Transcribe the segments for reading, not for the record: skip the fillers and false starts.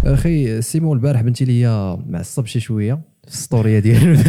اخي سيمون البارح بنتي ليا معصب شي شويه في السطوريه ديال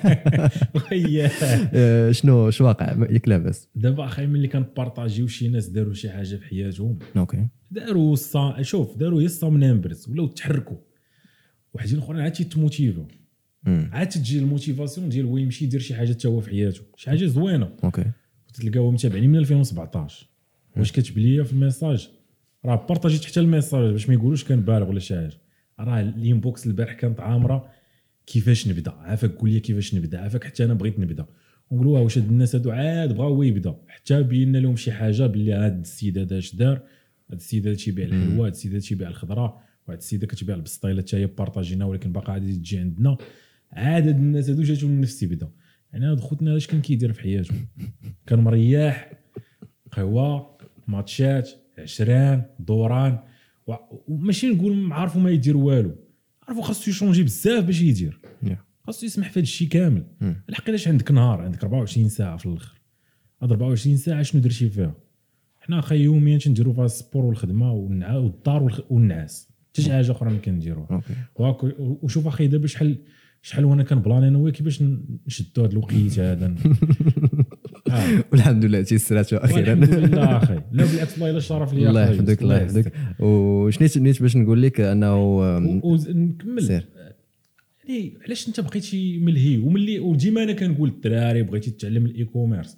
وهي شنو واقع ياك لاباس دابا اخي ملي كنبارطاجيو شي ناس داروا شي حاجه في حياتهم، اوكي داروا شوف داروا هي الصامنامبرز ولاو تحركوا، وحدين اخرين عاد تيتموتيفو، عاد تجي الموتيفاسيون ديال هو يمشي يدير شي حاجه حتى هو في حياته، شي حاجه زوينه. اوكي تلقاو متابعين من 2017. واش كتب ليا في الميساج راه بارطاجيت حتى الميساج باش ما يقولوش كان بالغ ولا شي حاجه، راه الانبوكس البارح كانت عامره كيفاش نبدا، عافاك قول لي كيفاش نبدا، عافاك حتى انا بغيت نبدا. ونقولوا واش هاد الناس هادو عاد بغاو يبدا، حتى بينا لهم شي حاجه باللي هاد السيد هذا اش دار، هاد السيد هذا تيبيع الحلوى، هاد السيد هذا تيبيع الخضره، وهاد السيده كتبيع البسطيله حتى هي بارطاجينا ولكن باقا غادي تجي عندنا. عاد هاد الناس هادو جاتهم نفس يبدا، يعني هاد خوتنا اش كان كيدير في حياته؟ كان مريح، قهوه، ماتشات، عشران، دوران، وماشي نقول عارفوا ما يدير والو، عارفوا خاصو يشونجي بزاف باش يدير، خاصو يسمح في هذا الشيء كامل. الحقيقه عندك نهار، عندك 24 ساعه في الاخر، هاد 24 ساعه شنو درتي فيها؟ حنا اخي يوميا تنديروا فيها السبور والخدمه والدار والنعاس، حتى شي حاجه اخرى ما كنديروها. وشوف اخي دابا شحال وانا كنبلاني انا كيفاش نشدوا هذا الوقيت هذا. والحمد لله تيسرات اخيرا. الحمد لله اخي، لا بالعكس الله الا شرف ليا. الله يحفظك الله يحفظك. وشنيت نيت باش نقول لك انه نكمل يعني علاش انت بقيتي ملهي وملي وديما انا كنقول الدراري بغيتي تتعلم الاي كوميرس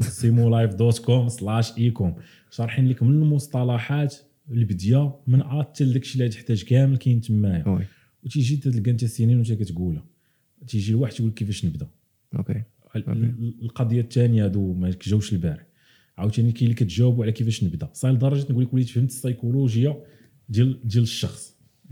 simolife.com/ecom شارحين لك من المصطلحات البديه من حتى لداكشي اللي تحتاج كامل كاين تمايا، وتيجي تلقى انت سنين وانت كتقولها، تيجي الواحد تقول كيفاش نبدا. اوكي القضيه الثانيه هادو ما جاوش البارح، عاوتاني كاين اللي كتجاوبوا على كيفاش نبدا صاي لدرجه نقول لك وليت فهمت السيكولوجيا ديال الشخص.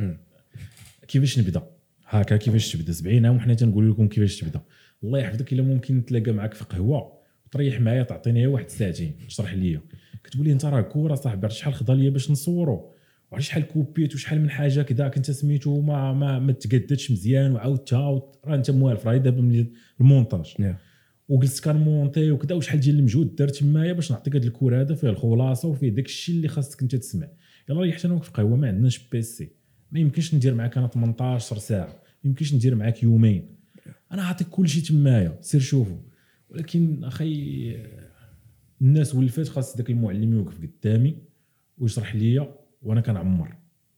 كيفاش نبدا هكا، كيفاش تبدا 70 عام وحنا تنقول لكم كيفاش تبدا. الله يحفظك الا ممكن نتلاقى معك في قهوه وتريح معايا تعطيني هي واحد ساعتين تشرح ليا، كتقول لي انت راه كوره صاحبي شحال خدا ليا باش نصوروا، وعرفتي شحال كوبيت وشحال من حاجه كذا كنت سميتو ما تقدتش مزيان وعاودتها، راه انت موالف راه دابا من المونتاج وجلست كنمونتي وكذا، وشحال ديال المجهود درت تمايا باش نعطيك هذا الكور هذا فيه الخلاصه وفيه داك الشيء اللي خاصك انت تسمع. يلا ريحت انا في قهوه ما عندناش بيسي، ما يمكنش ندير معاك انا 18 ساعه، ما يمكنش ندير معاك يومين، انا عاطيك كل شيء تمايا سير شوفوا. ولكن اخي الناس ولفات خاص داك المعلم يوقف قدامي ويشرح ليا وانا كنعمر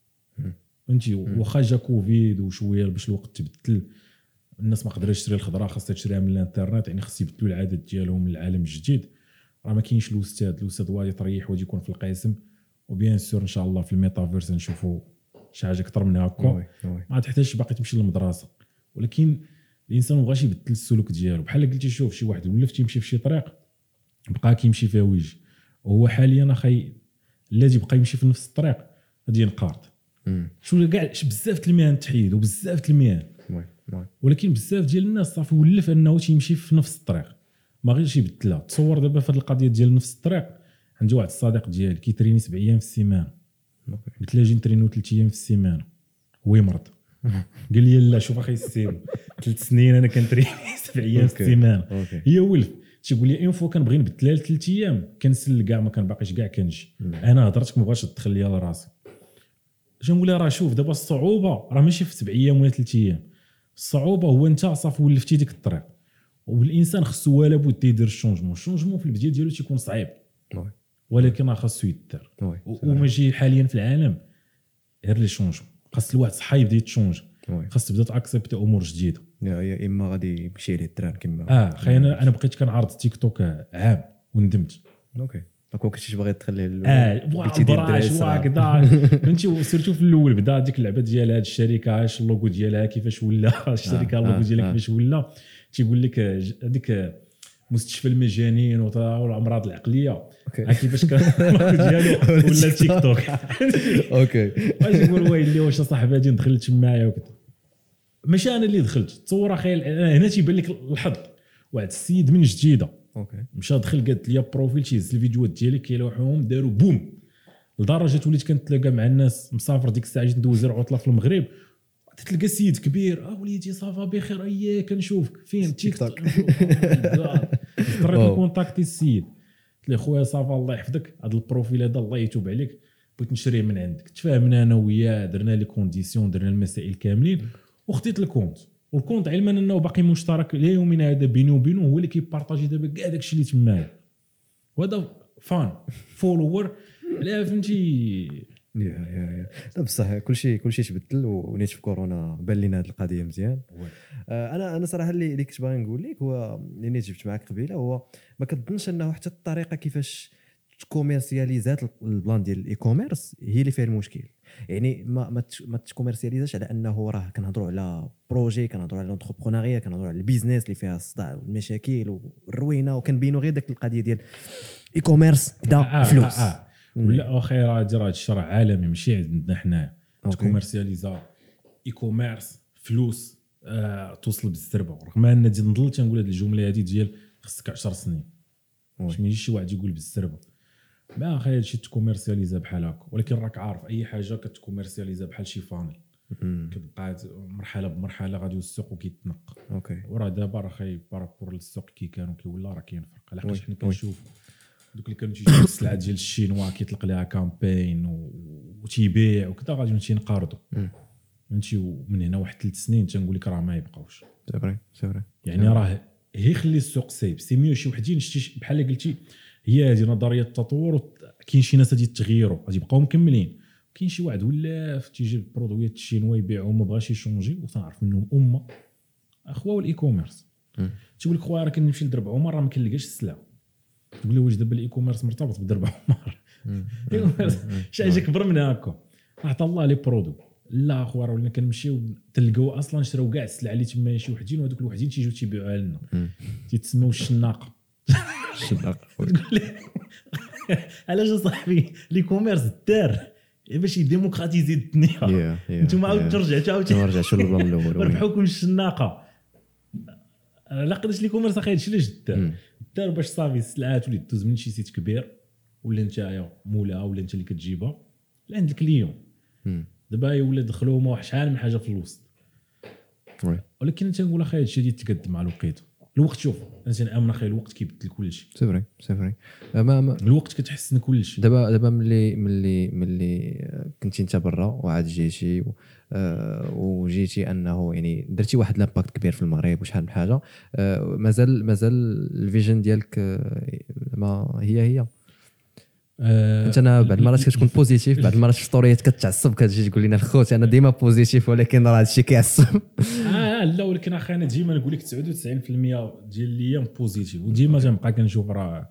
فهمتي. واخا جا كوفيد وشويه باش الوقت تبدل، الناس ما قدرتش تشري الخضره خاصها تشريها من الانترنت، يعني خاص يبدلوا العادات ديالهم للعالم الجديد. راه ما كاينش الاستاذ غادي يطريح وغادي يكون في القسم، وبيان سور ان شاء الله في الميتافيرس نشوفوا شي حاجه اكثر من هكا، ما تحتاجش باقي تمشي للمدرسه. ولكن الانسان مابغاش يبدل السلوك ديالو، بحال قلتي شوف شي واحد ولف تيمشي في شي طريق بقى كيمشي فيها ويجي، وهو حاليا اخي الذي بقى يمشي في نفس الطريق غادي ينقرض. شو كاع بزاف المهن تحيد وبزاف المهن، ولكن بزاف ديال الناس صافي ولف انه تيمشي في نفس الطريق ما غيرش يبدلها. تصور دابا في هذه القضيه ديال نفس الطريق، عندي واحد الصديق ديالي كيتريني 7 ايام في السيمانه، قلت له اجي نترينو 3 ايام في السيمانه، هو يمرض قال لي لا شوف اخي السيم 3 سنين انا كنتريني 7 ايام في السيمانه، هي ولف تيقول لي فوا كنبغي نبدلها ل 3 ايام كنسل كاع ما كنباقيش كاع كنجي. انا هضرتك ما بغاش تدخل ليا لراسي، اش نقول لها راه شوف دابا الصعوبه راه ماشي في 7 ايام ولا 3 ايام، الصعوبه هو انت صافي ولفتي ديك الطريق، والانسان خصو ولا بد يدير الشونجمون في البدايه ديالو تيكون صعيب ولكن راه خاصو يدار. وماشي حاليا في العالم غير لي شونجمون، خاص الواحد صحي يبدا يتشونج، خاص تبدا تاكسبتي امور جديده، يا اما غادي يمشي ليه التران كما خاي انا بقيت كنعرض تيك توك عام وندمت. اوكي دونك كنتيش باغي تخلي بغيتي دير هكذا فهمتي. سيرتو في الاول بدا ديك اللعبه ديال هذه الشركه اش اللوغو ديالها كيفاش ولا الشركه اللوغو ديالها كيفاش ولا تيقول لك هذيك مستشفى المجانين والامراض العقليه كيفاش كان ديالو ولا تيك توك. اوكي واش يقول ويلي واش صاحبي غادي ندخل تمايا وكذا، ماشي انا اللي دخلت. تصور اخي هنا تيبان لك الحظ، واحد السيد من جديده مشى دخل قالت لي بروفيل تيهز الفيديوهات ديالي كيلوحوهم داروا بوم، لدرجه وليت كنتلاقى مع الناس مسافر ديك الساعه جيت ندوز عطله في المغرب تلقى سيد كبير وليدي صافا بخير اييه كنشوفك فين تيك توك اضطريت نكونتاكتي السيد قلت له خويا صافا الله يحفظك هذا البروفيل هذا الله يتوب عليك بغيت نشريه من عندك، تفاهمنا انا وياه، درنا لي كونديسيون، درنا المسائل كاملين وخديت الكونت. والكونت علما انه باقي مشترك الى يومنا هذا بيني وبينه، هو اللي كيبارطاجي دابا كاع داكشي اللي تمايا، وهذا فان فولوور لا فهمتي. يا لا بصح كلشي تبدل، ونيت في كورونا بان لينا هذه القضيه مزيان. انا صراحه اللي كنت باغي نقول لك هو اللي جبت معاك قبيله، هو ما كنظنش انه حتى الطريقه كيفاش تكوميرسياليزات البلان ديال الاي كوميرس هي اللي فيها المشكل. يعني ما تكوميرسياليزاش على انه راه كنهضروا على بروجي، كنهضروا على لونتربرونيا، كنهضروا على البيزنس اللي فيها الصداع والمشاكل والروينه، وكنبينوا غير داك القضيه ديال اي كوميرس بدا فلوس. ولا اخيرا هذا الشرع عالمي ماشي عندنا حنايا. تكوميرسياليزا اي كوميرس فلوس توصل بالزربه، رغم ان نضل تنقول هذه الجمله هذه ديال خصك 10 سنين باش ما يجيش شي واحد يقول بالزربه. ما اخي هادشي تكوميرسياليزا بحال هكا، ولكن راك عارف اي حاجه كتكوميرسياليزا بحال شي فانل كتبقى مرحله بمرحله غادي السوق وكيتنق. وراه دابا راه خايب بارابور للسوق كي كانوا كيولى راه كاين فرق. علاش حنا كنشوف دوك اللي كانوا تيجيو السلعه ديال الشينوا كيطلق لها كامبين وتيبيع وكذا، غادي نمشي نقارضوا فهمتي. ومن هنا واحد 3 سنين تنقول لك راه ما يبقاوش. سي فري يعني راه هي خلي السوق سايب سي ميو. شي وحدين شتي بحال اللي قلتي هي هذه نظريه التطور. كاين شي ناس غادي يتغيروا غادي يبقاو مكملين، كاين شي واحد ولا تيجي برودويات الشينوا يبيعهم ما بغاش يشونجي، وتعرف منهم امه اخوا والاي كوميرس. تيقول لك خويا راه كنمشي لدرب عمر راه ما كنلقاش السلعه. تقول له واش دابا الاي كوميرس مرتبط بدرب عمر؟ شي حاجه كبر من هكا. عطا الله لي برودو. لا اخويا راه ولينا كنمشيو تلقاو اصلا شراو كاع السلعه اللي تما شي وحدين، وهذوك الوحدين تيجيو تيبيعوها لنا تيتسموا الشناقه. علاش صاحبي لي كوميرس دار باش يديموكراتيزي الدنيا. نتوما عاود ترجعوا للبلان الاول وربحوكم الشناقه. لا قداش لي كوميرس اخي هادشي علاش دار باش صافي السلعات ولي دوز من شي سيت كبير ولا نتايا مولا ولا انت اللي كتجيبها لعند الكليون. دابا ولا دخلوا ما شحال من حاجه في الوسط. ولكن انت نقول اخي هادشي يتقدم مع الوقت. الوقت شوف انا تنامن اخي الوقت كيبدل كلشي. سي فري ما الوقت كتحسن كلشي. دابا ملي كنتي انت برا وعاد جيتي وجيتي انه يعني درتي واحد لامباكت كبير في المغرب وشحال من حاجه، مازال الفيجن ديالك ما هي انت. انا بعض المرات كتكون بوزيتيف، بعض المرات في ستوريات كتعصب كتجي تقول لنا الخوت انا ديما بوزيتيف، ولكن راه هادشي كيعصب. لا ولكن اخي انا ديما نقول لك 99% ديال الايام بوزيتيف، وديما تنبقى كنشوف راه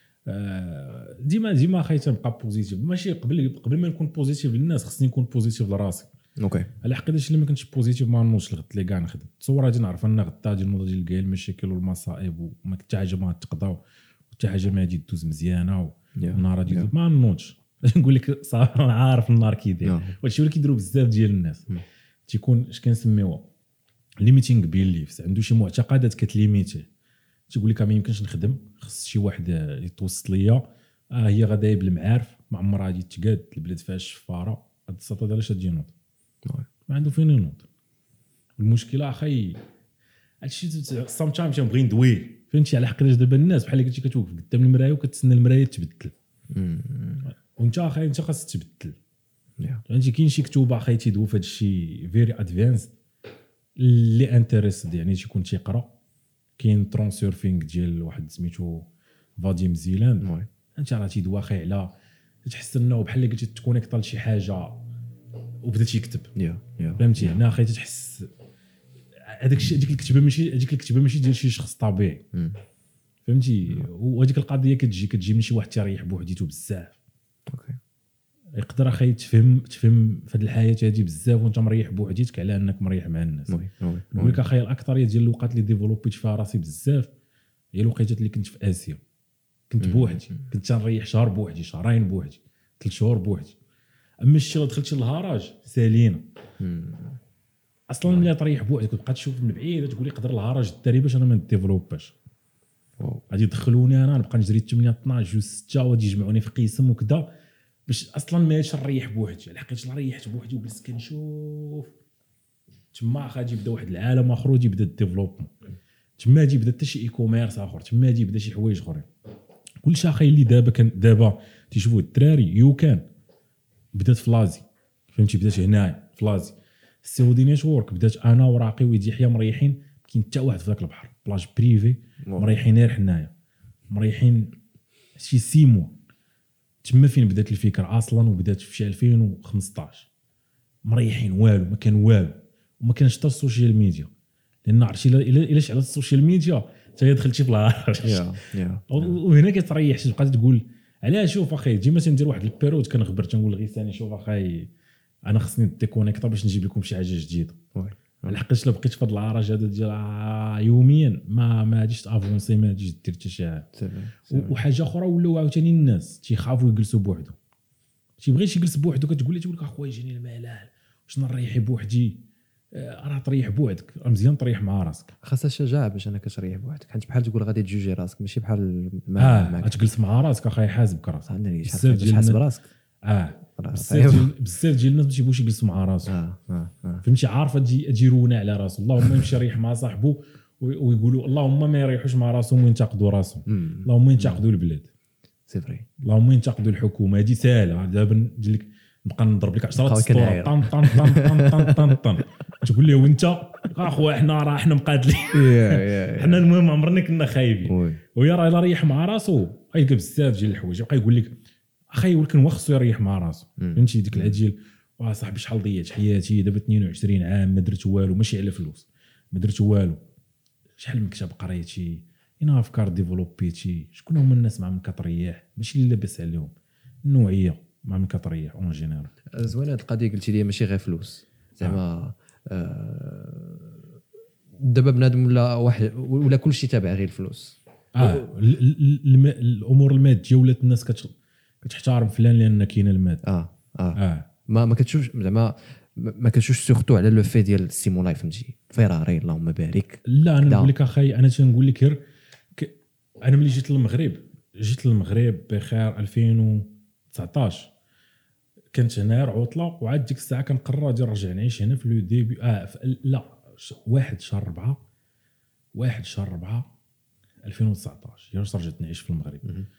ديما اخي تنبقى بوزيتيف. ماشي قبل ما نكون بوزيتيف للناس خصني نكون بوزيتيف لراسي. على حقيقه اللي ما كنتش بوزيتيف ما نوضش الغد اللي كاع نخدم. تصور غادي نعرف ان غدا غادي نوض ديال كاع المشاكل والمصائب وما حتى حاجه ما تقضاو حتى حاجه ما غادي دوز مزيانه النهار غادي ما نوضش. نقول لك صافي انا عارف النهار كيدير. وهادشي اللي كيديروا بزاف ديال الناس تيكون اش كنسميوها ليميتينغ بيليفز. عنده شي معتقدات كتليميتيه. تيقول لك ما يمكنش نخدم، خص شي واحد يتوسط ليا. هي غدا بالمعارف ما عمرها غادي تقاد البلاد فيها الشفاره. هاد السطر علاش غادي ينوض؟ ما عنده فين ينوض. المشكله اخي هادشي سام تايم تنبغي ندوي فهمتي. على حقاش دابا الناس بحال اللي قلتي كتوقف قدام المرايه وكتسنى المرايه تبدل. وانت اخي انت خاصك تبدل. فهمتي كاين شي كتوبه اخي تيدوي في هادشي فيري ادفانس اللي انتريست يعني تيكون تيقرا. كاين ترانسيرفينغ ديال واحد سميتو فاديم زيلان. انت راه تيدوا اخي على تحس انه بحال اللي قلتي تكونيكطا لشي حاجه وبدا يكتب. فهمتي هنا اخي تحس هذاك الشيء ديك الكتابه ماشي ديال شي شخص طبيعي. فهمتي. وهذيك القضيه كتجي من شي واحد تيريح بوحديته بزاف. يقدر اخي تفهم في هذه الحياه هذه بزاف وانت مريح بوحديتك على انك مريح مع الناس. نقول لك اخي الاكثريه ديال الوقت اللي ديفلوبيت فيها راسي بزاف هي الوقيتات اللي كنت في اسيا. كنت بوحدي، كنت تنريح شهر بوحدي، شهرين بوحدي، 3 شهور بوحدي. اما الشيء اللي دخلتي للهراج سالينا اصلا ملي تريح بوحدك كتبقى تشوف من بعيد تقول لي قدر الهراج الدري باش انا ما نديفلوباش. غادي يدخلوني انا نبقى نجري 8 12 جوج 6 وغادي يجمعوني في قسم وكذا باش اصلا ماش نريح بوحدي. على حقيقه ريحت بوحدي وجلست كنشوف تما غادي يبدا واحد العالم اخر يبدا الديفلوبمون. تما غادي يبدا حتى شي اي كوميرس اخر، تما غادي يبدا شي حوايج اخرين. كلشي اخي اللي دابا تيشوفوا الدراري يو كان بدات فلازي فهمتي بدات هنايا فلازي السعودي نيتورك بدات انا وراقي ويدي يحيى مريحين كاين حتى واحد في ذاك البحر بلاج بريفي مريحين غير حنايا مريحين شي 6 موا تما فين بدات الفكره اصلا وبدات في شي 2015 مريحين والو ما كان والو وما كانش حتى السوشيال ميديا لان عرفتي الا شعلت السوشيال ميديا حتى دخلتي في الهرج وهنا كتريح شي بقات تقول علاش شوف اخي ديما تندير واحد البيرود كنغبر تنقول غيساني شوف اخي انا خصني ديكونيكطا باش نجيب لكم شي حاجه جديده لحقاش لا بقيت في هذا العرج هذا ديال يوميا ما غاديش تافونسي ما غاديش دير حتى شي حاجه وحاجه اخرى ولاو عاوتاني الناس تيخافوا يجلسوا بوحدهم تيبغيش يجلس بوحدو كتقول لك اخويا جاني الملل واش نريح بوحدي راه تريح بوحدك مزيان تريح مع راسك خاصها الشجاعه باش انك تريح بوحدك حيت بحال تقول غادي تجوجي راسك ماشي بحال ما تجلس مع راسك اخاي حاسبك راسك بزاف حاسب راسك بزاف ديال الناس ما تيبغوش يجلسوا مع راسهم فهمتي عارفه تجي رونه على راسو اللهم يمشي يريح مع صاحبه ويقولوا اللهم ما يريحوش مع راسهم وينتقدوا راسهم اللهم ينتقدوا البلاد سي فري اللهم ينتقدوا الحكومه هذه ساهله دابا نجي لك نبقى نضرب لك 10 سطور طن طن طن طن طن طن تقول لي وانت اخويا حنا مقاتلين حنا المهم عمرنا كنا خايبين ويا راه ريح مع راسو غيلقى بزاف ديال الحوايج يبقى يقول لك اخي ولكن هو خصو يريح مع راسو فهمتي ديك العاد ديال صاحبي شحال ضيعت حياتي دابا 22 عام ما درت والو ماشي على فلوس ما درت والو شحال من كتاب قريتي انا افكار ديفلوبيتي شكون هما الناس مع من كتريح ماشي اللي لاباس عليهم النوعيه مع من كتريح اون جينيرال زوينه هاد القضيه قلتي لي ماشي غير فلوس زعما دابا بنادم ولا كل شيء تابع غير الفلوس الامور الماديه ولات الناس كتحترم فلان لان كاين الماده ما كتشوفش زعما ما كتشوفش سورتو على لو في ديال السيمولاي فهمتي فيراري اللهم بارك لا انا نقول لك اخي انا تنقول لك غير انا ملي جيت للمغرب بخير 2019 كنت هنا عطله وعاد ديك الساعه كنقرر غادي نرجع نعيش هنا في لو ديبي لا 1 شهر 4 2019 يا رجعت نعيش في المغرب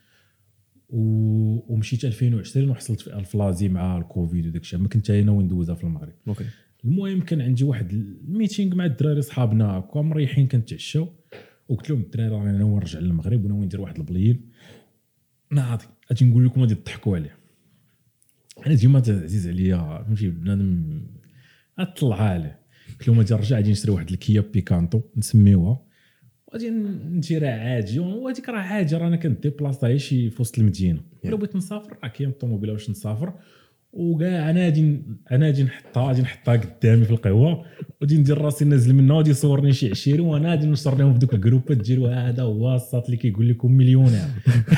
ومشيت 2020 وحصلت في الفلازي مع الكوفيد وداك الشيء ما كنت انا وين ندوزها في المغرب المهم كان عندي واحد الميتينغ مع الدراري صحابنا هكا مريحين كنتعشاو وقلت لهم الدراري انا ناوي نرجع للمغرب وناوي ندير واحد البليل ناضي غادي نقول لكم غادي تضحكوا عليه انا ديما عزيز عليا فهمتي بنادم اطلع عليه قلت لهم غادي نرجع غادي نشري واحد الكيا بيكانتو نسميوها غادي نديرها عادي وهذيك راه عادي رانا كنديبلاصا شي في وسط المدينه الا بغيت نسافر راه كاين الطوموبيله باش نسافر وكاع انا غادي نحطها قدامي في القهوه وغادي ندير راسي نازل منها وغادي يصورني شي 20 وانا غادي نشر لهم في دوك الجروبات ديالو هذا هو الساط اللي كيقول لكم مليونير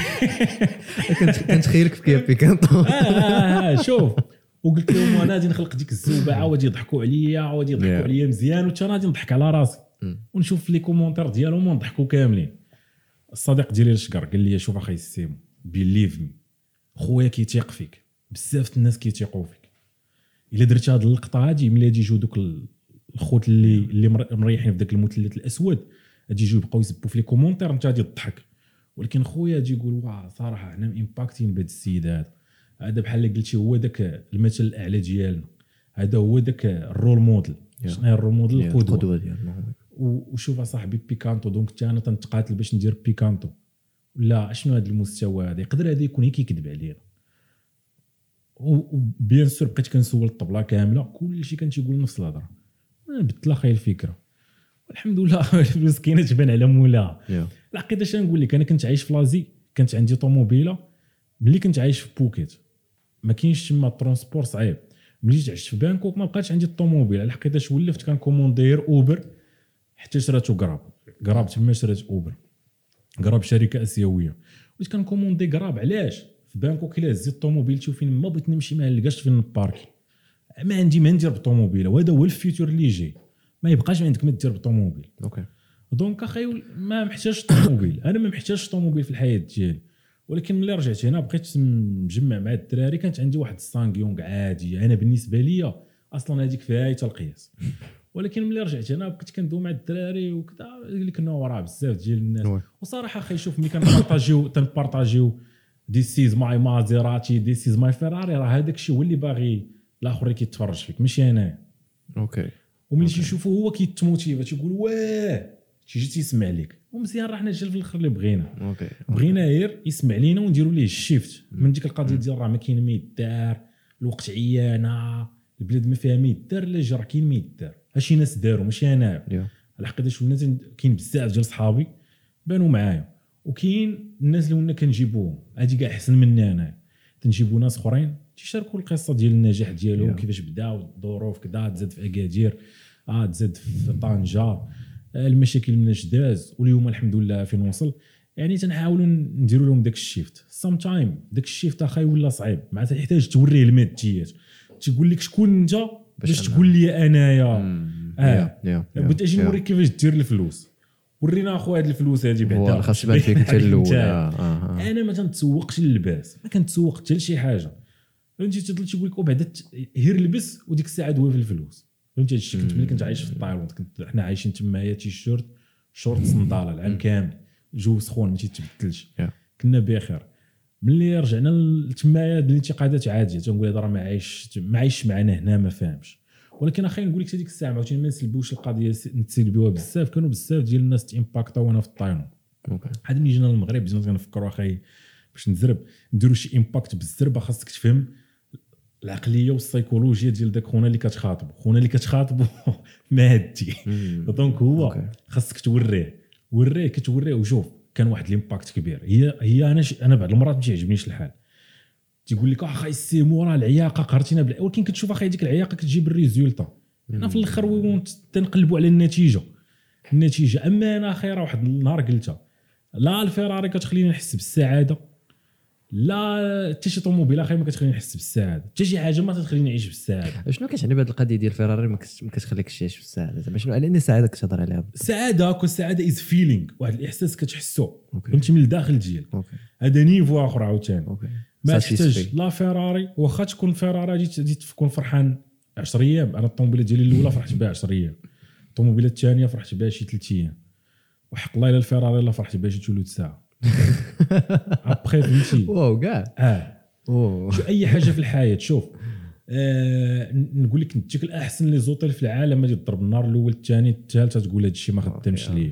كنتخيلك في كيا بيكانتو شوف وقلت لهم انا غادي نخلق ديك الزوبعه وغادي يضحكوا عليا مزيان وتا غادي نضحك على راسي ونشوف لي كومونتير ديالهم ونضحكوا كاملين. الصديق ديالي الشقر قال لي شوف اخي السيمو بيليف مي خويا كيتيق فيك بزاف الناس كيتيقوا فيك الا درتي هذه اللقطه هذه ملي يجي يجيو دوك الخوت اللي مريحين في داك المثلث الاسود غادي يجيو يبقاو يسبوا في لي كومونتير انت غادي تضحك ولكن خويا غادي يقول واه صراحه حنا امباكتين بهذا السيد هذا بحال اللي قلتي هو داك المثل الاعلى ديالنا هذا هو داك الرول موديل شنو هي الرول موديل القدوه ديالنا وشوف اصاحبي بيكانتو دونك حتى انا تنتقاتل باش ندير بيكانتو لا شنو هذا المستوى هذا يقدر هذا يكون كيكذب علينا وبيان سور بقيت كنسول الطبله كامله كلشي كان تيقول نفس الهضره انا بدت خايل الفكره والحمد لله الفلوس كاينه تبان على مولاها الحقيقه اش نقول لك انا كنت عايش في لازي كانت عندي طوموبيله ملي كنت عايش في بوكيت ما كاينش تما الترونسبور صعيب ملي عشت في بانكوك ما بقاتش عندي الطوموبيله الحقيقه اش ولفت كان كوموندير اوبر حتى شراتو قراب تما شرات اوبر قراب شركه اسيويه وليت كنكوموندي قراب علاش في بانكوك الا هزيت طوموبيلتي وفين ما بغيت نمشي ما لقاش فين نباركي ما عندي ما ندير بالطوموبيله وهذا هو الفيوتشر اللي جاي ما يبقاش عندك ما دير بالطوموبيل دونك اخي ما محتاجش طوموبيل انا ما محتاجش طوموبيل في الحياه ديالي ولكن ملي رجعت هنا بقيت مجمع مع الدراري كانت عندي واحد السانغيونغ عادي انا بالنسبه ليا اصلا هذيك فيها القياس ولكن ملي رجعت هنا بقيت كندوي مع الدراري وكذا قال لك انه راه بزاف ديال الناس وصراحه اخي شوف ملي كنبارطاجيو this is my Maserati this is my Ferrari راه هذاك الشيء هو اللي باغي الاخر اللي كيتفرج فيك ماشي انا. اوكي وملي تيشوفو هو كيتموتيفا تيقول واه تيجي تيسمع لك ومزيان راه حنا جا في الاخر اللي بغينا. اوكي بغينا غير يسمع لينا ونديروا ليه الشيفت من ديك القضيه ديال راه ما كاين ما يدار الوقت عيانه البلاد ما فيها ما يدار لا جا راه كاين ما يدار هادشي ناس داروا ماشي انا. الحقيقه شفنا كاين بزاف ديال صحابي بانوا معايا وكاين الناس اللي كنا كنجيبوهم هادي كاع احسن مني انا تنجيبوا ناس اخرين تيشاركوا القصه ديال النجاح ديالهم كيفاش بداو الظروف كذا تزاد في اكادير تزاد في طنجه المشاكل مناش داز واليوم الحمد لله فين وصل. يعني تنحاولوا نديروا لهم داك الشيفت سام تايم داك الشيفت اخاي ولا صعيب مع تحتاج توريه الماديات تيقول لك شكون انت باش تقول لي انايا بغيت اجي نوريك كيفاش دير الفلوس ورينا اخويا هاد الفلوس هادي بعدا خاص يبان فيك انت الاول. انا ما تنتسوقش للباس ما كنتسوق حتى لشي حاجه فهمتي تضل تيقول لك وبعدا هير لبس وديك الساعه دوي في الفلوس فهمتي هادشي. كنت ملي كنت عايش في الطايلاند كنت حنا عايشين تمايا تيشيرت شورت صنداله العام كامل جو سخون ما تيتبدلش كنا بخير. ملي رجعنا لتمايا الانتقادات عاديه تنقول هذا راه ما عايش معنا هنا ما فاهمش. ولكن اخي نقول لك هذيك الساعه عاوتاني ما نسلبوش القضيه نتسلبوها بزاف كانوا بزاف ديال الناس تيمباكطاو وانا في الطايلاند. عاد ملي جينا للمغرب جينا كنفكروا اخي باش نزرب نديروا شي امباكت بالزربه خاصك تفهم العقليه والسيكولوجيا ديال داك خونا اللي كتخاطبو مادي دونك هو خاصك توريه كتوريه وشوف كان واحد الامباكت كبير. هي انا بعض المرات ما تيعجبنيش الحال تيقول لك اخاي السيمو راه العياقه قهرتينا ولكن كتشوف اخاي ديك العياقه كتجيب الريزولتا حنا في الاخر تنقلبوا على النتيجه. اما انا اخي راه واحد النهار قلتها لا الفيراري كتخليني نحس بالسعاده لا حتى شي طوموبيل اخي ما كتخليني نحس بالسعاده حتى شي حاجه ما تخليني نعيش بالسعاده. شنو كتعني بهذه القضيه ديال الفيراري ما كتخليكش تعيش بالسعاده زعما شنو على ان السعاده كتهضر عليها؟ السعاده از فيلينغ واحد الاحساس كتحسو فهمتي من الداخل ديالك هذا نيفو اخر عاوتاني ما تحتاج لا فيراري واخا تكون فيراري غادي تكون فرحان 10 ايام. انا الطوموبيله ديالي الاولى فرحت بها 10 ايام الطوموبيله الثانيه فرحت بها شي 3 ايام وحق الله الا الفيراري لا فرحت بها شي ثلث ساعه ابخي فهمتي واو كاع شو اي حاجه في الحياه شوف نقول لك نديك الاحسن لي زوطيل في العالم غادي تضرب النهار الاول الثاني الثالث تقول هذا الشيء ما خدامش ليا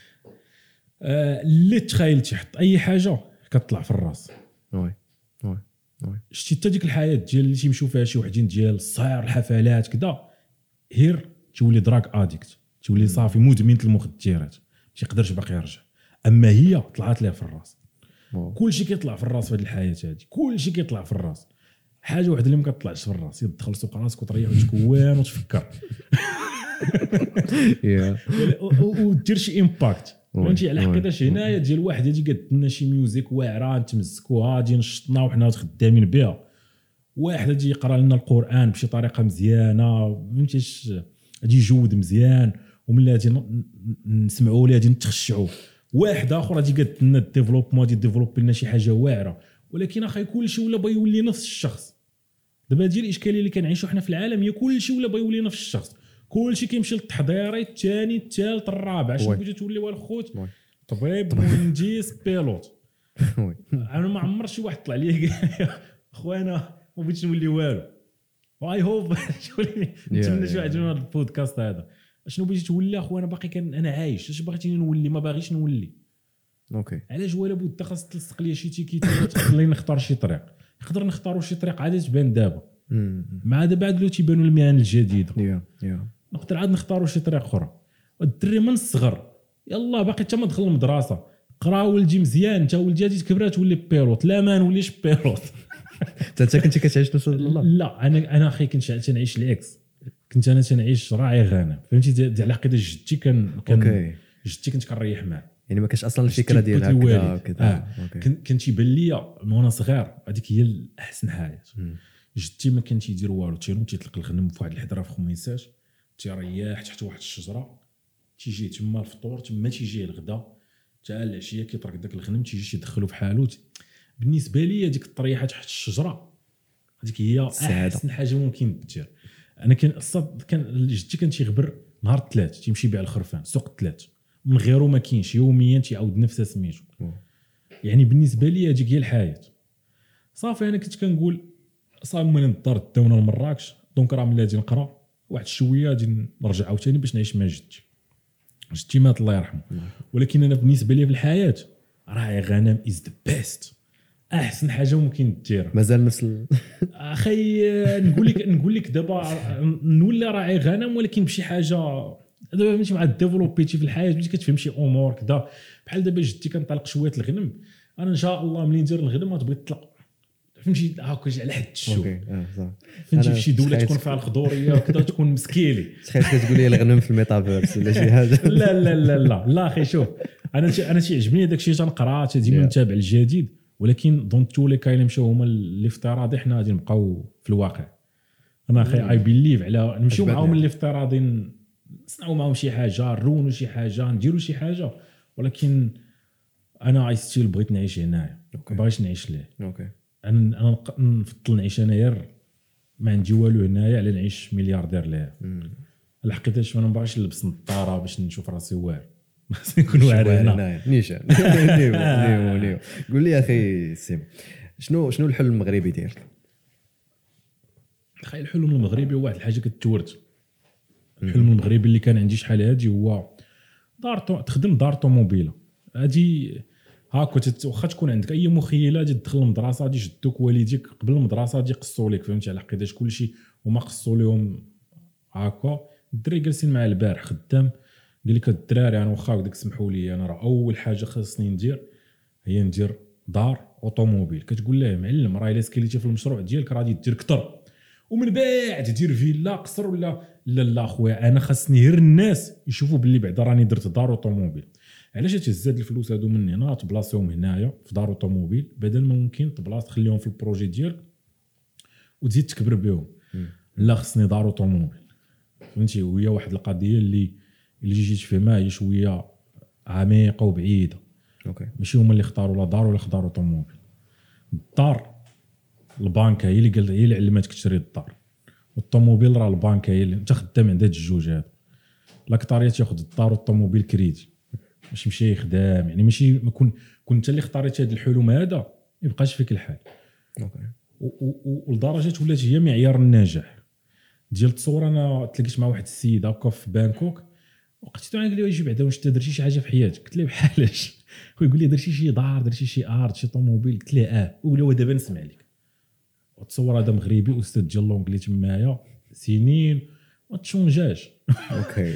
اللي تخيلتي حط اي حاجه كتطلع في الراس. وي شتي حتى ديك الحياه ديال اللي تيمشيو فيها شي وحدين ديال الصير الحفلات كذا هير تولي دراك اديكت تولي صافي مدمن المخدرات ما تيقدرش باقي يرجع. اما هي طلعت ليه في الراس كل شيء كيطلع في الراس في هذه الحياه هذه كل شيء كيطلع في الراس حاجه واحده اللي ما كتطلعش في الراس تدخل سوق راسك وتريح وتكوان وتفكر ودير شي امباكت فهمتي على حقيقه هنايا ديال واحد اللي قدنا شي ميوزيك واعره نتمسكوها غادي نشطنا وحنا خدامين بها واحد غادي يقرا لنا القران بشي طريقه مزيانه فهمتي غادي يجود مزيان وملي غادي نسمعوا ليه غادي نتخشعوا واحد اخر غادي قد لنا الديفلوبمون غادي ديفلوبي لنا شي حاجه واعره. ولكن اخي كلشي ولا بغى يولي نفس الشخص. دابا ديال الاشكاليه اللي كنعيشوا حنا في العالم هي كلشي ولا بغى يولي نفس الشخص كلشي كيمشي للتحضيري الثاني الثالث الرابع شنو بغيتي تولي والخوت طبيب مهندس بيلوت انا ما عمر شي واحد طلع لي اخوانا ما بغيتش نولي والو واي هوب نتمنى شي واحد من هذا البودكاست هذا شنو بغيتي تولي اخوانا باقي كان انا عايش اش بغيتيني نولي ما باغيش نولي علاش ولا بد خاص تلصق لي شي تيكيت تخليني نختار شي طريق نقدر نختاروا شي طريق عاد تبان دابا مع دابا عاد لو تيبانوا المهن الجديده نقدر عاد نختاروا شي طريق اخرى. الدري من الصغر يلا باقي حتى ما دخل المدرسه قرا ولدي مزيان انت ولدي غادي تكبر تولي بيلوت لا ما نوليش بيلوت انت كنتي كتعيش نفس الله لا انا اخي كنت تنعيش العكس كنت انا تنعيش راعي غنم فهمتي ديال العقيده جدتي كان جدتي كنت كنريح معاه يعني ما كانش اصلا الفكره ديال هكذا كذا كنت يبان لي وانا صغير هذيك هي الاحسن حياه. جدتي ما كان تيدير والو تيطلق الغنم في واحد الحضره في خميسات تيريح تحت واحد الشجره تيجي تما الفطور تما تيجي الغدا حتى العشيه كيطرق داك الغنم تيجي يدخلو في حالو. بالنسبه لي هذيك الطريحه تحت الشجره هذيك هي احسن حاجه ممكن دير. انا كان جدتي كان تيغبر نهار الثلاث تيمشي بيع الخرفان سوق الثلاث من غيره ما كاينش يوميا تيعاود نفس سميتو. يعني بالنسبه لي هذيك هي الحياه صافي انا كنت كنقول صافي من الدار داونا لمراكش دونك راه ملي غادي نقرا واحد شويه غادي نرجع عاوتاني باش نعيش مع جدتي مات الله يرحمه. ولكن انا بالنسبه لي في الحياه راعي غنم از ذا بيست، احسن حاجه ممكن ديرها. مازال نفس اخي نقول لك دابا نولي راعي غنم ولكن بشي حاجه دابا ماشي مع ديفلوبيتي في الحياه باش كتفهم شي امور كذا بحال دابا جدتي كنطلق شويه الغنم. انا ان شاء الله ملي ندير الغنم غتبغي تطلق فهمتي هكا على حد الشوف. فهمتي في شي دوله تكون فيها الخضوريه وكذا تكون مسكيلي. تخيل كتقول لي الغنم في الميتافيرس ولا شي حاجه. لا لا لا لا لا اخي شوف انا تيعجبني داك الشيء تنقرا ديما نتابع الجديد ولكن دون تو لي كاين مشاو هما الافتراضي حنا غادي نبقاو في الواقع. انا اخي اي بيليف على نمشيو معاهم الافتراضي نصنعوا معاهم شي حاجه نرونوا شي حاجه نديروا شي حاجه ولكن انا اي ستيل بغيت نعيش هنايا ما باغيش نعيش ليه. اوكي انا نفضل نعيش انايا ما عندي والو هنايا على نعيش ملياردير ليه. الحقيقه انا ما باغيش نلبس نظاره باش نشوف راسي واعر نكون واعر هنا نيشان. نيو قول لي يا اخي سيم شنو الحلم المغربي ديالك؟ تخيل الحلم المغربي هو واحد الحاجه كتورث. الحلم المغربي اللي كان عندي شحال هادي هو تخدم دار طوموبيله هادي هاكا واخا تكون عندك اي مخيله غادي تدخل المدرسه غادي يشدوك والديك قبل المدرسه غادي يقصوا لك فهمتي على حقيقه كلشي وما قصوا لهم هاكا. الدري جالسين مع البارح خدام قال لك الدراري انا واخا بدك سمحوا لي انا راه اول حاجه خاصني ندير هي ندير دار اوتوموبيل. كتقول له معلم راه الا سكليتي في المشروع ديالك راه غادي دير كثر ومن بعد دير فيلا قصر ولا لا خويا انا خاصني غير الناس يشوفوا باللي بعدا راني درت دار اوتوموبيل. علاش تهزاد الفلوس هادو من هنا تبلاصيهم هنايا في دار اوتوموبيل بدل ما ممكن تبلاص تخليهم في البروجي ديالك وتزيد تكبر بهم. لا خصني دار اوتوموبيل فهمتي. وهي واحد القضيه اللي جيت فهمها هي شويه عميقه وبعيده. اوكي ماشي هما اللي اختاروا لا دار ولا اختاروا اوتوموبيل. الدار البنكه هي اللي علمتك تشري الدار والطوموبيل راه البنكه هي اللي انت خدام عند هاد الجوج هاد. الاكثريه تاخذ الدار والطوموبيل كريدي ماشي مشي خدام يعني ماشي ما كنت انت اللي اختاريت هاد الحلم هذا ما يبقاش فيك الحال. اوكي ولدرجه ولات هي معيار النجاح ديال التصور. انا تلاقيت مع واحد السيد هكا في بانكوك وقلت له قال لي يجي بعدا واش انت درتي شي حاجه في حياتك؟ قلت له بحالاش؟ ويقول لي درتي شي دار درتي شي ارض شي طوموبيل؟ قلت له ويقول لي دابا نسمع لك. وتصور هذا مغربي استاذ ديال لونجلي تمايا سنين ما تشونجاش. اوكي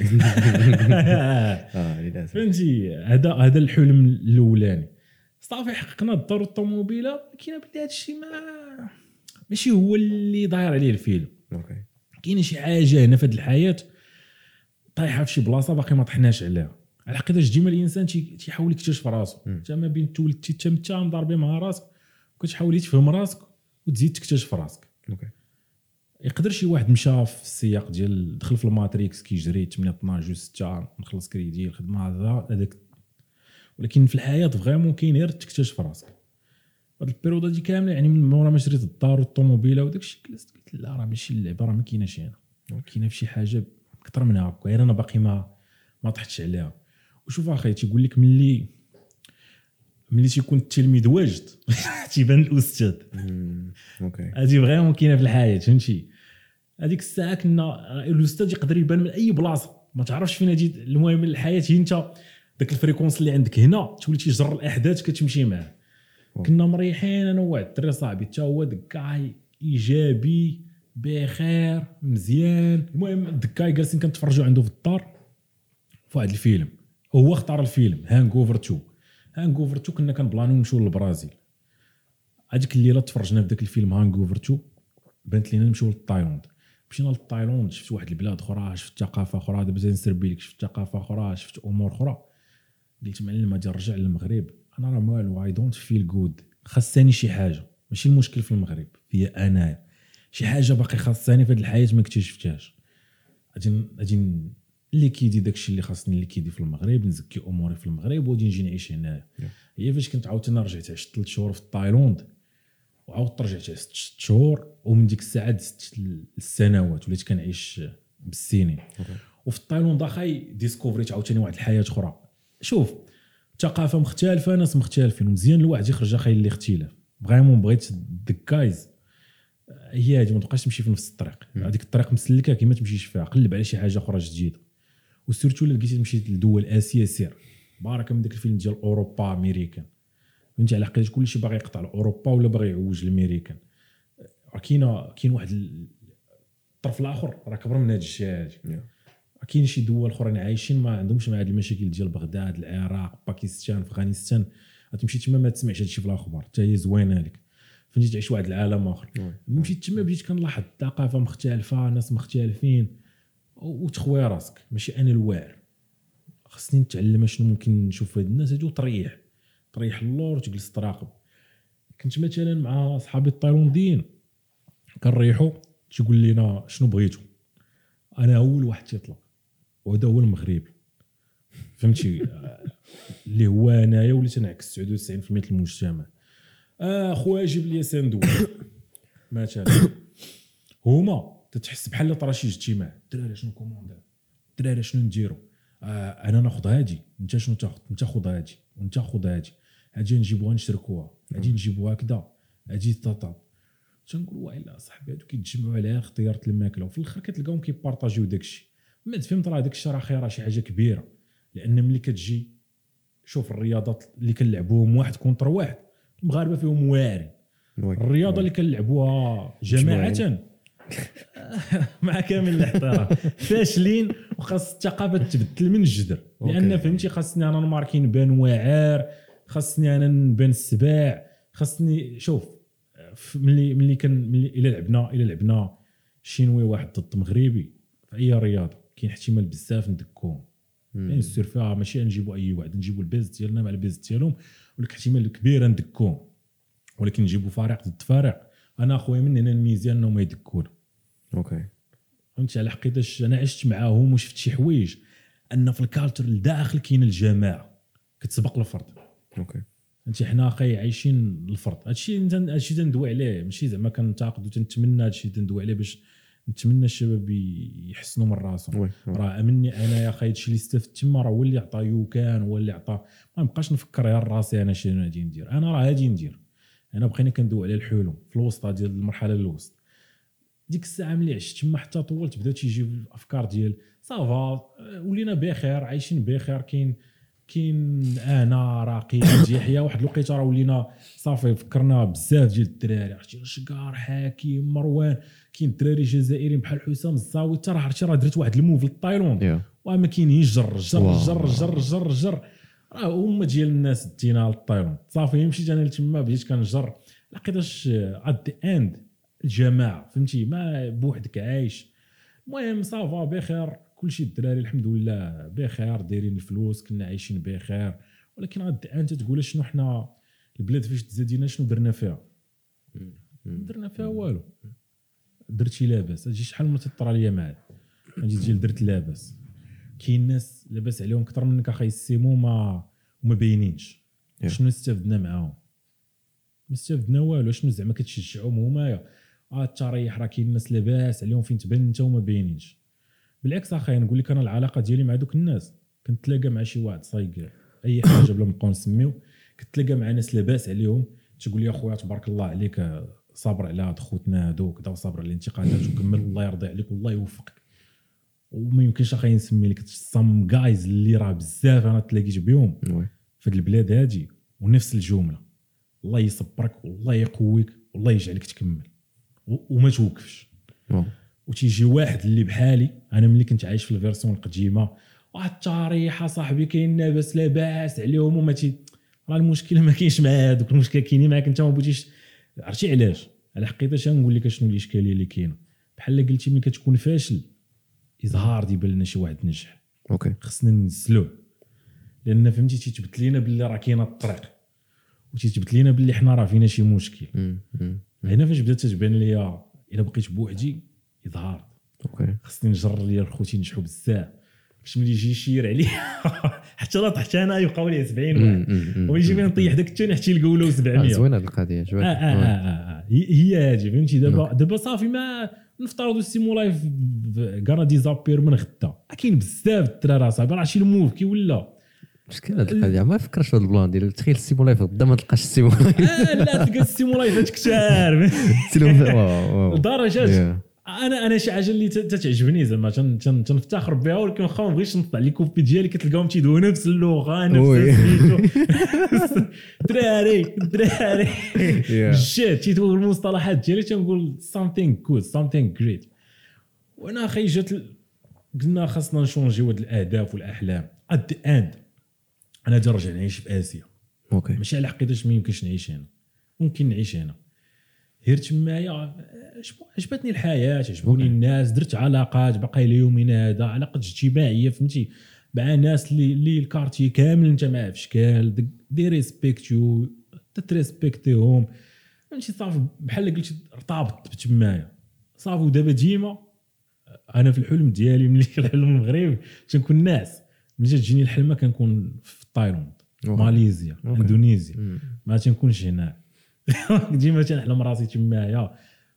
فهمتي هذا الحلم الاولاني. صافي حققنا الدار الطوموبيله كاين بلي هذا الشيء ماشي هو اللي داير عليه الفيلم. اوكي كاين شي حاجه هنا في هذه الحياه طايحه في شي بلاصه باقي ما طحناش عليها. على الحقيقه ديما الانسان تيحاول يكتشف راسو حتى ما بين تولدتي حتى انت مضاربي مع راسك كتحاول تفهم راسك وتزيد تكتشف راسك. اوكي يقدر شي واحد مشى في السياق ديال دخل في الماتريكس كيجري 8 12 جوج 6 نخلص كريدي الخدمه هذاك. ولكن في الحياه فريمون كاين غير تكتشف راسك. هاد البيريود هادي كامله يعني من مورا ما شريت الدار والطوموبيله وداك الشيء قلت لا راه ماشي اللعبه راه ما كايناش هنا كاينه في شي حاجه اكثر من هكا غير انا باقي ما طحتش عليها. وشوف اخي تيقول لك ملي تيكون التلميذ واجد تيبان الاستاذ. اوكي هادي فريمون كاينه في الحياه فهمتي. هذيك الساعه كنا الاستاذ يقدر يبان من اي بلاصه ما تعرفش فين هادي. المهم الحياه هي انت داك الفريكونس اللي عندك هنا تولي تيجر الاحداث كتمشي معاه. كنا مريحين انا وواحد الدري صاحبي حتى هو دكاي ايجابي بخير مزيان. المهم دكاي جالسين كنتفرجوا عنده في الدار في واحد الفيلم. هو اختار الفيلم هانغوفر 2 كنا كنبلانو نمشيو للبرازيل. هذيك الليله تفرجنا في ذاك الفيلم هانغوفر 2 بانت لينا نمشيو للتايلاند. مشينا للتايلاند شفت واحد البلاد اخرى شفت ثقافه اخرى دابا نسربي لك شفت ثقافه اخرى شفت امور اخرى. قلت معلم غادي نرجع للمغرب انا راه والو اي دونت فيل جود خاصني شي حاجه ماشي المشكل في المغرب هي انايا شي حاجه باقي خاصني في هذه الحياه ما اكتشفتهاش. غادي اللي كيدي داكشي اللي خاصني اللي كيدي في المغرب نزكي اموري في المغرب وغادي نجي نعيش هنا. هي فاش كنت عاوتاني رجعت عشت 3 شهور في تايلاند وعاودت رجعت 6 شهور ومن ديك الساعه دزت السنوات وليت كنعيش بالسنين. وفي تايلاند اخاي ديسكوفريت عاوتاني واحد الحياه اخرى. شوف ثقافه مختلفه ناس مختلفين ومزيان الواحد يخرج اخاي اللي اختلاف فريمون بغيت الدكايز هي هذه، ما تبقاش تمشي في نفس الطريق. هذيك الطريق مسلكه كي ما تمشيش فيها، قلب على شي حاجه اخرى جديده. وسيرتو الا لقيتي تمشي لدول اسيا سير بارك من داك الفيلم ديال اوروبا امريكان، فهمتي على حقيقه كلشي باغي يقطع لاوروبا ولا باغي يعوج لامريكان. كاين واحد الطرف الاخر راه كبر من هذا الشيء هذا. كاين شي دول اخرين عايشين ما عندهمش مع هاد المشاكل ديال بغداد، العراق، باكستان، افغانستان. غتمشي تما ما تسمعش هادشي في الاخبار، حتى هي زوينه لك، فهمتي تعيش واحد العالم اخر. مشيت تما بديت كنلاحظ الثقافه مختلفه، ناس مختلفين، وتخوي راسك ماشي انا الواعر. خصني نتعلم شنو ممكن نشوف هاد الناس هادو، تريح اللور وتجلس تراقب. كنت مثلا مع صحابي التايلانديين كنريحوا تيقول لنا شنو بغيتو، انا اول واحد تيطلق وهذا هو المغربي، فهمتي اللي هو انايا وليت نعكس 99% المجتمع. خويا جيب لي ساندويتش مثلا، هما تتحس بحال طرا شي اجتماع. الدراري شنو كوموند، الدراري شنو نديرو، انا ناخذ هادي، انت شنو تاخذ، انت خذ هادي وانت خذ هادي، هادي نجيبوها نشركوها، هادي نجيبوها هكذا، هادي طاطا. تنقول والا صاحبي هادو كيتجمعوا على اختيار الماكله، وفي الاخر كتلقاهم كيبارطاجيو داكشي. ما تفهمت راه داكشي راه خير، شي حاجه كبيره. لان ملي كتجي شوف الرياضات اللي كنلعبوهم واحد كونتر واحد، المغاربه فيهم واعرين. الرياضه اللي كنلعبوها جماعه مع كامل الاحترام فاشلين، وخاص الثقافه تبدل من الجذر. لان فهمتي خاصني انا الماركين نبان واعر، خاصني انا نبان السباع، خاصني شوف ملي الا لعبنا شينوي واحد ضد مغربي في اي رياضه كاين احتمال بزاف ندكوهم. يعني السير فيها ماشي نجيبوا اي واحد، نجيبوا البيز ديالنا مع البيز ديالهم، ولكن احتمال كبير ندكوهم. ولكن نجيبوا فريق ضد فريق، انا اخويا من هنا الميزان انهم يدكونا. فهمتي على حقيقه انا عشت معاهم وشفت شي حوايج، ان في الكالتر الداخل كاين الجماعه كتسبق الفرد. انت حنا اخي عايشين الفرد. هادشي تندوي عليه، ماشي زعما كنتاقد وتنتمنى هادشي تندوي عليه باش نتمنى الشباب يحسنوا من راسهم. راه مني انا يا اخي هادشي اللي استفدت تما راه هو اللي عطى يوكان، هو اللي عطى. ما نبقاش نفكر غير راسي انا شنو غادي ندير، انا راه غادي ندير. انا بقينا كندوي على الحلول في الوسط ديال المرحله الوسط. ديك الساعه ملي عشت تما حتى طولت بدات تيجي الافكار ديال صافا ولينا بخير، عايشين بخير. كاين انا راقي يحيى واحد الوقيته راه ولينا صافي فكرنا بزاف ديال الدراري، عرفتي شكار حكيم مروان، كاين الدراري جزائريين بحال حسام الزاوي. حتى راه عرفتي راه درت واحد الموف للتايلاند وما كاينينش جر راه هما ديال الناس دينا للتايلاند. صافي مشيت انا لتما بديت كنجر لقيتاش اد اند الجماعه، فهمتي ما بوحدك عايش. المهم صافا بخير كلشي، الدراري الحمد لله بخير دايرين الفلوس، كنا عايشين بخير. ولكن غاد انت تقول شنو حنا البلاد فاش تزادينا شنو درنا فيها؟ درنا فيها والو. درتي لاباس اجي شحال من تطرى ليا معاه اجي ديال درت لاباس. كاين ناس لاباس عليهم اكثر منك اخي السيمو ما باينينش. شنو استفدنا معاهم؟ ما استفدنا والو. شنو زعما كتشجعهم هما التريح؟ راه كاين ناس لاباس عليهم فين تبان انت وما باينينش. بالعكس اخي نقول لك انا العلاقه ديالي مع دوك الناس كنتلاقى مع شي واحد صايق اي حاجه بلا ما نبقاو نسميو، كنتلاقى مع ناس لاباس عليهم تقول لي اخويا تبارك الله عليك صابر على هاد خوتنا هادو كذا، وصابر على الانتقادات وكمل الله يرضي عليك والله يوفقك. وما يمكنش اخي نسمي لك الصم جايز اللي راه بزاف انا تلاقيت بهم في هاد البلاد هادي ونفس الجمله، الله يصبرك والله يقويك والله يجعلك تكمل وما توقفش. وتيجي واحد اللي بحالي انا ملي كنت عايش في الفيرسيون القديمه التاريخ صاحبي كاين لاباس لاباس عليهم وما راه المشكله ما كاينش مع هذوك، المشكله كاينين معاك انت ما بغيتيش. عرفتي علاش؟ على حقيقه نقول لك شنو الاشكاليه اللي كاينه. بحال قلتي ملي كتكون فاشل اظهار ديال لنا شي واحد نجح خصنا ننزلوه، لان فهمتي تيثبت لينا باللي راه كاينه الطريق وتيثبت لينا باللي حنا راه فينا شي مشكل. هنا فاش بدات تبان ليا الا بقيت بوحدي اظهار خصني نجر ليا خوتي نجحوا بزاف باش ملي يجي يشير عليه حتى لا طحت انا يبقاو لي 70 واحد ويجي فين نطيح داك الثاني حتى يلقاو له 700. زوينه هذه القضيه هي هذه فهمتي. دابا صافي ما نفترضوا السيمو لايف غانا ديزابير من غدا. كاين بزاف الدراري صاحبي راه شي الموف كي ولا مشكل هاد القضيه ما فكرش في هاد البلان ديال تخيل السيمولايف غدا ما تلقاش السيمولايف لا تلقى السيمولايفات كثار لدرجه انا شي حاجه اللي تتعجبني زعما تنفتخر بها، ولكن واخا ما بغيتش نطلع لي كوبي ديالي كتلقاهم تيدويو نفس اللغه نفس السميتو دراري جات تيدويو المصطلحات ديالي تنقول something good something great. وانا اخي جات قلنا خاصنا نشونجيو هاد الاهداف والاحلام. at the end انا جا نرجع نعيش في اسيا اوكي ماشي على حقيقه ما يمكنش نعيش هنا، ممكن نعيش هنا غير تمايا عجبتني الحياه عجبوني الناس درت علاقات باقي ليومنا هذا علاقات اجتماعيه فهمتي مع ناس اللي الكارتي كامل انت معاه في شكال دي ريسبكت يو تتريسبكتيهم فهمتي صافي بحال قلتي ارتبط بتمايا صافي. ودابا ديما انا في الحلم ديالي ملي الحلم المغربي تنكون ناعس ملي تجيني الحلمه كنكون في تايلاند ماليزيا اندونيسيا ما تنكونش هنا ديما تنحلم راسي تمايا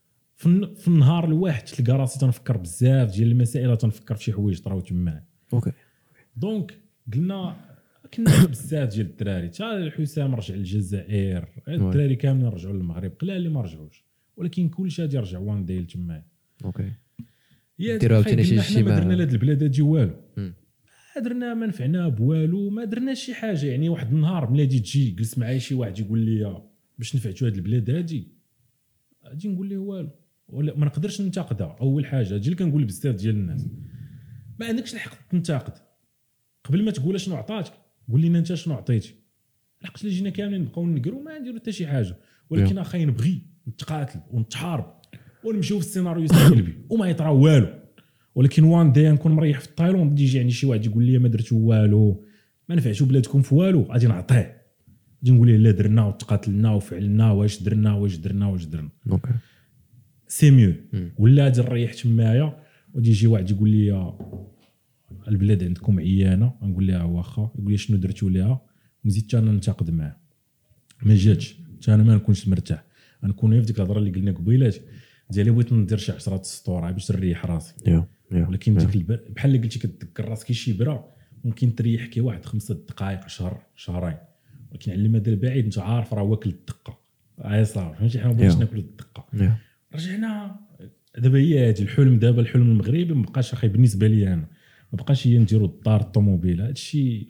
في النهار الواحد تلقى راسي تنفكر بزاف ديال المسائل تنفكر في شي حوايج طراو تما. اوكي دونك قلنا كنا بزاف ديال الدراري حتى حسام رجع للجزائر الدراري كاملين رجعوا للمغرب قلال اللي ما رجعوش ولكن كلشي غادي يرجع وان ديال تما. اوكي ديروا عاوتاني شي ما درنا لهاد البلاد هادي والو ما درنا ما نفعنا بوالو ما درنا شي حاجه. يعني واحد النهار ملي تجي جلس معايا شي واحد يقول لي باش نفعتوا هاد البلاد هادي غادي نقول ليه والو ولا ما نقدرش ننتقدها. اول حاجه هادشي اللي كنقول بزاف ديال الناس ما عندكش الحق تنتقد قبل ما تقول شنو عطاتك قول لنا انت شنو عطيتي. لحقاش جينا كاملين نبقاو نقروا ما نديروا حتى شي حاجه ولكن اخاي نبغي نتقاتل ونتحارب ونمشيو في السيناريو السلبي وما يطرا والو. ولكن وان دي نكون مريح في تايلاند يجي يعني شي واحد يقول لي ما درتو والو ما نفعتو بلادكم في والو غادي نعطيه غادي نقول له لا درنا وتقاتلنا وفعلنا واش درنا. اوكي سي ميو ولا غادي نريح تمايا ودي يجي واحد يقول لي البلاد عندكم عيانه نقول لها واخا يقول لي شنو درتو ليها نزيد حتى انا ننتقد معاه ما جاتش حتى انا ما نكونش مرتاح نكون في ديك الهضره اللي قلنا قبيلات ديالي بغيت ندير شي 10 سطور باش نريح راسي. ولكن ديك بحال اللي قلتي كتذكر راسك شي بره ممكن تريح كي واحد 5 دقائق شهرين ولكن على المدى البعيد انت عارف راه واكل الدقه صافي فهمتي حنا بغينا ناكلوا الدقه. رجعنا دابا هي هذه الحلم دابا الحلم المغربي ما بقاش اخي بالنسبه لي انا ما بقاش هي نديروا الدار الطوموبيل هادشي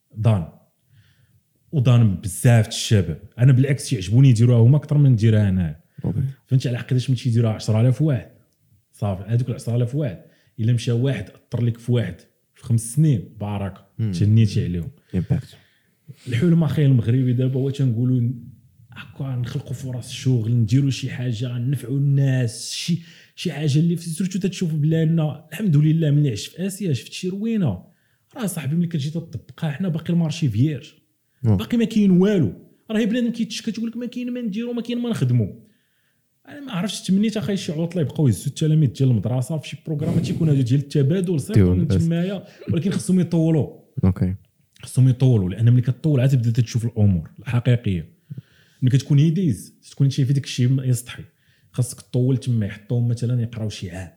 ضان بزاف الشباب. انا بالعكس يعجبوني يديروها هما اكثر من نديرها انا فهمتي على حقاش ملي يديروها 10000 واحد صافي هذوك 10000 واحد الا مشى واحد اثر لك في واحد في 5 سنين بارك تنيتي عليهم امباكت. الحلم اخي المغربي دابا هو تنقولوا هكا نخلقوا فرص الشغل نديروا شي حاجه نفعوا الناس شي حاجه اللي سيرتو تتشوف بلادنا الحمد لله ملي عشت في اسيا شفت شي روينه راه صاحبي ملي كتجي تطبقها حنا باقي المارشي فيير باقي ما كاين والو راه بنادم كيتشكى تقول لك ما كاين ما نديروا ما كاين ما نخدموا. انا ما عرفتش تمنيت اخي شي عطله يبقاو يهزوا التلاميذ ديال المدرسه في شي بروغرام تيكون هذا ديال التبادل صيفط تمايا ولكن خصهم يطولوا. اوكي خصهم يطولوا لان ملي كتطول عاد تبدا تشوف الامور الحقيقيه. ملي كتكون هيديز تكون شي في داك الشيء يسطحي خاصك تطول تما يحطوهم مثلا يقراو شي عام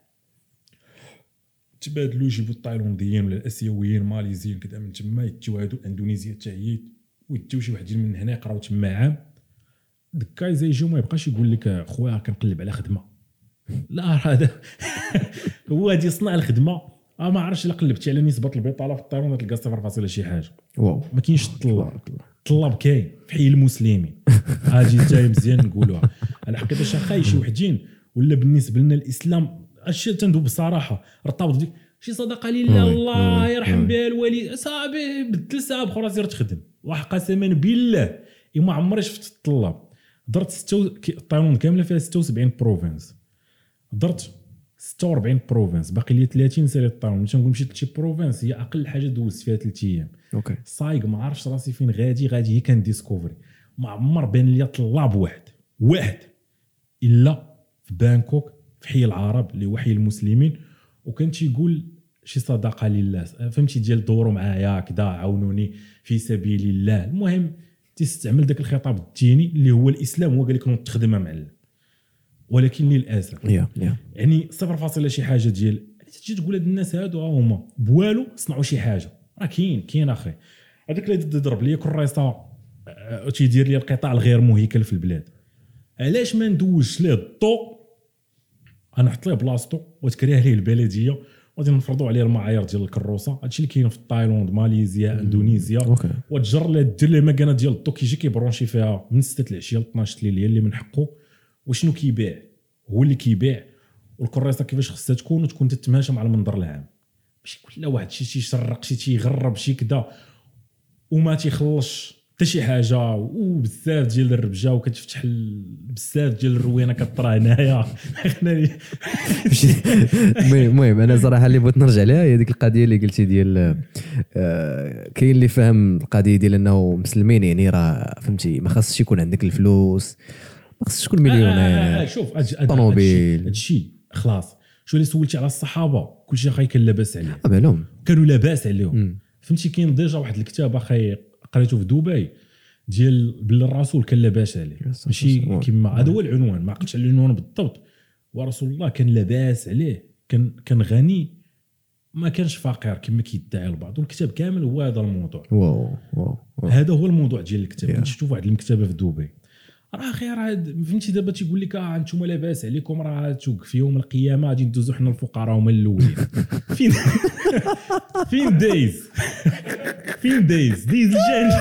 تبادلوا يجيبوا التايلانديين ولا الاسيويين ماليزيين كذا من تما يتجيو هادو اندونيسيا حتى هي ويتجيو شي وحدين من هنا يقراو تما عام دكاي زي يجيو ما يبقاش يقول لك خويا كنقلب على خدمه لا هذا هو غادي يصنع الخدمه ما عرفتش الا قلبتي على نسبه البطاله في التايلاند تلقى 0 شي حاجه واو ما كاينش الطلاب كاين في حي المسلمين هاجي حتى مزيان نقولوها على حقيقه شي شي وحدين ولا بالنسبه لنا الاسلام الشيء تندوب بصراحه ارتبط ديك شي صدقه لله الله يرحم بها الوالد صاحبي بدل ساعه اخرى سير تخدم واحد قسما بالله ما عمري شفت الطلاب درت تايلاند كامله فيها 76 بروفينس درت 46 بروفينس باقي لي 30 سير الطاون تنقول مشيت لشي بروفينس هي اقل حاجه دوزت فيها 3 ايام اوكي صايق ما عرفتش راسي فين غادي هي كان ديسكوفري ما عمر بان لي طلاب واحد الا في بانكوك في حي العرب اللي هو حي المسلمين وكان تيقول شي صدقه لله فهمتي ديال دوروا معايا كذا عاونوني في سبيل الله. المهم تستعمل داك الخطاب الديني اللي هو الاسلام هو قال لك نوض تخدمها معلم ولكن للاسف يعني 0 شي حاجه ديال تجي تقول هاد الناس هادو هما بوالو صنعوا شي حاجه راه كاين اخي هذاك اللي ضرب لي كريصه تيدير لي القطاع الغير مهيكل في البلاد، علاش ما ندوزش ليه الضوء؟ انا نحط ليه بلاصتو وتكريه ليه البلديه وغادي نفرضوا عليه المعايير ديال الكروسه. هادشي اللي كاين في تايلاند، ماليزيا، اندونيسيا. وتجر ليه دير ليه مكانه ديال الضوء كيجي كيبرونشي فيها من 6 العشيه ل 12 الليل، هي اللي من حقه. وشنو كيبيع هو اللي كيبيع، والكريسه كيفاش خصها تكون وتكون تتماشى مع المنظر العام، ماشي كل واحد شي تيشرق شي تيغرب شي كذا وما تيخلصش حتى شي حاجه، وبزاف ديال الربجه وكتفتح بزاف ديال الروينه كطرا هنايا. المهم انا صراحه اللي بغيت نرجع لها هي ديك القضيه اللي قلتي ديال كاين اللي فاهم القضيه ديال انه مسلمين يعني راه فهمتي ما خاصش يكون عندك الفلوس، ما خاصش تكون مليونير. شوف طوموبيل هادشي خلاص. شو اللي سولتي على الصحابه كلشي اخي كان لاباس عليه، بالهم كانوا لاباس عليهم. فهمتي كاين ديجا واحد الكتاب اخي قريته في دبي ديال بل الرسول كان لاباس عليه، ماشي كيما هذا هو العنوان، ما عقلتش على العنوان بالضبط. ورسول الله كان لاباس عليه، كان غني، ما كانش فقير كما كيدعي البعض. والكتاب كامل هو هذا الموضوع. واو. هذا هو الموضوع ديال الكتاب. كنت شفت واحد المكتبه في دبي، راه اخي راه فهمتي دابا تيقول لك انتم لاباس عليكم، راه توقف يوم القيامه غادي ندوزو حنا الفقراء هما الاولين. فين دايز الجنة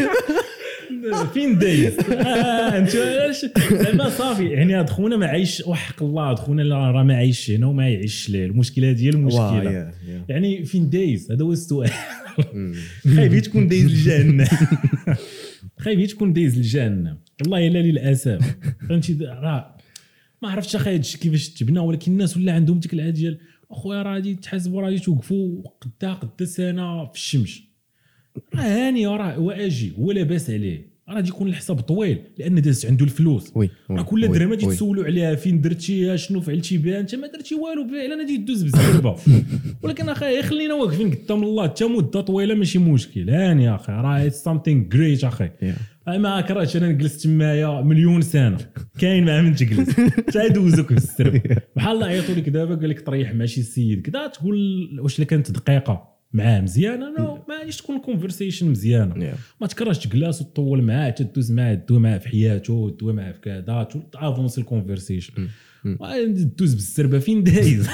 فين دايز انت زعما صافي يعني هاد خونا ما عايش وحق الله، هاد خونا راه ما عايش هنا وما يعيش ليه. المشكله ديال المشكله يعني فين دايز، هذا هو السؤال. خايف تكون دايز الجنه، خايف تكون دايز الجنه والله الا للاسف. فهمتي راه ما عرفتش اخي هادشي كيفاش تبنى، ولكن الناس ولا عندهم ديك العاده ديال اخويا راه غادي تحاسبوا، راه غادي توقفوا قدا سنه في الشمس، راه هاني راه واجي هو لاباس عليه، راه غادي يكون الحساب طويل لان دازت عنده الفلوس. راه كل درهم غادي تسولوا عليها فين درتيها، شنو فعلتي بها، انت ما درتي والو، فعلا غادي تدوز بالزربه. ولكن اخي خلينا واقفين قدام الله حتى مده طويله ماشي مشكل. هاني اخي راه something great اخي. ما كرهتش انا نجلس تمايا مليون سنه، كاين معاه من تجلس حتى يدوزوك في السرب. بحال الله عيطوا لك دابا قال لك طريح مع شي سيد كذا، تقول واش اللي كانت دقيقه معاه مزيانه؟ ما غاديش تكون الكونفرسيشن مزيانه. ما تكرهش تجلس وتطول معاه تدوز معاه، تدوي معاه في حياته، تدوي معاه في كذا، تافونسي الكونفرسيشن، دوز بالسربه فين دايز.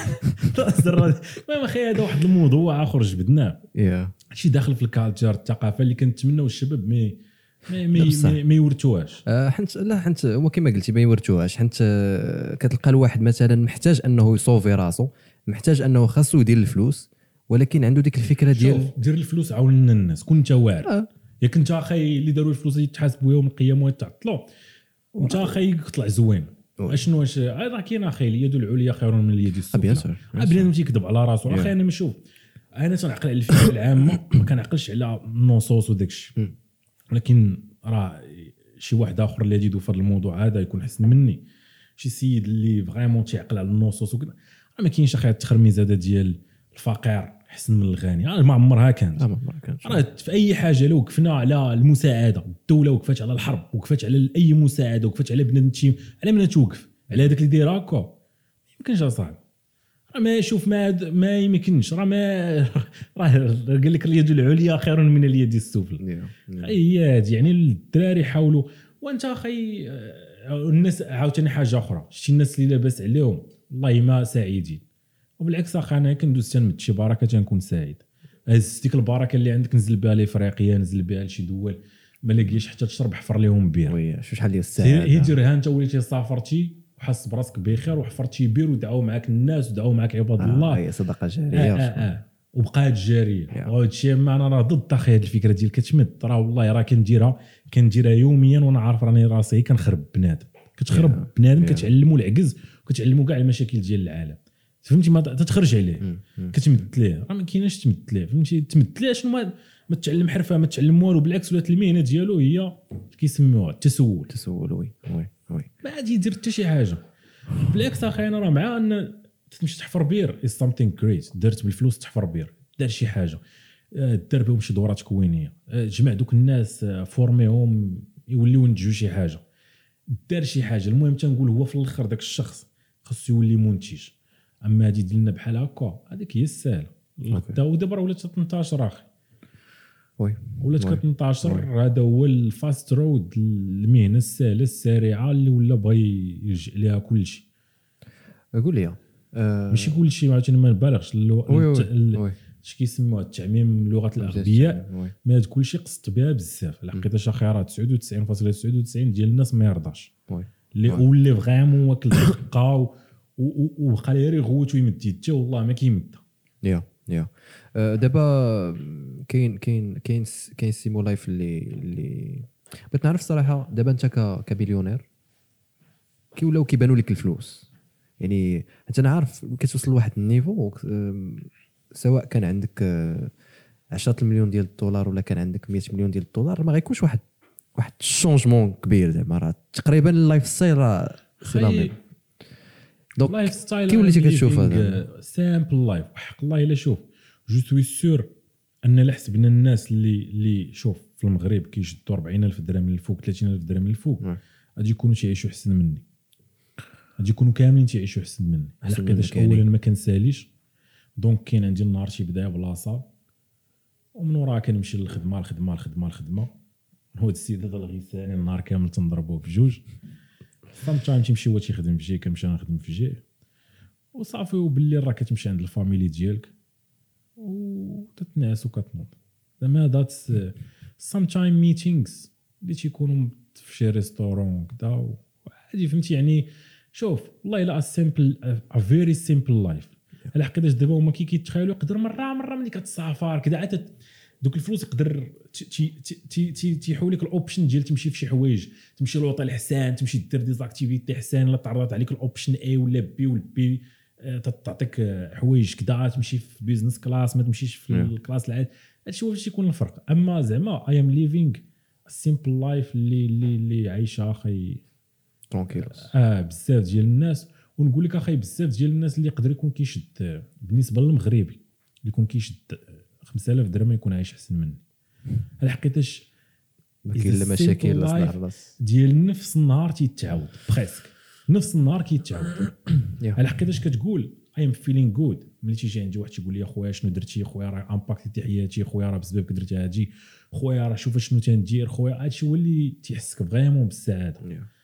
المهم اخي هذا واحد الموضوع اخر جبدناه، شي داخل في الكالتشر الثقافه اللي كنتمناو الشباب ما يورثوهاش. حنت هو كما قلتي ما يورثوهاش، حنت كتلقى الواحد مثلا محتاج انه يصوفي راسو، محتاج انه خاصو يدير الفلوس، ولكن عنده ديك الفكره ديال دير الفلوس عاون لنا الناس، كون انت واعر. ياك انت اخي اللي داروا الفلوس يتحاسبوا يوم القيامه ويتعطلوا، انت اخي طلع زوين. اشنو واش راه كاين اخي اليد العليا خير من اليد السفلى. بنادم تيكذب على راسو. اخي انا نشوف، انا تنعقل على الفكره العامه، ما كنعقلش على النصوص وداك الشيء. ولكن راه شي واحد اخر اللي يجيدو في هذا الموضوع هذا يكون احسن مني، شي سيد اللي فريمون تيعقل على النصوص وكذا. ما كاينش اخي التخرميز هذا ديال الفقير احسن من الغني، ما عمرها كانت. راه في اي حاجه لو وقفنا على المساعده، الدوله وقفت على الحرب، وقفت على اي مساعده، وقفت على بنادم على من توقف على هذاك اللي داير هكا، يمكنش اصاحبي. راه ما شوف ما يمكنش، راه قال لك اليد العليا خير من اليد السفلى. هي يعني الدراري حاولوا. وانت اخي الناس عاوتاني حاجه اخرى، شتي الناس اللي لاباس عليهم والله ما سعيدين، وبالعكس اخي انا كندوز تنمد شي بركه تنكون سعيد. هز ديك البركه اللي عندك نزل بها لافريقيا، نزل بها لشي دول ما لاقيش حتى تشرب، حفر لهم بير. شحال ديال الساعه هي ديرها انت وليتي سافرتي وحس براسك بخير وحفرتي بير ودعوا معك الناس ودعوا معك عباد الله. هي صدقه جاريه. وبقات جاريه. وهذا الشيء ما انا راه ضد اخي هذه الفكره ديال كتمد. راه والله راه كنديرها يوميا وانا عارف راني راسي كنخرب بنادم، كتخرب بنادم، كتعلموا العجز وكتعلموا كاع المشاكل ديال العالم. فهمتي ما تتخرج عليه، كتمد ليه. راه ما كايناش تمد ليه، فهمتي تمد ليه شنو ما تتعلم حرفه، ما تتعلم والو. بالعكس ولات المهنه ديالو هي كيسموها التسول. وي ما غادي يدير حتى شي حاجه. بالعكس اخي انا راه مع ان تمشي تحفر بير is something great. درت بالفلوس تحفر بير، دار شي حاجه، دار بهم شي دورات تكوينيه، جمع دوك الناس فورميهم يوليو ينتجوا شي حاجه، دار شي حاجه. المهم تنقول هو في الاخر داك الشخص خاصو يولي منتج. اما هادي ديالنا بحال هكا هذيك هي السهله. ودابا ولات تنتشر اخي. وي ولات ك 18 هذا هو الفاست رود، المهنه السهله السريعه اللي ولا بغى يرجع ليها كل شيء. قول لي ماشي كل شيء عاوتاني ما نبالغش وي اش كيسموها التعميم اللغه الاغبياء، ما هذا كل شيء قصت بها بزاف. الحقيقه اخي راه 99.99 ديال الناس ما يرضاش اللي فريمون واكل دقه وبقى لي يغوت ويمد يديه والله ما كيمد. يا دابا كاين سيمو لايف اللي بغيت نعرف صراحه. دابا انت كبليونير ولاو كيبانوا لك الفلوس، يعني انت انا عارف كتوصل لواحد النيفو سواء كان عندك 10 مليون ديال الدولار ولا كان عندك 100 مليون ديال الدولار، ما غيكونش واحد الشونجمون كبير. زعما راه تقريبا اللايف ستايل راه سي لا ميم. دونك لايف ستايل كي وليتي كتشوف هذا سامبل لايف وحق الله الا شوف جو سوي سور ان لا حسبنا الناس اللي شوف في المغرب كيشدوا 40,000 درهم من الفوق 30,000 درهم من الفوق غادي يكونوا تيعيشوا احسن مني، غادي يكونوا كاملين تيعيشوا احسن مني. لحقاش اولا ما كنساليش، دونك كاين عندي النهار تيبدا بلاصه ومن وراها كنمشي للخدمه. هو السيد هذا الغيساني النهار كامل تنضربوه بجوج. سامتايم تيمشي هو تيخدم في جهه كنمشي نخدم في جهه وصافي، وبالليل راه كتمشي عند الفاميلي ديالك وتتنعس وكتنوض. زعما ذات سامتايم ميتينغز اللي تيكونوا في شي ريستورون كذا عادي، فهمتي يعني. شوف والله الا سامبل ا فيري سامبل لايف. على حقيقه دابا هما كيتخيلوا يقدر مره ملي كتسافر كذا عاد دوك الفلوس يقدر تيحول لك الاوبشن ديال تمشي في شي حوايج، تمشي لوطيل حسان، تمشي دير دي زاكتيفيتي حسان، لا تعرضت عليك الاوبشن اي ولا بي والبي تعطيك حوايج كذا، تمشي في بيزنس كلاس ما تمشيش في الكلاس العادي. هادشي هو باش يكون الفرق. اما زعما اي ام ليفينغ سيمبل لايف اللي عايشه اخي ترونكيلوس بزاف ديال الناس. ونقول لك اخي بزاف ديال الناس اللي يقدر يكون كيشد بالنسبه للمغربي اللي يكون كيشد 5000 درهم يكون عايش احسن مني. على حقيقتاش ما كاين لا مشاكل لا صداع راس ديال نفس النهار تيتعاود بريسك نفس النهار كيتعاود. على حقيقتاش كتقول اي ام فيلينغ جود ملي تيجي عندي واحد تيقول لي خويا شنو درتي، خويا راه امباكتي حياتي، خويا راه بسبب درت هادي، خويا راه شوف شنو تندير، خويا هادشي هو اللي تيحسك فريمون بالسعاده.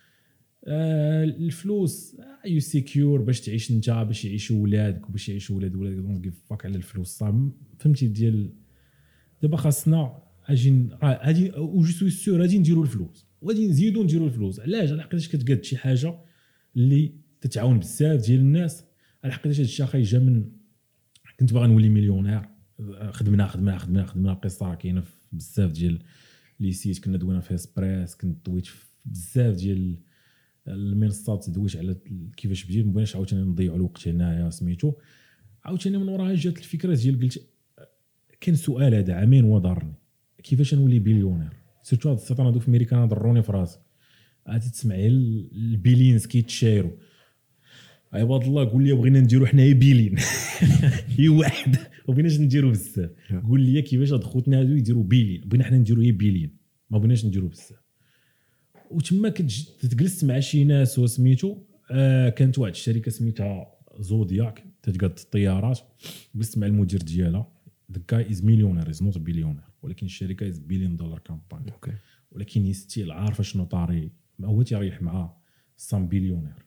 الفلوس يو سيكيور باش تعيش انت، باش يعيشوا ولادك وباش يعيشوا ولادك دونك كيف فاك على الفلوس صام فهمتي. ديال دابا خاصنا اجي وجو سوي سور غادي نديروا الفلوس وغادي نزيدوا نديروا الفلوس. علاش؟ على حقيقه كتقاد شي حاجه اللي تتعاون بزاف ديال الناس. على حقيقه هذا الشيء اخي جا من كنت باغي نولي مليونير، خدمنا القصه راه كاينه في بزاف ديال لي سيت كنا دوينا في اسبريس، كنت دويت في بزاف ديال المنصات، دويت على كيفاش بديت. ما بغيناش عاوتاني نضيعوا الوقت هنايا سميتو. عاوتاني من وراها جات الفكره ديال قلت كان سؤال هذا عامين وضرني كيفاش نولي بليونير. سيرتو هاد السيطان هادو في امريكا ضروني في راسي. عادي تسمعي البيلينز كيتشايروا عباد الله. قول لي بغينا نديرو حنايا بيلين هي واحد وبغيناش نديرو بزاف. قول لي كيفاش هاد خوتنا هادو يديروا بيلين، بغينا حنا نديرو هي بيلين ما بغيناش نديرو بزاف. وتما كتجلس مع شي ناس وسميتو كانت واحد الشركه سميتها زودياك تتقاد الطيارات. جلست مع المدير ديالها the guy is millionaire is not a billionaire ولكن الشركه is $1 billion company ولكن يستيل عارفه شنو طاري هو تيريح معاه سام بليونير.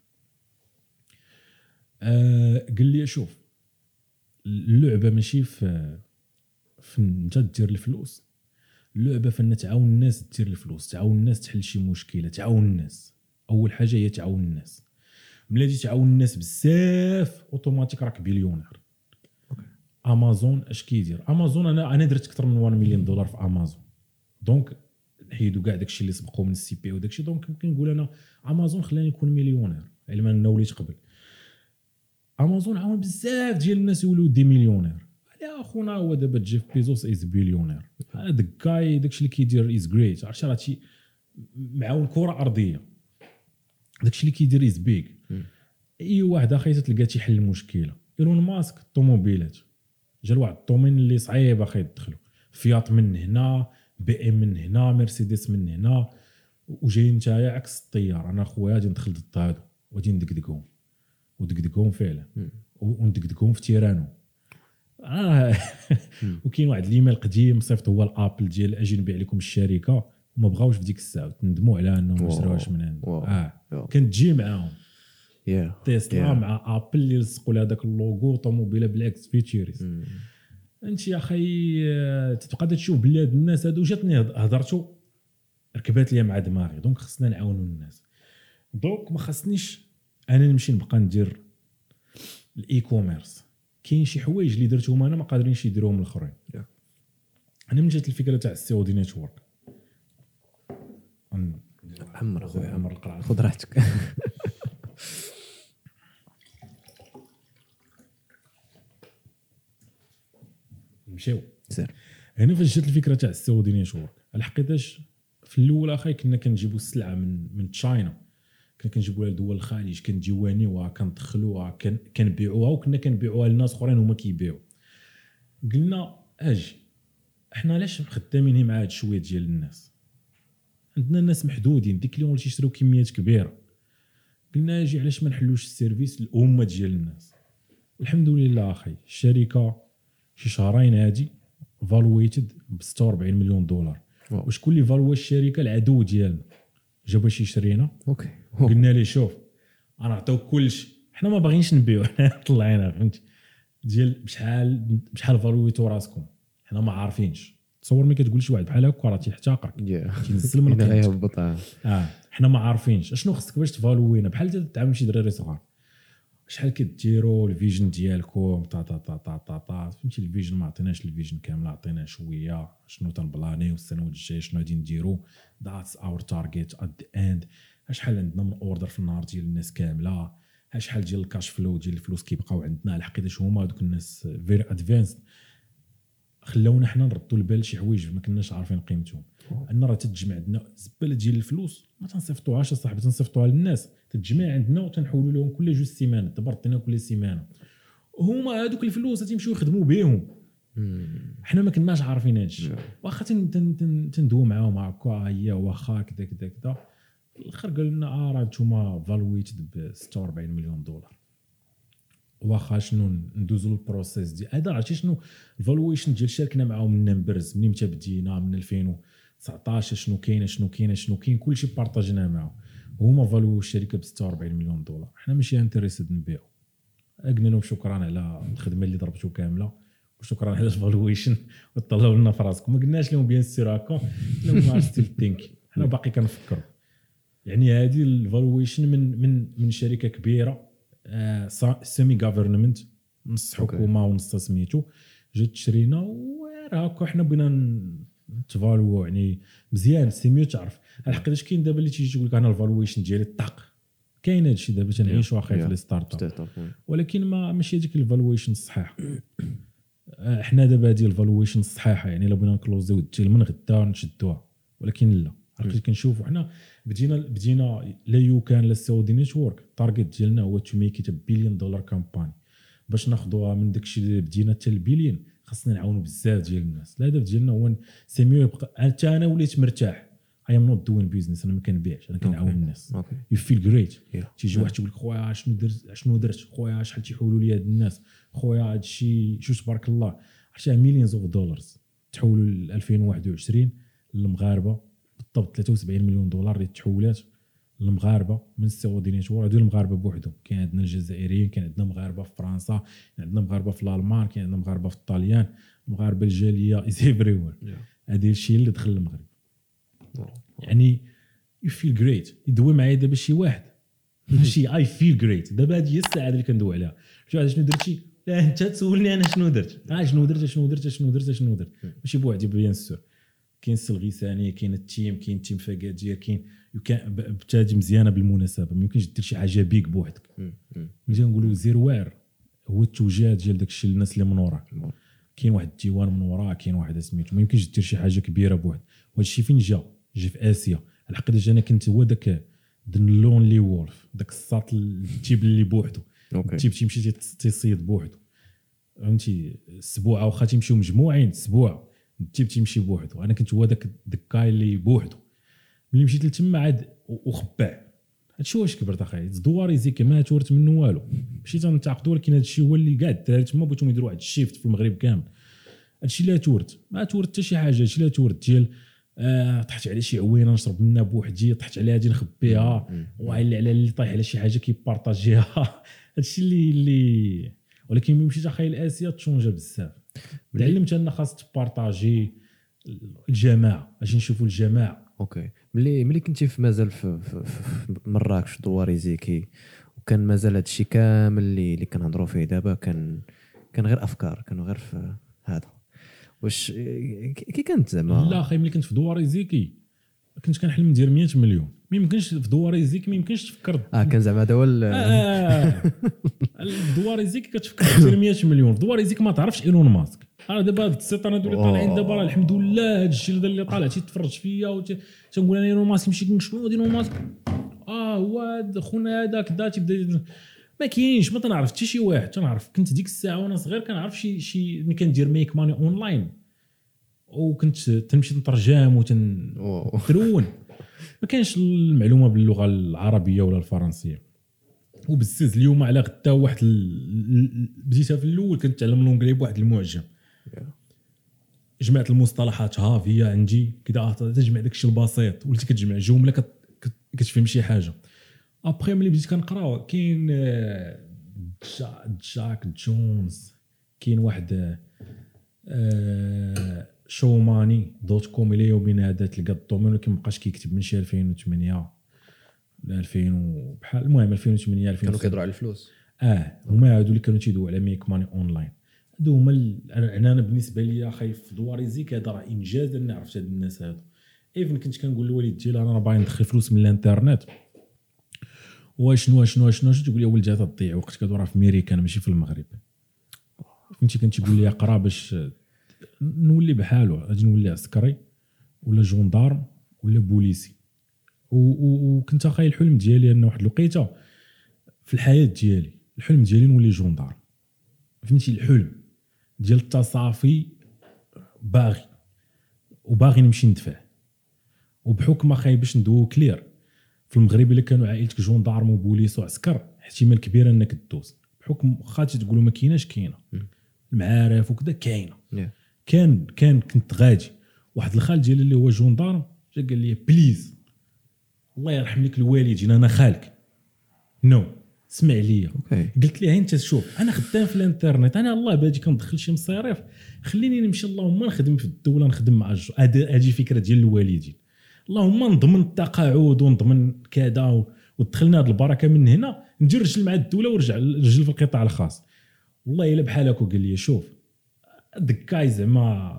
قال لي شوف اللعبه ماشي في انت دير الفلوس، اللعبه فان تعاون الناس دير الفلوس، تعاون الناس تحل شي مشكله، تعاون الناس. اول حاجه هي تعاون الناس. ملي تعاون الناس بزاف اوتوماتيك راك بليونير. امازون اش كيدير؟ امازون انا درت اكثر من $1 مليون في امازون، دونك نحيدوا كاع داكشي اللي سبقوا من السي بي وداكشي. دونك ممكن نقول انا امازون خلاني نكون مليونير علما انه وليت قبل. امازون عاون بزاف ديال الناس يوليو دي مليونير. يا اخونا هو دابا جيف بيزوس از بليونير. هذا الكاي داكشي اللي كيدير از جريت. عرفتي راه شي معاون كره ارضيه داكشي اللي كيدير از بيغ. اي واحد اخي تلقى تيحل المشكله. ايلون ماسك الطوموبيلات جا لواحد الدومين اللي صعيب اخي يدخلوا. فيات من هنا، بي ام من هنا، مرسيدس من هنا، وجاي نتايا عكس الطيار. انا خويا غادي ندخل ضد هادو وغادي ندقدقهم ودقدقهم فعلا وندقدقهم في تيرانو. وكاين واحد الايميل قديم صيفط هو الابل ديال اجي نبيع لكم الشركه، وما بغاوش في ديك الساعه تندموا على انهم ما شراوش من عندهم. كانت تجي معاهم تسلا مع ابل اللي لصقوا لها داك اللوغو طوموبيله بالاكس فيتشرز. انت يا اخي تبقى تشوف بلي هاد الناس هادو جاتني هضرتو ركبات ليا مع دماغي، دونك خصنا نعاونوا الناس. دونك ما خصنيش انا نمشي نبقى ندير الاي كوميرس. كاين شي حوايج اللي درتهم انا ما قادرينش يديروهم الاخرين. انا من جات الفكره تاع السي او دي نيتورك عمر اخويا عمر القرعه خذ راحتك. نمشيو سير. هنا فاش جات الفكره تاع السي او دي نيتورك الحقيقه في الاول اخي كنا كنجيبوا السلعه من تشاينا، كنا كنجيبوها لدول الخليج، كنديوانيوها كندخلوها كنبيعوها، وكنا كنبيعوها للناس اخرين هما كيبيعوا. قلنا اجي احنا علاش خدامين مع هاد شويه ديال الناس، عندنا الناس محدودين ديك اليوم اللي تيشريو كميات كبيره. قلنا اجي علاش ما نحلوش السيرفيس للامه ديال الناس. الحمد لله اخي الشركه شي شهرين هادي فالويتد ب 46 مليون دولار. وشكون اللي فالوا الشركه؟ العدو ديالنا جا باش يشرينا. اوكي قلنا ليه شوف انا نعطيو كلشي، حنا ما باغينش نبيعو، طلعينا فهمتي ديال بشحال فالويتو راسكم، حنا ما عارفينش. تصور ملي كتقول شي واحد بحال هكا راه تيحتقرك تينزل من غيهبط. حنا ما عارفينش اشنو خصك باش تفالوينا، بحال تعامل شي دراري صغار شحال كديروا الفيجن ديالكم طا فهمتي. الفيجن ما عطيناش الفيجن كامل، عطينا شويه شنو تنبلاني والسنوات الجايه شنو غادي نديرو. ذاتس اور تارجت ات ذا اند. شحال عندنا من اوردر في النهار ديال الناس كامله، شحال ديال الكاش فلو ديال الفلوس كيبقاو عندنا. الحقيقه هما دوك الناس فيري ادفانس خلاونا حنا نردوا البال شي حوايج ما كناش عارفين قيمتهم. ان راه تتجمع عندنا زباله ديال الفلوس ما تنصيفطوهاش اصاحبي، تنصيفطوها للناس تتجمع عندنا وتنحولوا لهم كل جوج سيمانات، دابا ردينا كل سيمانه. هما هذوك الفلوس تيمشيو يخدموا بهم، حنا ما كناش عارفين هذا الشيء. واخا تندوو معاهم هكا هي واخا كذا كذا كذا، الاخر قالوا لنا راه نتوما فالويتد ب 46 مليون دولار. واخا شنو ندوزو البروسيس دي هذا، عرفتي شنو الفالويشن ديال شاركنا معاهم من نمبرز منين متى بدينا من 2019 شنو كاين كلشي بارطاجيناه معاهم. هما فالو الشركه ب 46 مليون دولار، حنا ماشي انتريسد نبيعو. قلنا لهم شكرا على الخدمه اللي ضربتو كامله وشكرا على الفالويشن وطلعوا لنا في راسكم. ما قلناش لهم بيان سير هكا، لهم ستيل ثينك حنا باقي كنفكروا. يعني هذه الفالويشن من شركه كبيره سيمي غافرنمنت، نص حكومه ونص سميتو، جات تشرينا وراه هكا حنا بغينا نتفالو يعني مزيان. سيميو تعرف الحقيقه اش كاين دابا اللي تيجي يقول لك انا الفالويشن ديالي الطاق، كاين هادشي دابا تنعيشوا اخي في لي ستارت اب، ولكن ماشي هذيك الفالويشن الصحيحه. احنا دابا هذه الفالويشن الصحيحه يعني الا بغينا نكلوزيو الديل من غدا نشدوها، ولكن لا عرفتي كنشوفوا حنا بدينا لا يو كان لا سعودي نيتورك. التارجت ديالنا هو تو ميك ات بليون دولار كامباني. باش ناخذوها من داكشي اللي بدينا حتى البليون خاصنا نعاونوا بزاف ديال الناس. الهدف ديالنا هو سيميو يبقى. حتى انا وليت مرتاح، اي ام نوت دوين بيزنس، انا ما كنبيعش، انا كنعاون الناس. يو فيل جريت. تيجي واحد تيقول لك خويا شنو درت خويا، شحال تيحولوا لي هاد الناس خويا، هادشي شو تبارك الله. عرفتي مليونز اوف دولارز تحولوا ل 2021 للمغاربه بالضبط 73 مليون دولار اللي تحولات للمغاربه من السعودي نيتورك. هادو المغاربه بوحدهم، كاين عندنا الجزائريين، كاين عندنا مغاربه في فرنسا، كاين عندنا مغاربه في الالمان، كاين عندنا مغاربه في الطاليان، المغاربه الجاليه از ايفري وير. هذا الشيء اللي دخل المغرب. يعني يو فيل جريت. يدوي معايا دابا شي واحد ماشي اي فيل جريت. دابا هذه هي الساعه اللي كندوي عليها. شو هذا شنو درتي؟ لا انت تسولني انا شنو درت شنو درت ماشي بوحدي بيان سور. كاين السلغيساني، كاين التيم فاكادير، كاين بتادي مزيانه بالمناسبه. ما يمكنش دير شي حاجه بيك بوحدك. ملي نقولوا زيروير هو التوجيه ديال داكشي للناس اللي من وراك. كاين واحد الديوان من وراك، كاين واحد سميتو. ما يمكنش دير شي حاجه كبيره بوحدك. وهذا الشيء فين جا في اسيا. الحقيقه انا كنت هو داك لونلي وولف، داك الساط التيب اللي بوحدو. التيب تيمشي تيصيد بوحدو، فهمتي. السبوعه واخا تيمشيو مجموعين، السبوعه التيب تيمشي بوحدو. انا كنت هو داك الكاي اللي بوحدو. ملي مشيت لتما عاد وخبع هادشي واش كبرت اخاي الدواري زيك ما تورت منه والو ماشي تنتعقدوا ولكن هادشي هو اللي قاعد الدراري تما بغيتهم يديروا واحد الشيفت في المغرب كامل هادشي لا تورت ما تورت حتى شي حاجه هادشي لا تورت ديال طحت على شي عوينه نشرب منها بوحدي طحت عليها غادي نخبيها وعلى اللي طايح على شي حاجه كيبارطاجيها هادشي اللي ولكن ملي مشيت اخاي لاسيا تشونجا بزاف تعلمت ان خاص تبارطاجي الجماعه اجي نشوفوا الجماعه اوكي ملي كنتي في مازال في مراكش دواري زيكي وكان مازال هادشي كامل اللي كنهضروا فيه دابا كان غير افكار كانوا غير في هذا واش كي كانت زعما لا اخي ملي كنت في دواري زيكي كنت كنحلم ندير 100 مليون ما يمكنش في دواري زيكي ما يمكنش تفكر كان زعما هذا هو دواري زيكي كتفكر دير 100 مليون في دواري زيكي ما تعرفش ايلون ماسك انا دابا السيطره اللي طالعين دابا الحمد لله هاد الجلد اللي طالع تيتفرج فيا تنقول انا ايلون ماسك يمشي شنو ايلون ماسك هو خونا هذا كذا تيبدا ما كاينش ما تنعرف حتى شي واحد تنعرف كنت ديك الساعه وانا صغير كنعرف شي ملي كندير ميك ماني اونلاين وكنت تنمشي نترجم وترون ما كانش المعلومه باللغه العربيه ولا الفرنسيه وبزز اليوم على غدا واحد بديتها في الاول كنتعلم الانجليزي بواحد المعجم جمعت المصطلحات هافيه عندي كذا تجمع داكشي البسيط وليت كتجمع جمله كتفهم شي حاجه ابري ملي بديت كنقرا كاين جاك جونز كاين واحد showmoney.com الى يومنا هذا تلقى الدومين ولكن مابقاش كيكتب من شي 2008 ل 2000 بحال المهم 2008 2000 كانوا كيهضروا على الفلوس هما هادو اللي كانوا تيدويو على ميك ماني اونلاين هادو هما انا بالنسبه لي خايف في دواري زيك هذا راه انجاز اني عرفت هاد الناس هادو ايفن كنت كنقول للوالد ديالي انا باغي ندخل فلوس من الانترنت واشنو تقول لي ولدي تضيع وقت كدور في امريكا ماشي في المغرب فهمتي كنت تقول لي اقرا باش نولي بحالو غادي نولي عسكري ولا جوندارم ولا بوليسي وكنت اخاي الحلم ديالي ان واحد الوقيته في الحياه ديالي الحلم ديالي نولي جوندارم فهمتي الحلم ديال التصافي باغي نمشي ندفع وبحكم اخاي باش ندوو كلير في المغرب الا كانوا عائلتك جوندارم وبوليس وعسكر احتمال كبير انك تدوز بحكم خاطر تقولوا ما كايناش كاينه المعارف وكذا كاينه كنت غادي واحد الخال ديالي اللي هو جوندارم جا قال لي بليز الله يرحم لك الوالدين انا خالك اسمع ليا قلت ليه انت شوف انا خدام في الانترنت انا الله بادي كندخل شي مصاريف خليني نمشي اللهم نخدم في الدوله نخدم مع هذه فكره ديال الوالدين اللهم نضمن التقاعد ونضمن كذا ودخلنا هذه البركه من هنا ندير رجل مع الدوله ورجع رجل في القطاع الخاص والله الا بحال هكا قال لي شوف دكاي زعما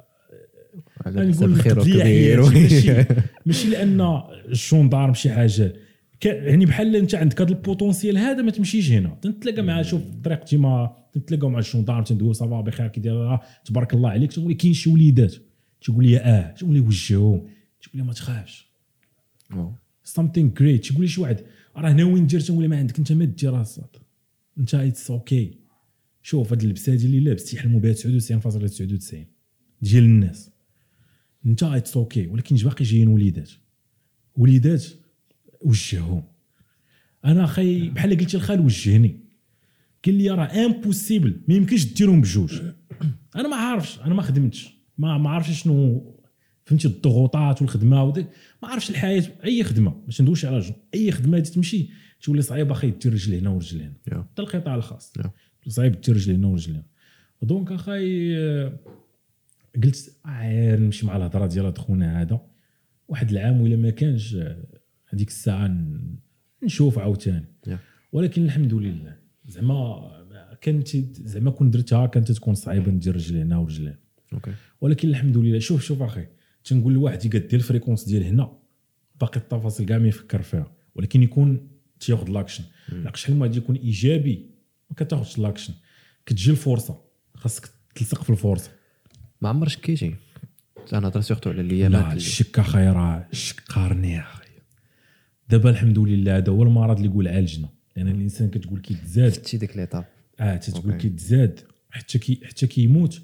نقول خير كبير ماشي لان الجوندارم شي حاجه يعني بحال انت عندك هذا البوتونسيال هذا ما تمشيش هنا تنتلاقى مع شوف طريقتي ما تنتلاقاو مع الجوندارم تندوي صافا بخير كي داير تبارك الله عليك تقول لي كاين شي وليدات تقول لي تقول لي وجههم تقول لي ما تخافش something great تقول لي شي واحد راه ناوي ندير تقول لي ما عندك انت ما دير راسك انت اتس اوكي شوف هاد اللبسه ديال اللي لابس تيحلموا بها 99.99 ديال الناس انت اتس اوكي ولكن باقي جايين وليدات وجههم انا اخي بحال قلت الخال وجهني قال لي راه امبوسيبل ما يمكنش ديرهم بجوج انا ما عارفش انا ما خدمتش ما عارفش شنو فهمتي الضغوطات والخدمه ما عارفش الحياه اي خدمه باش ندوش على اي خدمه تمشي تولي صعيب اخي دير رجل هنا ورجل هنا حتى القطاع الخاص صعيب دير رجل هنا ورجل هنا دونك اخي قلت نمشي مع الهضره ديال خونا هذا واحد العام ولا ما كانش هذيك الساعه نشوف عاوتاني ولكن الحمد لله زعما كانت زعما كون درتها كانت تكون صعيبه ندير رجل هنا ورجل هنا ولكن الحمد لله شوف اخي تنقول لواحد يقدر الفريكونس ديال هنا باقي التفاصيل كاع ما يفكر فيها ولكن يكون تياخذ لاكشن لاقش حلم غادي يكون ايجابي ما كتاخذش لاكشن كتجي الفرصه خاصك تلصق في الفرصه ما عمر شكيتي انا هضرت سورتو على الايامات لا الشك اخي راه الشك قارني اخي دابا الحمد لله هذا هو المرض اللي يقول عالجنا لان الانسان كتقول كيتزاد شتي ديك ليطاب تتقول كيتزاد حتى كيموت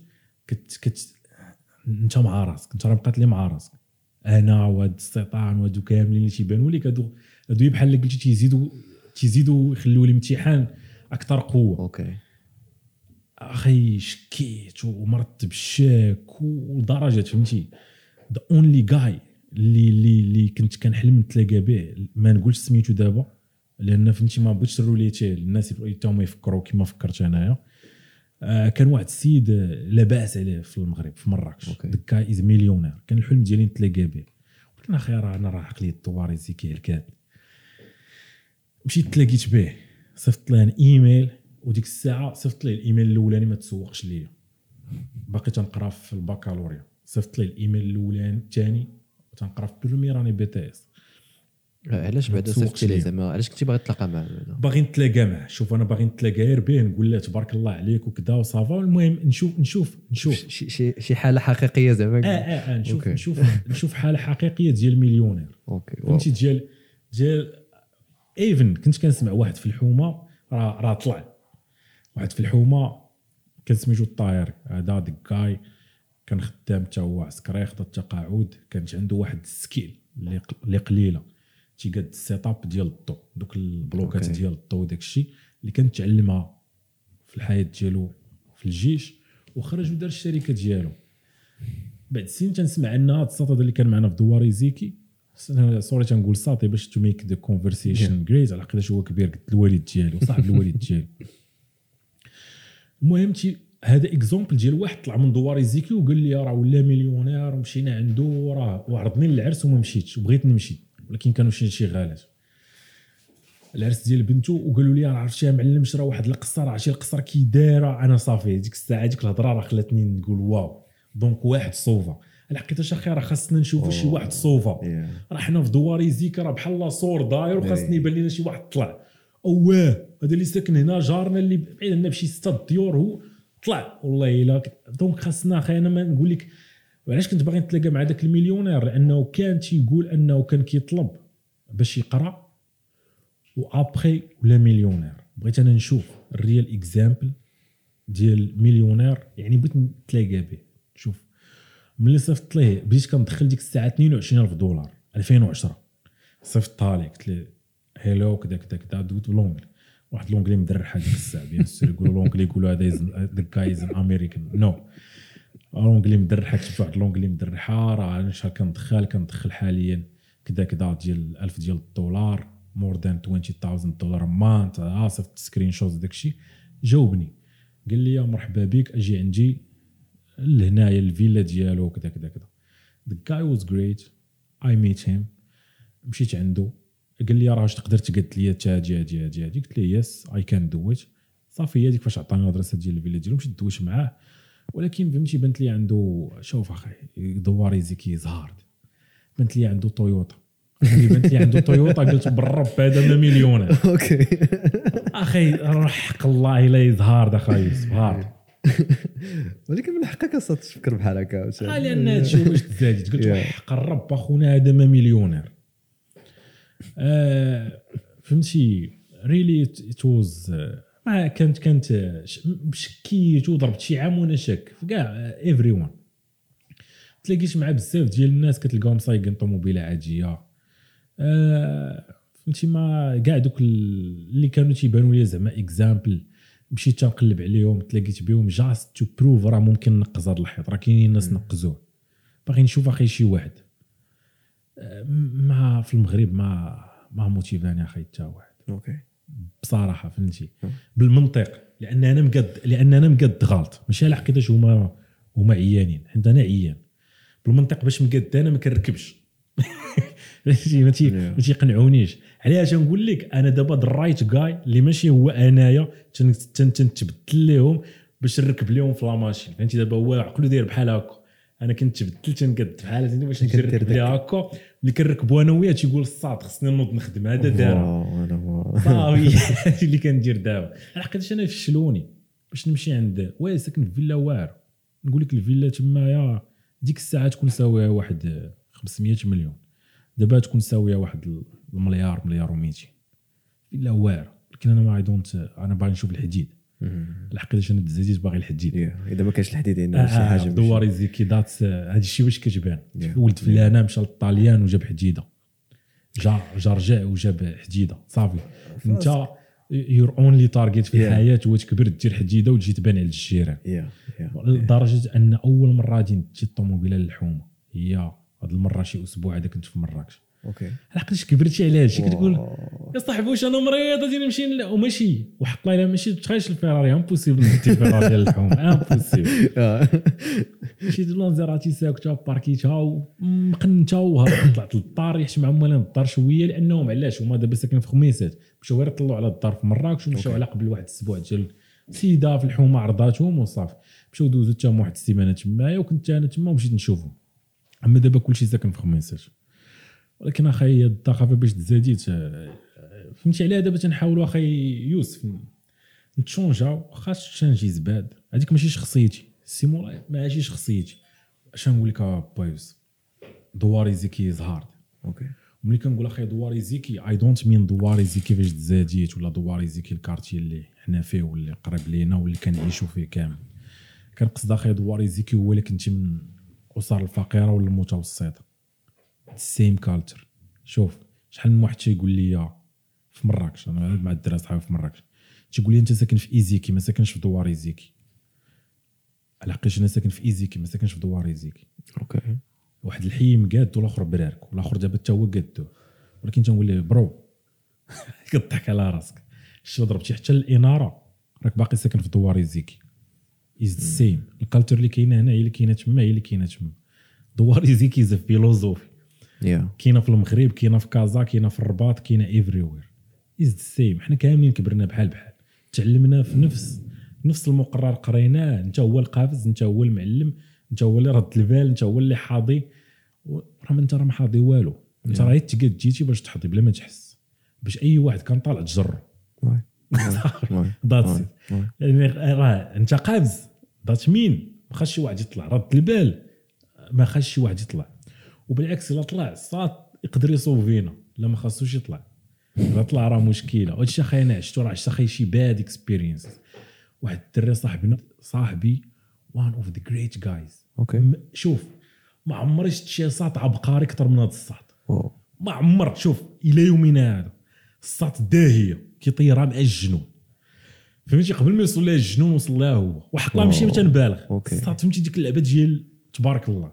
انت مع راسك انت راه بقات لي مع راسك انا وهاد السيطان وهادو كاملين اللي تيبانوا لك هادو هادو بحال اللي قلتي تيزيدوا يخليوا الامتحان اكثر قوه. اوكي اخي شكيت ومرضت بالشاك ودرجات فهمتي. ذا اونلي جاي اللي كنت كنحلم نتلاقى به، ما نقولش سميتو دابا لان فهمتي ما بغيتش الروليتي الناس حتى يفكروا كما فكرت انايا. كان واحد السيد لاباس عليه في المغرب في مراكش، دكا از مليونير. كان الحلم ديالي نتلاقى به، قلت له اخي انا راه عقلي الطواريزي كيهلكات. مشيت تلاقيت به، صيفط له ايميل، وديك الساعه صيفط ليه الايميل الاولاني ما تسوقش ليا، باقي تنقرا في البكالوريا. صيفط ليه الايميل الاولاني الثاني تنقرا في بروميير اني بي تي اس. علاش بعدا صيفطتي ليه زعما؟ علاش كنتي باغي تلاقى معاه؟ باغي نتلاقى معاه. شوف انا باغي نتلاقى غير به، نقول له تبارك الله عليك وكذا وصافا. المهم نشوف شي حاله حقيقيه زعما. نشوف حاله حقيقيه ديال مليونير. اوكي فهمتي ديال ايفن. كنت كنسمع واحد في الحومه راه طلع واحد في الحومه كان سميتو الطاير. هذا دكاي كان خدام حتى هو عسكري، خدا التقاعد. كانت عنده واحد السكيل اللي قليله، تيقاد السيت اب ديال الضو، دوك البلوكات ديال الضو وداك الشيء اللي كان تعلمها في الحياه ديالو في الجيش، وخرج ودار الشركه ديالو. بعد سنين تنسمع ان هذا الساط اللي كان معنا في دواري زيكي، سوري تنقول ساطي باش تو ميك ذا كونفرسيشن جريت، على قداش هو كبير قد الوالد ديالو صاحب الوالد ديالو. المهم هذا اكزومبل ديال واحد طلع من دواري زيكي وقال لي راه ولا مليونير، ومشينا عنده راه وعرضني للعرس وما مشيتش، وبغيت نمشي ولكن كانوا شي غالات العرس ديال بنته. وقالوا لي راه عرفتي معلمش راه واحد القصه، راه عرفتي القصه كي دايره. انا صافي ديك الساعه ديك الهضره راه خلاتني نقول واو. دونك واحد صوفا لحقيتاش اخي راه خاصنا نشوفوا شي واحد صوفا. راه حنا في دواري زيكا راه بحال لا صور داير، وخاصني يبان لنا شي واحد طلع. اواه هذا اللي ساكن هنا جارنا اللي بعيد عندنا بشي 6 ديور هو طلع والله الا. دونك خاصنا اخي انا ما نقول لك وعلاش كنت باغي نتلاقى مع داك المليونير، لانه كان تيقول انه كان كيطلب باش يقرا وابخي ولا مليونير. بغيت انا نشوف الريال اكزامبل ديال مليونير، يعني بغيت نتلاقى به. شوف ملي صيفط ليه بديت كندخل ديك الساعه 22,000 دولار 2010. صيفطها ليه قلت له هيلو كذا كذا كذا، دوت لونجلي. واحد لونجلي مدرح هذيك الساعه بيان سور يقولوا لونجلي، يقولوا هذا ذا جايز ان امريكان نو لونجلي مدرح. كتبت واحد لونجلي مدرحه راه انا شحال كندخل حاليا كذا كذا ديال 1000 ديال الدولار، مور ذان 20,000 دولار مانت. صيفط سكرين شوت داكشي. جاوبني قال لي يا مرحبا بك، اجي عندي لهنايا الفيلا ديالو كذا كذا كذا. the guy was great. I met him. مشيت عنده قال لي راه واش تقدر تقد لي هادي. قلت له يس اي كان دو ات. صافي هذيك فاش عطاني الادريس ديال الفيلا ديالو مشيت دويت معاه. ولكن فهمتي بنت لي عنده، شوف اخي دواري زيكي زهار، بنت لي عنده تويوتا. بنت لي عنده تويوتا قلت بالرب هذا ما مليونير. اوكي اخي حق الله الا يزهار دا خايس زهار. ولكن من حقك اصلا تفكر بحال هكا، لان هادشي واش تزادت قلت حق الرب اخونا هذا ما مليونير. فهمتي ريلي توز ما كانت بشكيت وضربت شي عام وانا شاك في كاع ايفري ون. تلاقيت مع بزاف ديال الناس كتلقاهم سايقين طوموبيله عاديه. فهمتي ما كاع دوك اللي كانوا تيبانوا لي زعما اكزامبل مشيت تنقلب عليهم تلاقيت بهم جاست تو بروف راه ممكن نقز هذا الحيط. راه كاينين الناس نقزوه. باغي نشوف اخي شي واحد ما في المغرب ما موتيفاني اخي حتى واحد. اوكي بصراحه فهمتي بالمنطق، لان انا مقد غلط ماشي على حقيقه هما عيانين. حيت انا عيان بالمنطق باش مقد انا ما كنركبش. ما تيقنعونيش. علاش نقول لك انا دابا الرايت جاي اللي ماشي هو انايا تنتبدل لهم باش نركب لهم في لا ماشين. فهمتي دابا هو عقلو داير بحال هكا، انا كنت تبدلت تنقد بحال هكا باش نركب ليها هكا. ملي كنركبوا انا وياه تيقول الصاد خصني نوض نخدم. هذا دار صافي اللي كندير دابا. لحقاش انا فشلوني باش نمشي عند واه ساكن في فيلا واعره. نقول لك الفيلا تمايا ديك الساعه تكون ساويه واحد 500 مليون، دابا تكون ساويه واحد مليار و200. فيلا واعره. لكن انا ما عيدونت، انا باغي نشوف الحديد. لحقاش انا دزيت باغي الحديد. اذا ما كانش الحديد عندنا شي حاجه دواري زيكي دات هذا الشيء واش كتبان. ولد فلانه مشى للطاليان وجاب حديده. جا رجع وجاب حديده صافي. انت يور اونلي تارجت في الحياه هو تكبر دير حديده وتجي تبان على الجيران. لدرجه ان اول مره غادي تجي الطوموبيله للحومه هي هاد المره شي اسبوع هذا كنت في مراكش. اوكي علاش كبرتي على هادشي كتقول يا صاحبي واش انا مريض غادي نمشي وماشي وحق الله الا ماشي تخيش الفيراري امبوسيبل ندي الفيراري ديال الحومه امبوسيبل. مشيت للانزيراتي ساكته باركيتها ومقنته وهبطت طلعت للدار حيت مع موالين الدار شويه لانهم علاش هما دابا ساكنين في خميسات مشاو غير طلعوا على الدار في مراكش ومشاو على قبل واحد الاسبوع ديال سيده في الحومه عرضاتهم وصافي مشاو دوزو حتى واحد السيمانه تمايا وكنت انا تما ومشيت نشوفهم. اما دابا كلشي ساكن في خميسات ولكن اخي الثقافه باش تزاديت فهمتي عليها. دابا تنحاولوا اخي يوسف نتشونجاو خاص تشانجي زباد هذيك ماشي شخصيتي سيمولا ماشي شخصيتي. اش نقول لك با يوسف دواري زيكي زهارد. اوكي ملي كنقول اخي دواري زيكي اي دونت مين دواري زيكي فاش تزاديت ولا دواري زيكي الكارتي اللي حنا فيه واللي قريب لينا واللي كنعيشوا فيه كامل. كنقصد اخي دواري زيكي هو اللي كنتي من الاسر الفقيره ولا المتوسطه سيم كالتشر. شوف شحال من واحد تيقول لي في مراكش انا مع الدراري صحابي في مراكش تيقول لي انت ساكن في ايزيكي ما ساكنش في دوار ايزيكي. علاقاش انا ساكن في ايزيكي ما ساكنش في دوار ايزيكي. اوكي واحد الحي مقاد والاخر برارك والاخر دابا حتى هو قادو ولكن تنقول ليه برو كضحك على راسك شنو ضربتي حتى الاناره راك باقي ساكن في دوار ايزيكي. از ذا سيم الكالتشر اللي كاينه هنا هي اللي كاينه تما هي اللي كاينه تما. دوار ايزيكي ز فيلوزوفي كاينه في المغرب كاينه في كازا كاينه في الرباط كاينه ايفريوير. از ذا سيم حنا كاملين كبرنا بحال تعلمنا في نفس المقرر قريناه. انت هو القافز انت هو المعلم انت هو اللي رد البال انت هو اللي حاضي راه انت راه ما حاضي والو. انت راه تقاد جيتي باش تحضي بلا ما تحس باش اي واحد كان طالع تجرو ذاتس يعني راه انت قافز ذات مين ما خاصش شي واحد يطلع رد البال ما خاصش شي واحد يطلع. وبالعكس الا طلع صات يقدر يصوفينا لا ما خاصوش يطلع. الا طلع راه مشكله. وهادشي اخي انا عشتو راه عشت اخي شي باد اكسبيرينس. واحد الدري صاحبي وان اوف ذا جريت جايز. اوكي شوف ما عمري شفت شي ساط عبقري اكثر من هذا الساط. ما عمر شوف الى يومنا هذا الساط داهيه كيطيرها مع الجنون فهمتي قبل ما يوصل لها الجنون وصل لها هو وحق الله ماشي تنبالغ. الساط فهمتي ديك اللعبه ديال تبارك الله.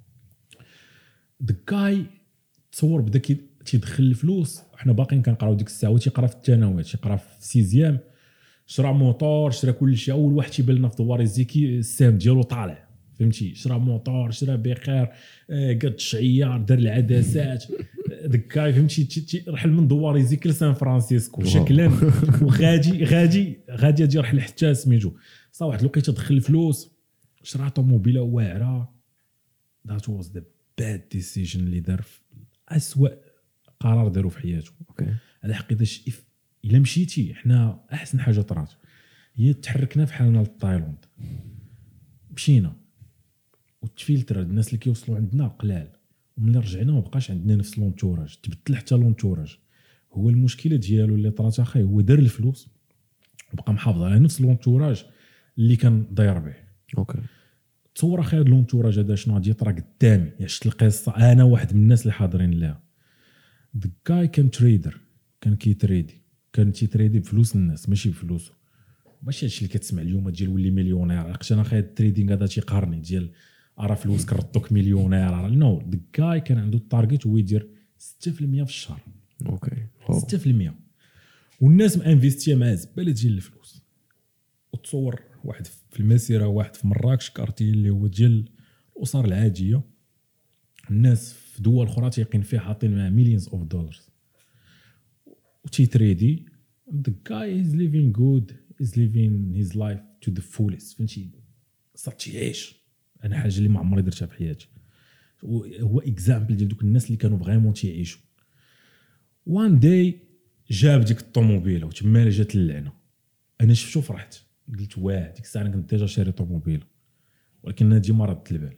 ذا جاي تصور بدا تيدخل الفلوس وحنا باقيين كنقراو ديك الساعه تيقرا في الثانوي تيقرا في سيزيام شرا موطور شرا كل شيء. اول واحد تيبان لنا في دوار الزيكي السام ديالو طالع فهمتي شرا موطور شرا بخير قاد الشعيار دار العدسات ذاك فهمتي رحل من دوار الزيكي لسان فرانسيسكو شكلا وغادي غادي رحل حتى سميتو صا واحد الوقيته دخل الفلوس شرا طوموبيله واعره. ذات واز ذا باد ديسيجن اللي دار اسوأ قرار دارو في حياته. اوكي على حقيقه الا مشيتي حنا احسن حاجه طرات هي تحركنا في حالنا للتايلاند مشينا وتفلتر الناس اللي كيوصلوا عندنا قلال وملي رجعنا ما بقاش عندنا نفس لونتوراج تبدل حتى لونتوراج. هو المشكله ديالو اللي طرات اخي هو دار الفلوس وبقى محافظ على نفس لونتوراج اللي كان داير به. اوكي تصور اخي هذا لونتوراج هذا شنو غادي يطرا قدامي شفت القصه انا واحد من الناس اللي حاضرين لها. ذا جاي كان تريدر كان كيتريدي كان تيتريدي بفلوس الناس ماشي بفلوسه. ماشي هادشي اللي كتسمع اليوم ديال ولي مليونير علاش انا خايد التريدينغ هذا تيقارني ديال ارا فلوس كردوك مليونير نو. ذا جاي كان عنده التارجت هو يدير 6% في الشهر. اوكي 6% والناس مانفيستيه معاه زباله ديال الفلوس. وتصور واحد في المسيره واحد في مراكش كارتي اللي هو ديال الاسر العاديه الناس في دول اخرى تيقين فيه حاطين معاه مليونز اوف دولارز وتيتريدي. the guy is living good is living his life to the fullest فهمتي صرت يعيش. انا حاجه اللي ما عمري درتها في حياتي هو اكزامبل ديال دوك الناس اللي كانوا فريمون تيعيشوا. وان داي جاب ديك الطوموبيله وتما جات اللعنه. انا شفتو فرحت قلت واه ديك الساعه انا كنت ديجا شاري طوموبيله ولكن انا ديما ردت البال.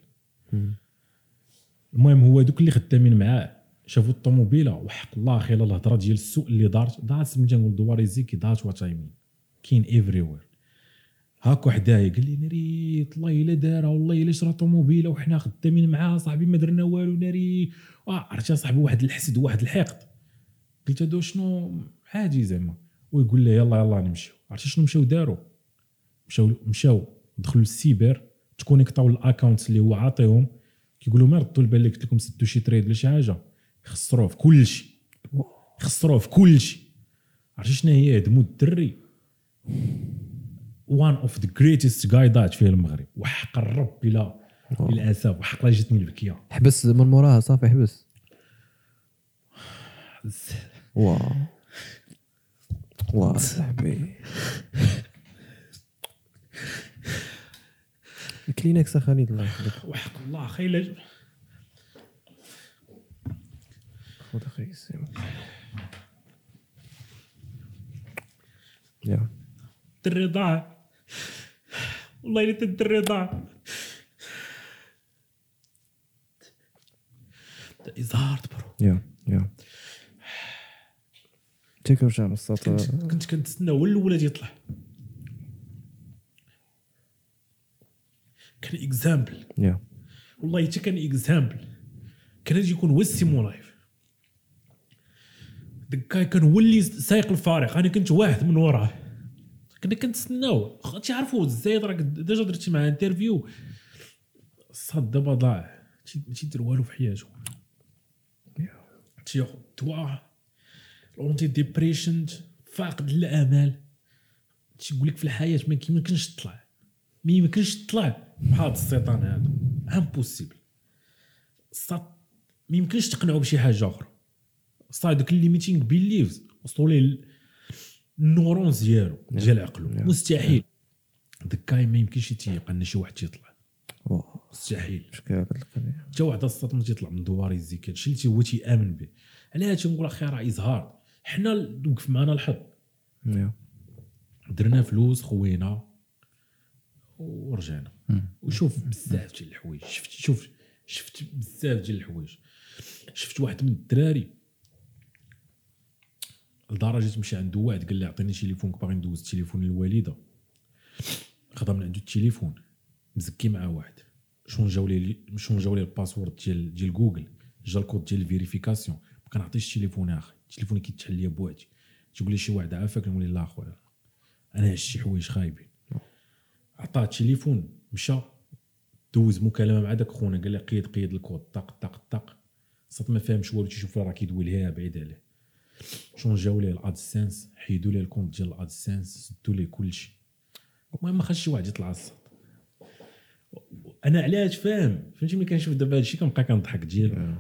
المهم هو دوك اللي خدامين معاه شافوا الطوموبيله وحق الله خلال الهضره ديال السوق اللي دارت سميت نقول دواري زيكي دارت واتايمين كاين ايفريوير. هاك وحدايا قال لي ناري عيط الله الا دارها والله الا شرا طوموبيله وحنا خدامين معاه صاحبي ما درنا والو ناري عرفتي صاحبي واحد الحسد وواحد الحقد قلت له شنو عادي زعما ويقول لي يلا نمشيو عرفتي شنو مشاو داروا مشاو دخلوا للسيبر تكونيكطاو الاكونت اللي هو عاطيهم كيقولوا ما ردوا البال اللي قلت لكم سدوا شي تريد ولا شي حاجه خسروه في كل شيء عرفتي شنو هي هدموا الدري one of the greatest guy ضاعت فيه المغرب وحق الرب الى الاسف وحق لا جاتني البكيه حبس من موراها صافي حبس واو صاحبي كلينكس خالد الله يحفظك وحق الله خيل خذ اخي يا الدري ضاع والله الا الدري ضاع ازهرت برو يا تكرجع بساطة كنت كنتسنى هو الاولاد يطلع كان اكزامبل والله حتى كان اكزامبل كان يجي يكون هو السيمو لايف دكاي كان هو اللي سايق الفريق انا كنت واحد من وراه كنا كنتسناو تعرفوا الزايد راك ديجا درتي معاه انترفيو صاد دابا ضاع ماشي دير والو في حياته تياخذ دواء اونتي ديبريشن فاقد الامال تيقول لك في الحياه ما يمكنش تطلع بحال السيطان هذا امبوسيبل صاد ما يمكنش تقنعوا بشي حاجه اخرى صاد داك الليميتينغ بيليفز وصلوا ليه النورونز ديالو ديال عقلو مستحيل دكاي ما يمكنش يتيق ان شي واحد يطلع مستحيل حتى واحد السطر تيطلع من دوار الزكاه شي اللي هو تيامن به علاش تنقول اخي راه اظهار حنا وقف معنا الحظ درنا فلوس خوينا ورجعنا وشوف بزاف ديال الحوايج شفت بزاف ديال الحوايج شفت واحد من الدراري لدرجه تمشي عنده واحد قال له عطيني تليفونك باغي ندوز التليفون للوالده خدا من عنده التليفون مزكي مع واحد شونجاو لي الباسورد ديال جوجل جا الكود ديال الفيريفيكاسيون ما كنعطيش التليفون اخي التليفون كيتحل ليا بوحدي تقول لي شي واحد عافاك نقول لا اخويا انا هاد شي حوايج خايبين عطاه التليفون مشى دوز مكالمه مع داك خونا قال لي قيد الكود طق صات ما فاهمش والو تيشوف راه كيدوي ليها بعيد عليه شونجاو ليه الادسنس حيدوا ليه الكونت ديال الادسنس سدوا ليه كلشي المهم ما خاصش شي واحد يطلع السطح انا علاش فهمتي ملي كنشوف دابا هادشي كنبقى كنضحك ديال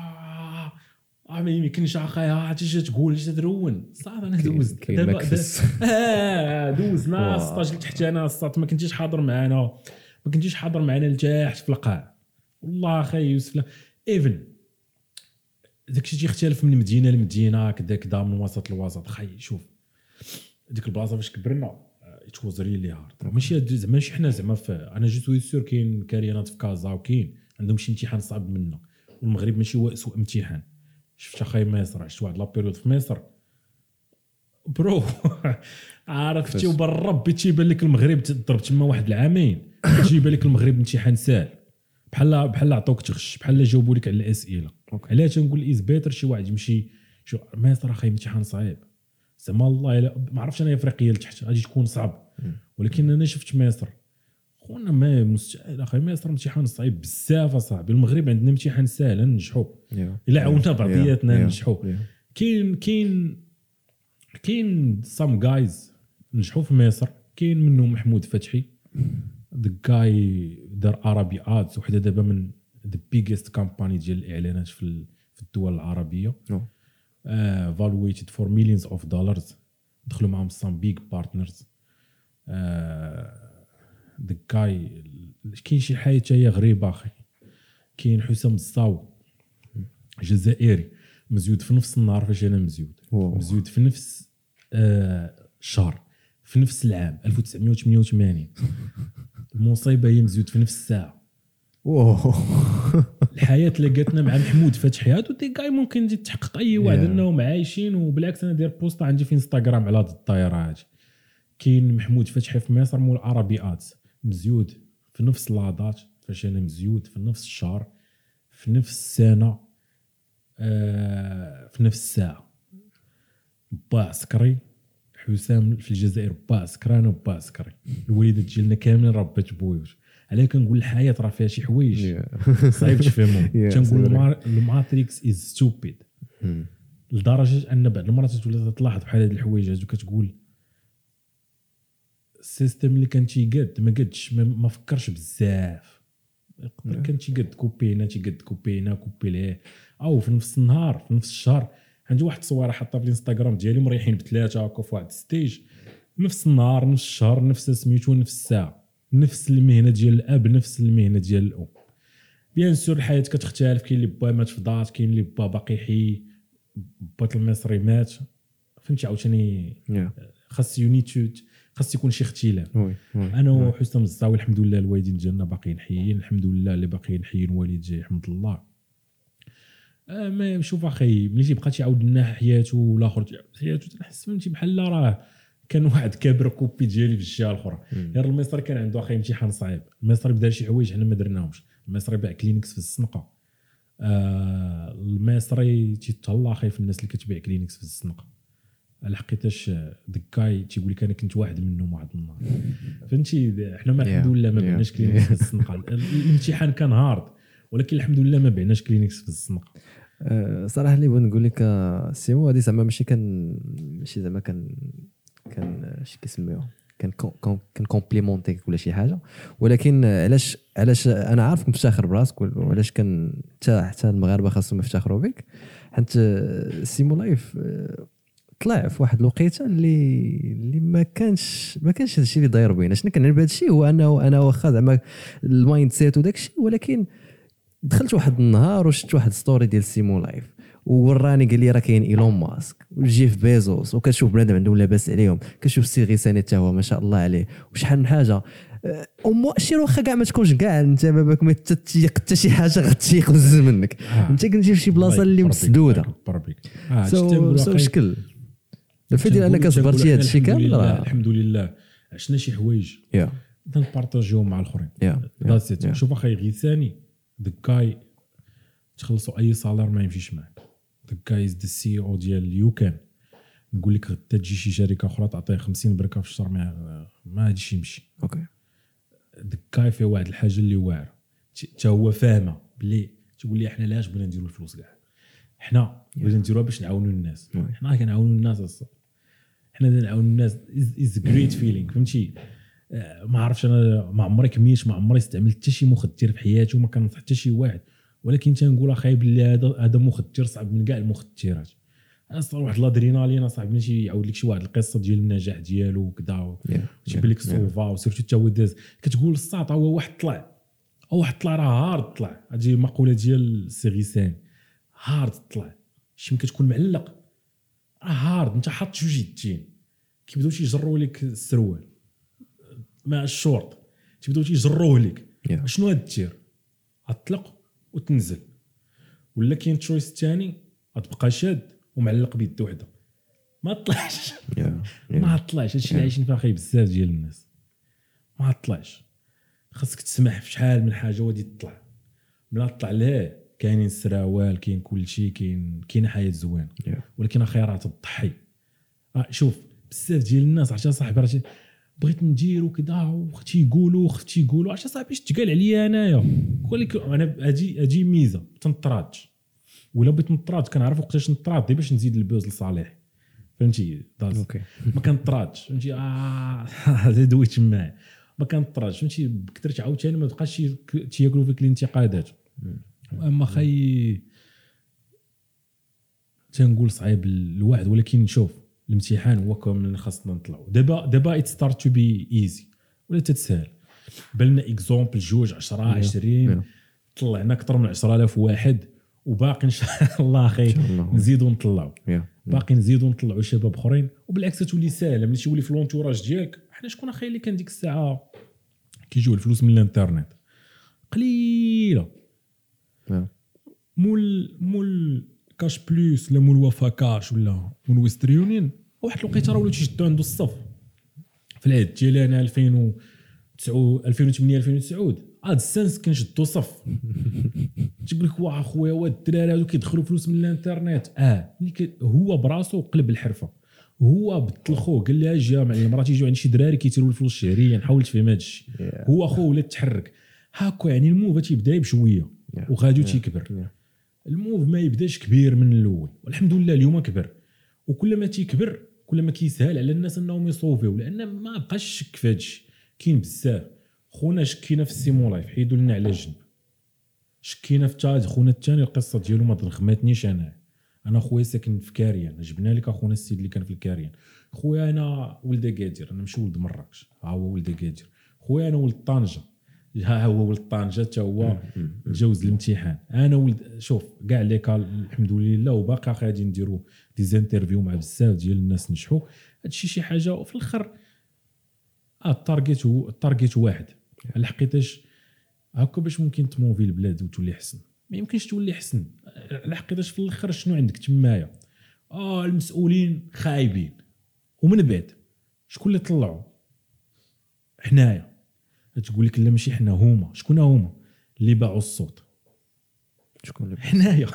ما يمكنش اخايا حتى تقول حتى ترون صافي انا دوزت دابا دوزنا 16 تحت انا الساط ما كنتيش حاضر معنا لتحت في القاع والله اخي يوسف ايفن داكشي تيختلف من مدينه لمدينه كذا من وسط لوسط خاي شوف ديك البلاصه فاش كبرنا يتوزري لي هارد ماشي زعما شي حنا زعما انا جيت سور كاين كاريانات في كازا وكاين عندهم شي امتحان صعب منا والمغرب ماشي هو اسوء امتحان شفت اخاي مصر عشت واحد لابيريود في مصر برو عرفتي وبالرب تيبان لك المغرب تضرب تما واحد العامين تيبان لك المغرب امتحان سهل بحال عطوك تغش بحال جاوبوا لك على الاسئله علاش تنقول ايز بيتر شي واحد يمشي شو مصر اخاي امتحان صعيب زعما الله ما عرفتش انا افريقيا لتحت غادي تكون صعب ولكن انا شفت مصر خونا ما مستحيل اخي مصر امتحان صعيب بزاف اصاحبي المغرب عندنا امتحان سهل ننجحوا الا عاونا بعضياتنا ننجحوا كاين سام جايز نجحوا في مصر كاين منهم محمود فتحي ذا جاي دار عربي ادز وحده دابا من ذا بيجست كامباني ديال الاعلانات في الدول العربيه valuated for millions of dollars دخلوا معهم some big partners the guy كاين شي حاجه هي غريبه اخي كاين حسام الصاو جزائري مزيود في نفس النهار فاش انا مزيود في نفس الشهر في نفس العام 1988 المصيبه هي مزيود في نفس الساعه الحياه لقاتنا مع محمود فتحي هادو دي كاي ممكن تحقق اي واحد انهم عايشين وبالعكس انا داير بوست عندي في انستغرام على هاد الطايره هادي كاين محمود فتحي في مصر مول عربي ادز مزيود في نفس لاضات فاش انا مزيود في نفس الشهر في نفس السنه في نفس الساعه. با عسكري حسام في الجزائر، با عسكرانه وبا عسكري، الوالده ديالنا كاملين ربات بويوت. علاه كنقول الحياه راه فيها شي حوايج صعيب تفهمهم. تنقول الماتريكس از ستوبيد لدرجه ان بعض المرات تولي تلاحظ بحال هاد الحوايج هادو كتقول السيستم اللي كان تيقاد ما قادش ما فكرش بزاف. كان تيقاد كوبينا كوبي ليه او في نفس النهار في نفس الشهر. عندي واحد التصويره حاطه في الانستغرام ديالي مريحين بثلاثه هكا في واحد ستيج نفس النهار نفس الشهر نفس سميتو نفس الساعه نفس المهنه ديال الاب نفس المهنه ديال الام. بيان سور الحياه كتختلف، كاين اللي با مات في دار، كاين اللي با باقي حي، با المصري مات، فهمتي عاوتاني خاص يونيتود، خاص يكون شي اختلاف. انا وحسام الزاوي الحمد لله الوالدين ديالنا باقيين حيين، الحمد لله اللي باقيين حيين والدي الحمد لله. ما شوف اخي ملي تيبقى تيعاود لنا حياته والاخر حياته تنحس فهمتي بحال راه كان واحد كابر كوبي ديالي في الجهه الاخرى. غير المصري كان عنده اخي امتحان صعيب، المصري بدا شي حوايج حنا ما درناهمش. المصري باع كلينكس في السنقه، المصري تيتهلا اخي في الناس اللي كتبيع كلينكس في السنقه لحقيتاش دكاي تيقول لك انا كنت واحد منهم واحد النهار فهمتي. حنا ما الحمد لله ما بعناش كلينكس في السنقه. الامتحان كان هارد ولكن الحمد لله ما بعناش كلينكس في السنقه. صراحه اللي بغيت نقول لك سيمو هذه زعما ماشي زعما كان اش كيسميوها كان كومبليمونتي ولا شي حاجه، ولكن علاش انا عارفك مفتخر براسك وعلاش كان حتى المغاربه خاصهم يفتخروا بك. حيت سيمو لايف طلع في واحد الوقيته اللي ما كانش هذا الشيء اللي داير بينا. شنو كنعرف هذا الشيء هو انه انا واخا زعما المايند سيت وداك الشيء، ولكن دخلت واحد النهار وشفت واحد ستوري ديال سيمو لايف ووراني قال لي راه كاين ايلون ماسك وجيف بيزوس وكتشوف بنادم عندهم لاباس عليهم، كتشوف سي غيساني حتى هو ما شاء الله عليه وشحال من حاجه. ومؤشر واخا كاع ما تكونش كاع انت باباك ما تتيق حتى شي حاجه غتيق وزز منك. انت كنتي في شي بلاصه اللي مسدوده سو شكل الفيد ديال انك صبرتي هذا الشيء كامل. الحمد لله عشنا شي حوايج نبارطاجيوهم مع الاخرين. شوف اخي غيساني دكاي تخلصوا اي صالير ما يمشيش معك. دكاي از ذا سي او ديال يو كان نقول لك غدا تجي شي شركه اخرى تعطيه 50 بركه في الشهر ما هادشي يمشي. اوكي دكاي فيه واحد الحاجه اللي واعره حتى هو فاهمه بلي تقول لي احنا لاش بغينا نديروا الفلوس كاع، حنا بغينا نديروها باش نعاونوا الناس. حنا كنعاونوا الناس الصح، حنا نعاونوا الناس از جريت فيلينغ فهمتي. ما عرفتش انا ما عمري كميت ما عمري استعملت حتى شي مخدر في حياتي وما كننصح حتى شي واحد، ولكن تنقول اخاي بلي هذا مخدر صعب من كاع المخدرات. اصلا واحد الادرينالين صاحبي ماشي يعاود لك شي واحد القصه ديال النجاح ديالو وكذا وتجيب لك صوفا وسيرتو حتى هو داز كتقول الساط هو واحد طلع راه هارد طلع. هذه مقوله ديال سي غيسان هارد طلع شي ملي كتكون معلق راه هارد انت حاط جوج يدين كيبداو تيجروا لك السروال مع الشورت تيبداو تيجروه لك شنو غدير غتطلق وتنزل ولا كاين التشويس الثاني غتبقى شاد ومعلق بيد وحده ما طلعش ما طلعش. هادشي اللي عايشين فيه اخي بزاف ديال الناس ما طلعش. خاصك تسمح في شحال من حاجه ودي تطلع ملي تطلع ليه كاينين السراوال كاين كل شيء كاين حياه زوينه ولكن اخي راه تضحي. شوف بزاف ديال الناس عرفتي صاحبي راه بغيت ندير وكذا واختي يقولوا عرفتي صاحبي اش تقال عليا انايا ولكن انا اجي ميزه تنطراد ولا بغيت نطراد كنعرف وقتاش نطراد دي باش نزيد البوز لصالح فهمتي اوكي ما كنطرادش فهمتي هذا دويت معاه ما كنطرادش فهمتي بكثرت عاوتاني ما بقاش تياكلوا فيك الانتقادات. اما خي تنقول صعيب الواحد ولكن شوف الامتحان هو كامل خاصنا نطلعوا دابا ات ستارت تو بي ايزي ولا تتسهل. بلنا اكزومبل 2 10 20 طلعنا اكثر من 10,000 واحد وباقي ان شاء الله اخي نزيدوا نطلعوا باقي نزيدوا نطلعوا شباب اخرين وبالعكس تولي ساهله ملي تولي في لونتوراج ديالك. حنا شكون اخي اللي كان ديك الساعه كيجيو الفلوس من الانترنت قليله مول كاش بلوس لا مول وفا كاش ولا مول ويستريونين واحد الوقيته راه ولاو تيشدوا عنده الصف في العيد ديالي انا 2008 2009 هاد السنس كنشدو صف تقول لك واه خويا واد الدراري هادو كيدخلوا فلوس من الانترنت هو براسو قلب الحرفه هو بدل خوه قال لها اجي مع مراتي يجيو عندي شي دراري كيتيروا الفلوس شهريا حاول تفهم هذا الشيء هو خوه ولا تحرك هاكا يعني الموف تيبدا بشويه وغادي تيكبر الموف ما يبداش كبير من الاول والحمد لله اليوم كبر وكل ما تيكبر كل ما كيسهل على الناس انهم يصوفيو لان ما بقاش الشك في هذا الشيء كاين بزاف خونا شكينا في السيمو لايف حيدوا لنا على جنب شكينا في تاج خونا الثاني القصه ديالو ما تنخماتنيش انا خويا ساكن في كاريان جبنا لك اخونا السيد اللي كان في الكاريان خويا انا ولد قادر انا ماشي ولد مراكش ها هو ولد قادر خويا انا ولد طنجه ها هو ولد طنجه حتى هو تجاوز الامتحان انا ولد شوف كاع ليك الحمد لله وباقي غادي نديروا دي زانترفيو مع بزاف ديال الناس نجحوا هادشي شي حاجه وفي الاخر التارجت واحد على حقيقتاش هكا باش ممكن تموفي البلاد وتولي حسن ما يمكنش تولي حسن على حقيقتاش في الاخر شنو عندك تمايا المسؤولين خايبين ومن بعد شكون اللي طلعوا حنايا تقول لك لا ماشي حنا هما شكون هما اللي باعوا الصوت شكون اللي حنايا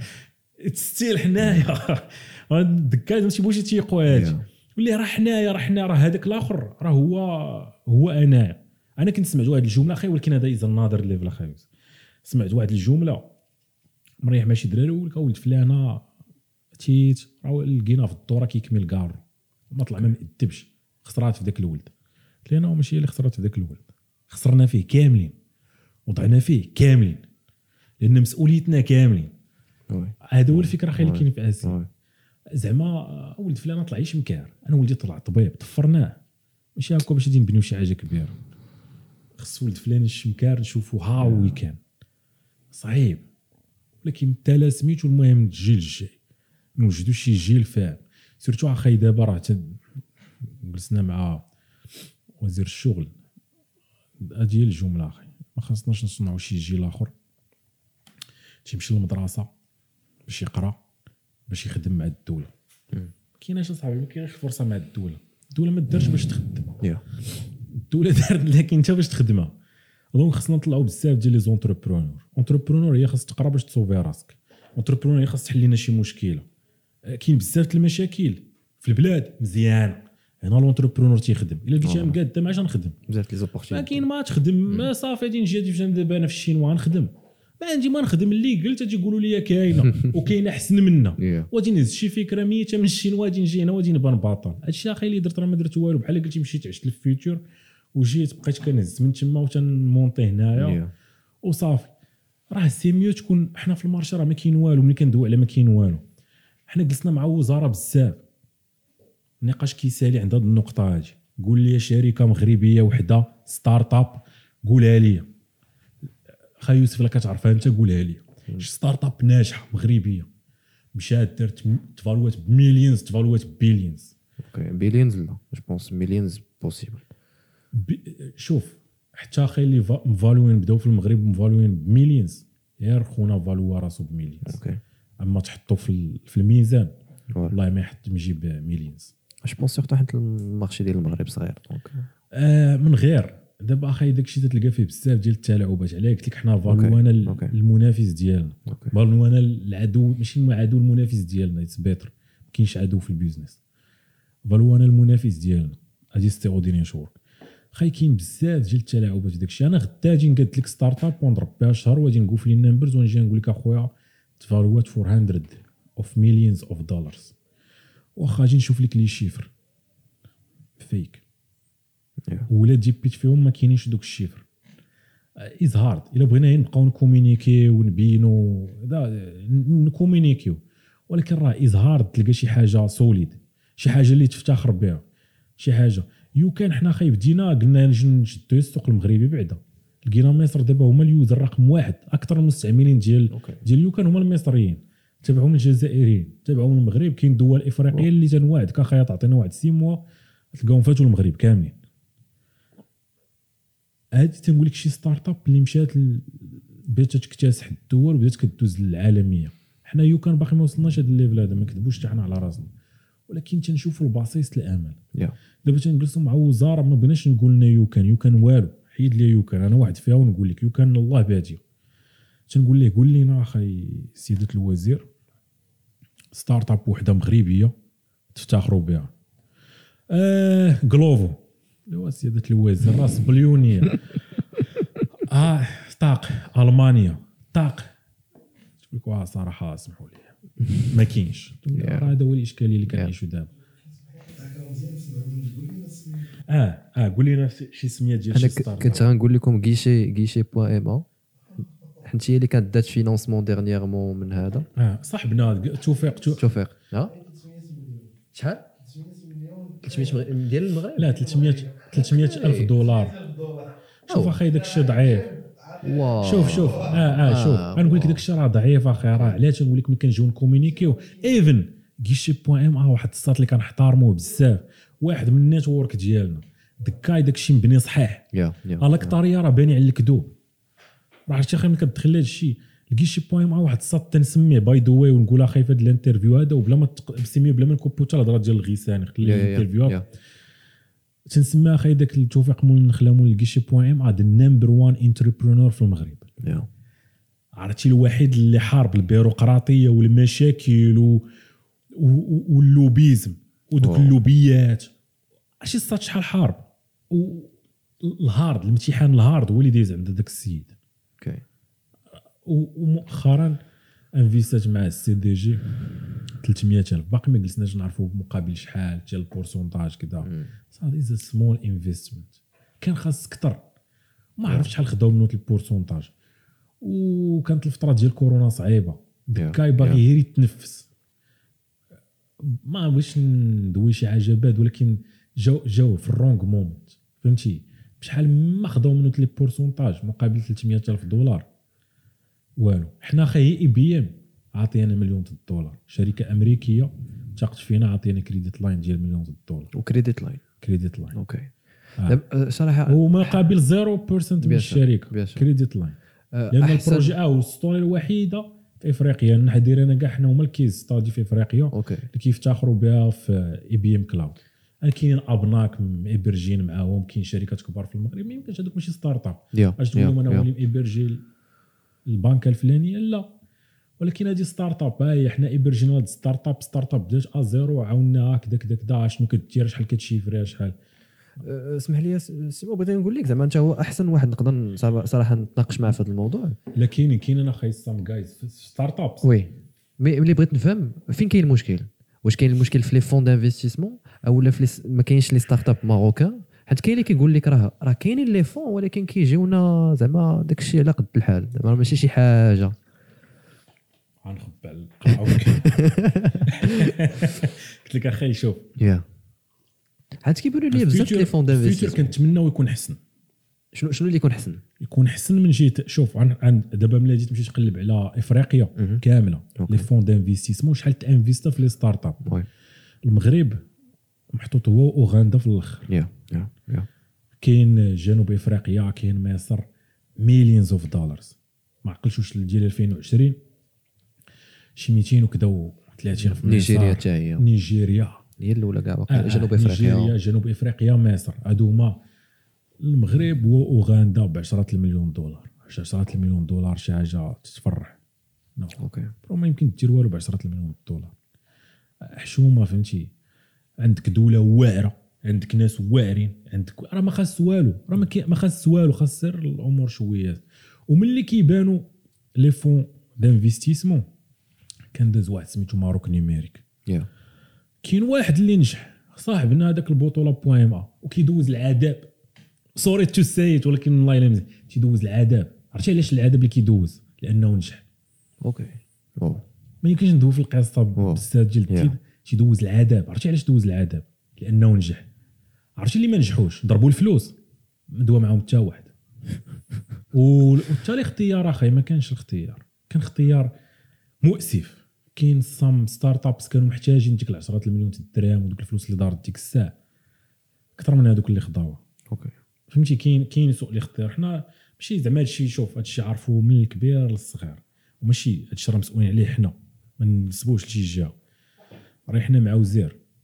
تستيل حنايا الدكاد ماشي بوشي تيقوا هادي واللي راه حنايا راه هذاك الاخر راه هو انا كنت سمعت واحد الجمله اخي ولكن هذا اذا الناظر ليفل اخي سمعت واحد الجمله مريح ماشي دراري ولد فلانه تيت راه لقينا في الدوره كيكمل كارو ما طلع ما مأدبش خسرات في ذاك الولد قلت لنا ماشي هي اللي خسرات في ذاك الولد خسرنا فيه كاملين وضعنا فيه كاملين لان مسؤوليتنا كاملين هذا هو الفكره اخي اللي كاين في اسيا زعما ولد فلان طلع يشمكار انا ولدي طلع طبيب طفرناه ماشي هكا باش غادي نبنيو شي حاجه كبيره خص ولد فلان الشمكار نشوفوا هاوي كان صعيب ولكن تالا سميتو المهم الجيل الجاي نوجدوا شي جيل فاهم سيرتو اخي دابا راه جلسنا مع وزير الشغل هذه هي الجمله اخي ما خاصناش نصنعوا شي جيل اخر تيمشي للمدرسه باش يقرا باش يخدم مع الدوله كايناش اصاحبي ما كايناش فرصه مع الدوله ما دارش باش تخدم الدوله دارت لكن انت باش تخدمها دونك خصنا نطلعوا بزاف ديال لي زونتربرونور هي خاص تقرا باش تصوفي راسك اونتربرونور هي خاص تحل لنا شي مشكله كاين بزاف المشاكل في البلاد مزيان هنا لونتربرونور تيخدم الا قلتي مقاد ما عادش نخدم بزاف لي زوبورتينيتي ما كاين ما تخدم ما صافي غادي نجي فاش دابا انا في الشينوا نخدم ما عندي ما نخدم اللي قلت تيقولوا لي كاينه وكاينه احسن منا وغادي نهز شي فكره ميته من الشينوا غادي نجي هنا وغادي نبان باطل هادشي اخي اللي درت راه ما درت والو بحال قلتي مشيت عشت للفيوتشر وجيت بقيت كنهز من تما وتنمونطي هنايا وصافي راه سي ميو تكون حنا في المارشي راه ما كاين والو ملي كندوي على ما كاين والو حنا جلسنا مع وزاره بزاف النقاش كيسالي عند هذه النقطه هذه قول لي شركه مغربيه وحده ستارت اب قولها لي خا يوسف لا كتعرفها انت قولها لي ستارت اب ناجحه مغربيه مشات دارت تفالوات بمليونز تفالوات ببليونز اوكي بليونز لا جو بونس مليونز بوسيبل شوف حتى اخي اللي مفالوين بداو في المغرب مفالوين بمليونز غير خونا فالوا راسو بمليونز اوكي اما تحطو في الميزان والله ما يحط يجيب مليونز جو بونس سورتو حيت المارشي ديال المغرب صغير دونك من غير دابا اخي داكشي تلقى فيه بزاف ديال التلاعبات علاه قلت لك حنا فالوانا المنافس ديالنا فالوانا العدو ماشي العدو المنافس ديالنا اتس بيتر ما كاينش عدو في البيزنس فالوانا المنافس ديالنا هادي ستيغوديني شور خاي كاين بزاف ديال التلاعبات داكشي انا غدا غادي نقاد لك ستارت اب ونضرب بها شهر وغادي نقول لي النمبرز ونجي نقول لك اخويا تفالوات 400 اوف مليونز اوف دولارز واخا غادي نشوف لك لي شيفر فيك ولا ديبيت فيهم ما كاينينش دوك الشيفر از هارد الا بغينا نبقاو نكومونيكي ونبينو نكومونيكيو ولكن راه از هارد تلقى شي حاجه سوليد شي حاجه اللي تفتخر بها شي حاجه كان حنا خايب بدينا قلنا نشدو السوق المغربي بعدا لقينا مصر دابا هما اليوزر رقم 1 اكثر المستعملين ديال يوكان هما المصريين تبعهم الجزائريين تبعهم المغرب كاين دول افريقيه اللي تنوعدك اخايا تعطينا واحد 6 موا تلقاهم فاتوا المغرب كاملين هادي تنقول لك شي ستارت اب اللي مشات بدات تكتسح الدول وبدات كدوز للعالميه حنا يوكان باقي ما وصلناش هذا الليفل هذا ما كتبوش حتى حنا على راسنا ولكن تنشوفوا البصيص الامل. Yeah. دابا تنجلسوا مع وزاره ما بغيناش نقول لنا يو كان والو، حيد لي يو كان، انا واحد فيها ونقول لك يو كان الله باديه. تنقول ليه قول لنا اخي سياده الوزير ستارت اب وحده مغربيه تفتخروا بها. جلوفو اللي سياده الوزير راس بليونير. طاق المانيا طاق تقول لك صراحه اسمحوا لي ما كاينش. هذا هو الاشكاليه اللي كنعيشوا دابا. قول لنا شي سميه ديال شي ستارت اب. كنت غنقول لكم غيشي بوان ام او، حيت هي اللي كانت دات فينونسمون ديرنييرمون من هذا. صاحبنا توفيق شحال 300 ديال المغرب؟ لا 300 الف دولار. شوف اخي داك الشيء ضعيف. شوف شوف غنقول لك داك الشيء راه ضعيف اخي. راه علاش نقول لك ملي كنجيو نكومونيكيو ايفن غيشي بوان ام واحد الساط اللي كنحترموه بزاف، واحد من النيتورك ديالنا داك الشيء مبني صحيح. الاكثريه راه باني على الكذوب. راه عرفتي اخي ملي كتدخل لهذا الشيء غيشي بوان ام واحد الساط تنسميه باي ذا واي ونقولها اخي في هذا الانترفيو هذا وبلا ما تسميه بلا ما نكوبو حتى الهضره ديال الغيساني خلي الانترفيو تنسميها اخي داك التوفيق مول النخله مول غيشي بوان ام هذا النمبر 1 انتربرونور في المغرب. عرفتي الوحيد اللي حارب البيروقراطيه والمشاكل واللوبيزم ودوك اللوبيات. عرفتي صات شحال حارب الهارد الامتحان الهارد هو اللي دايز عند داك السيد. اوكي. ومؤخرا انفيستات مع السي دي جي 300,000 باقي ما جلسناش نعرفوا مقابل شحال ديال البورسونتاج كذا. صافي از سمول انفستمنت كان خاص اكثر. ما عرفتش شحال خداو منه البورسونتاج. وكانت الفتره ديال كورونا صعيبه دكاي باغي غير يتنفس. ما بغيتش ندوي شي عجبات ولكن جاو في الرونغ مومنت فهمتي. بشحال ما خداو منه لي بورسونتاج مقابل 300,000 دولار والو. حنا اخي اي بي ام عطينا مليون دولار، شركه امريكيه تاقت فينا عطينا كريديت لاين ديال مليون دولار. وكريديت لاين اوكي. صراحه وما قابل 0% من الشركه كريديت لاين. لان البروجي والسطوري الوحيده في افريقيا نحضر انا كاع حنا هما الكيز ستادي في افريقيا اللي كيفتخروا بها في اي بي ام كلاود. كاين ابناك ايبرجين معاهم، كاين شركات كبار في المغرب. ما يمكنش هذوك ماشي ستارت اب اش تقول لهم انا وليم ايبرجي البنكه الفلانيه لا، ولكن هذه ستارت اب. هاي حنا ايبرجينا هاد ستارت اب بدات ازيرو عاوناها كذا شنو كدير شحال كتشيفريها شحال. اسمح لي سيمو بغيت نقول لك زعما انت هو احسن واحد نقدر صراحه نتناقش معاه في هذا الموضوع. لكن كاين انا خايس سام جايز في ستارت ابس وي ملي بغيت نفهم فين كاين المشكل. واش كاين المشكل في لي فون دانفستيسمون اولا في ما كاينش لي ستارت اب ماروكان؟ حيت كاين اللي كيقول لك راه كاينين لي فون ولكن كيجيونا زعما داك الشيء على قد الحال، زعما ماشي شي حاجه. غنخبى على القهوه. قلت لك اخي شوف حيت كيبانوا لي بزاف لي فون دانفستيسمون. كنتمناو يكون حسن. شنو اللي يكون حسن؟ يكون حسن من جهه شوف عن دابا ملي جيت تمشي تقلب على افريقيا كامله لي فون دانفستيسمون شحال تانفيستا في لي ستارت اب. المغرب محطوط هو اوغندا في الاخر. كاين جنوب افريقيا كاين مصر مليونز اوف دولارز. ما عقلش واش ديال 2020 شي 200 وكذا و30 في نيجيريا حتى هي. نيجيريا هي الاولى كاع واقع. جنوب افريقيا مصر هادو هما. المغرب واوغندا ب10 المليون دولار. 10 المليون دولار شي حاجه تتفرح. اوكي ما يمكن دير والو ب10 المليون دولار. حشومه فهمتي. عندك دوله واعره، عندك ناس واعرين، عندك راه ما خاص والو، ما خاص والو، خاص سير الامور شويه. وملي كيبانوا لي فون دانفستيسمون كان داز واحد سميتو ماروك نيميريك. كاين واحد اللي نجح صاحبنا هذاك البطوله بوان ا وكيدوز العذاب. سوري تو سيت ولكن الله الا مزيان تيدوز العذاب. عرفتي علاش العذاب اللي كيدوز؟ لانه نجح. اوكي ما يمكنش ندوي في القصه بزاف ديال التيب. تيدوز العذاب. عرفتي علاش دوز العذاب؟ لانه نجح. عرفتي اللي ما نجحوش ضربوا الفلوس ما دوا معاهم حتى واحد. والتالي اختيار اخي ما كانش الاختيار، كان اختيار مؤسف. كاين صام ستارت ابس كانوا محتاجين ديك 10 المليون الدرهم ودوك الفلوس اللي دارت ديك الساعه اكثر من هذوك اللي خداوها. اوكي فهمتي. كاين سوء الاختيار. حنا ماشي زعما هادشي شوف هادشي عارفوه من الكبير للصغير وماشي هادشي راه مسؤولين عليه حنا ما نسبوش لشي جهه. راه حنا مع وزير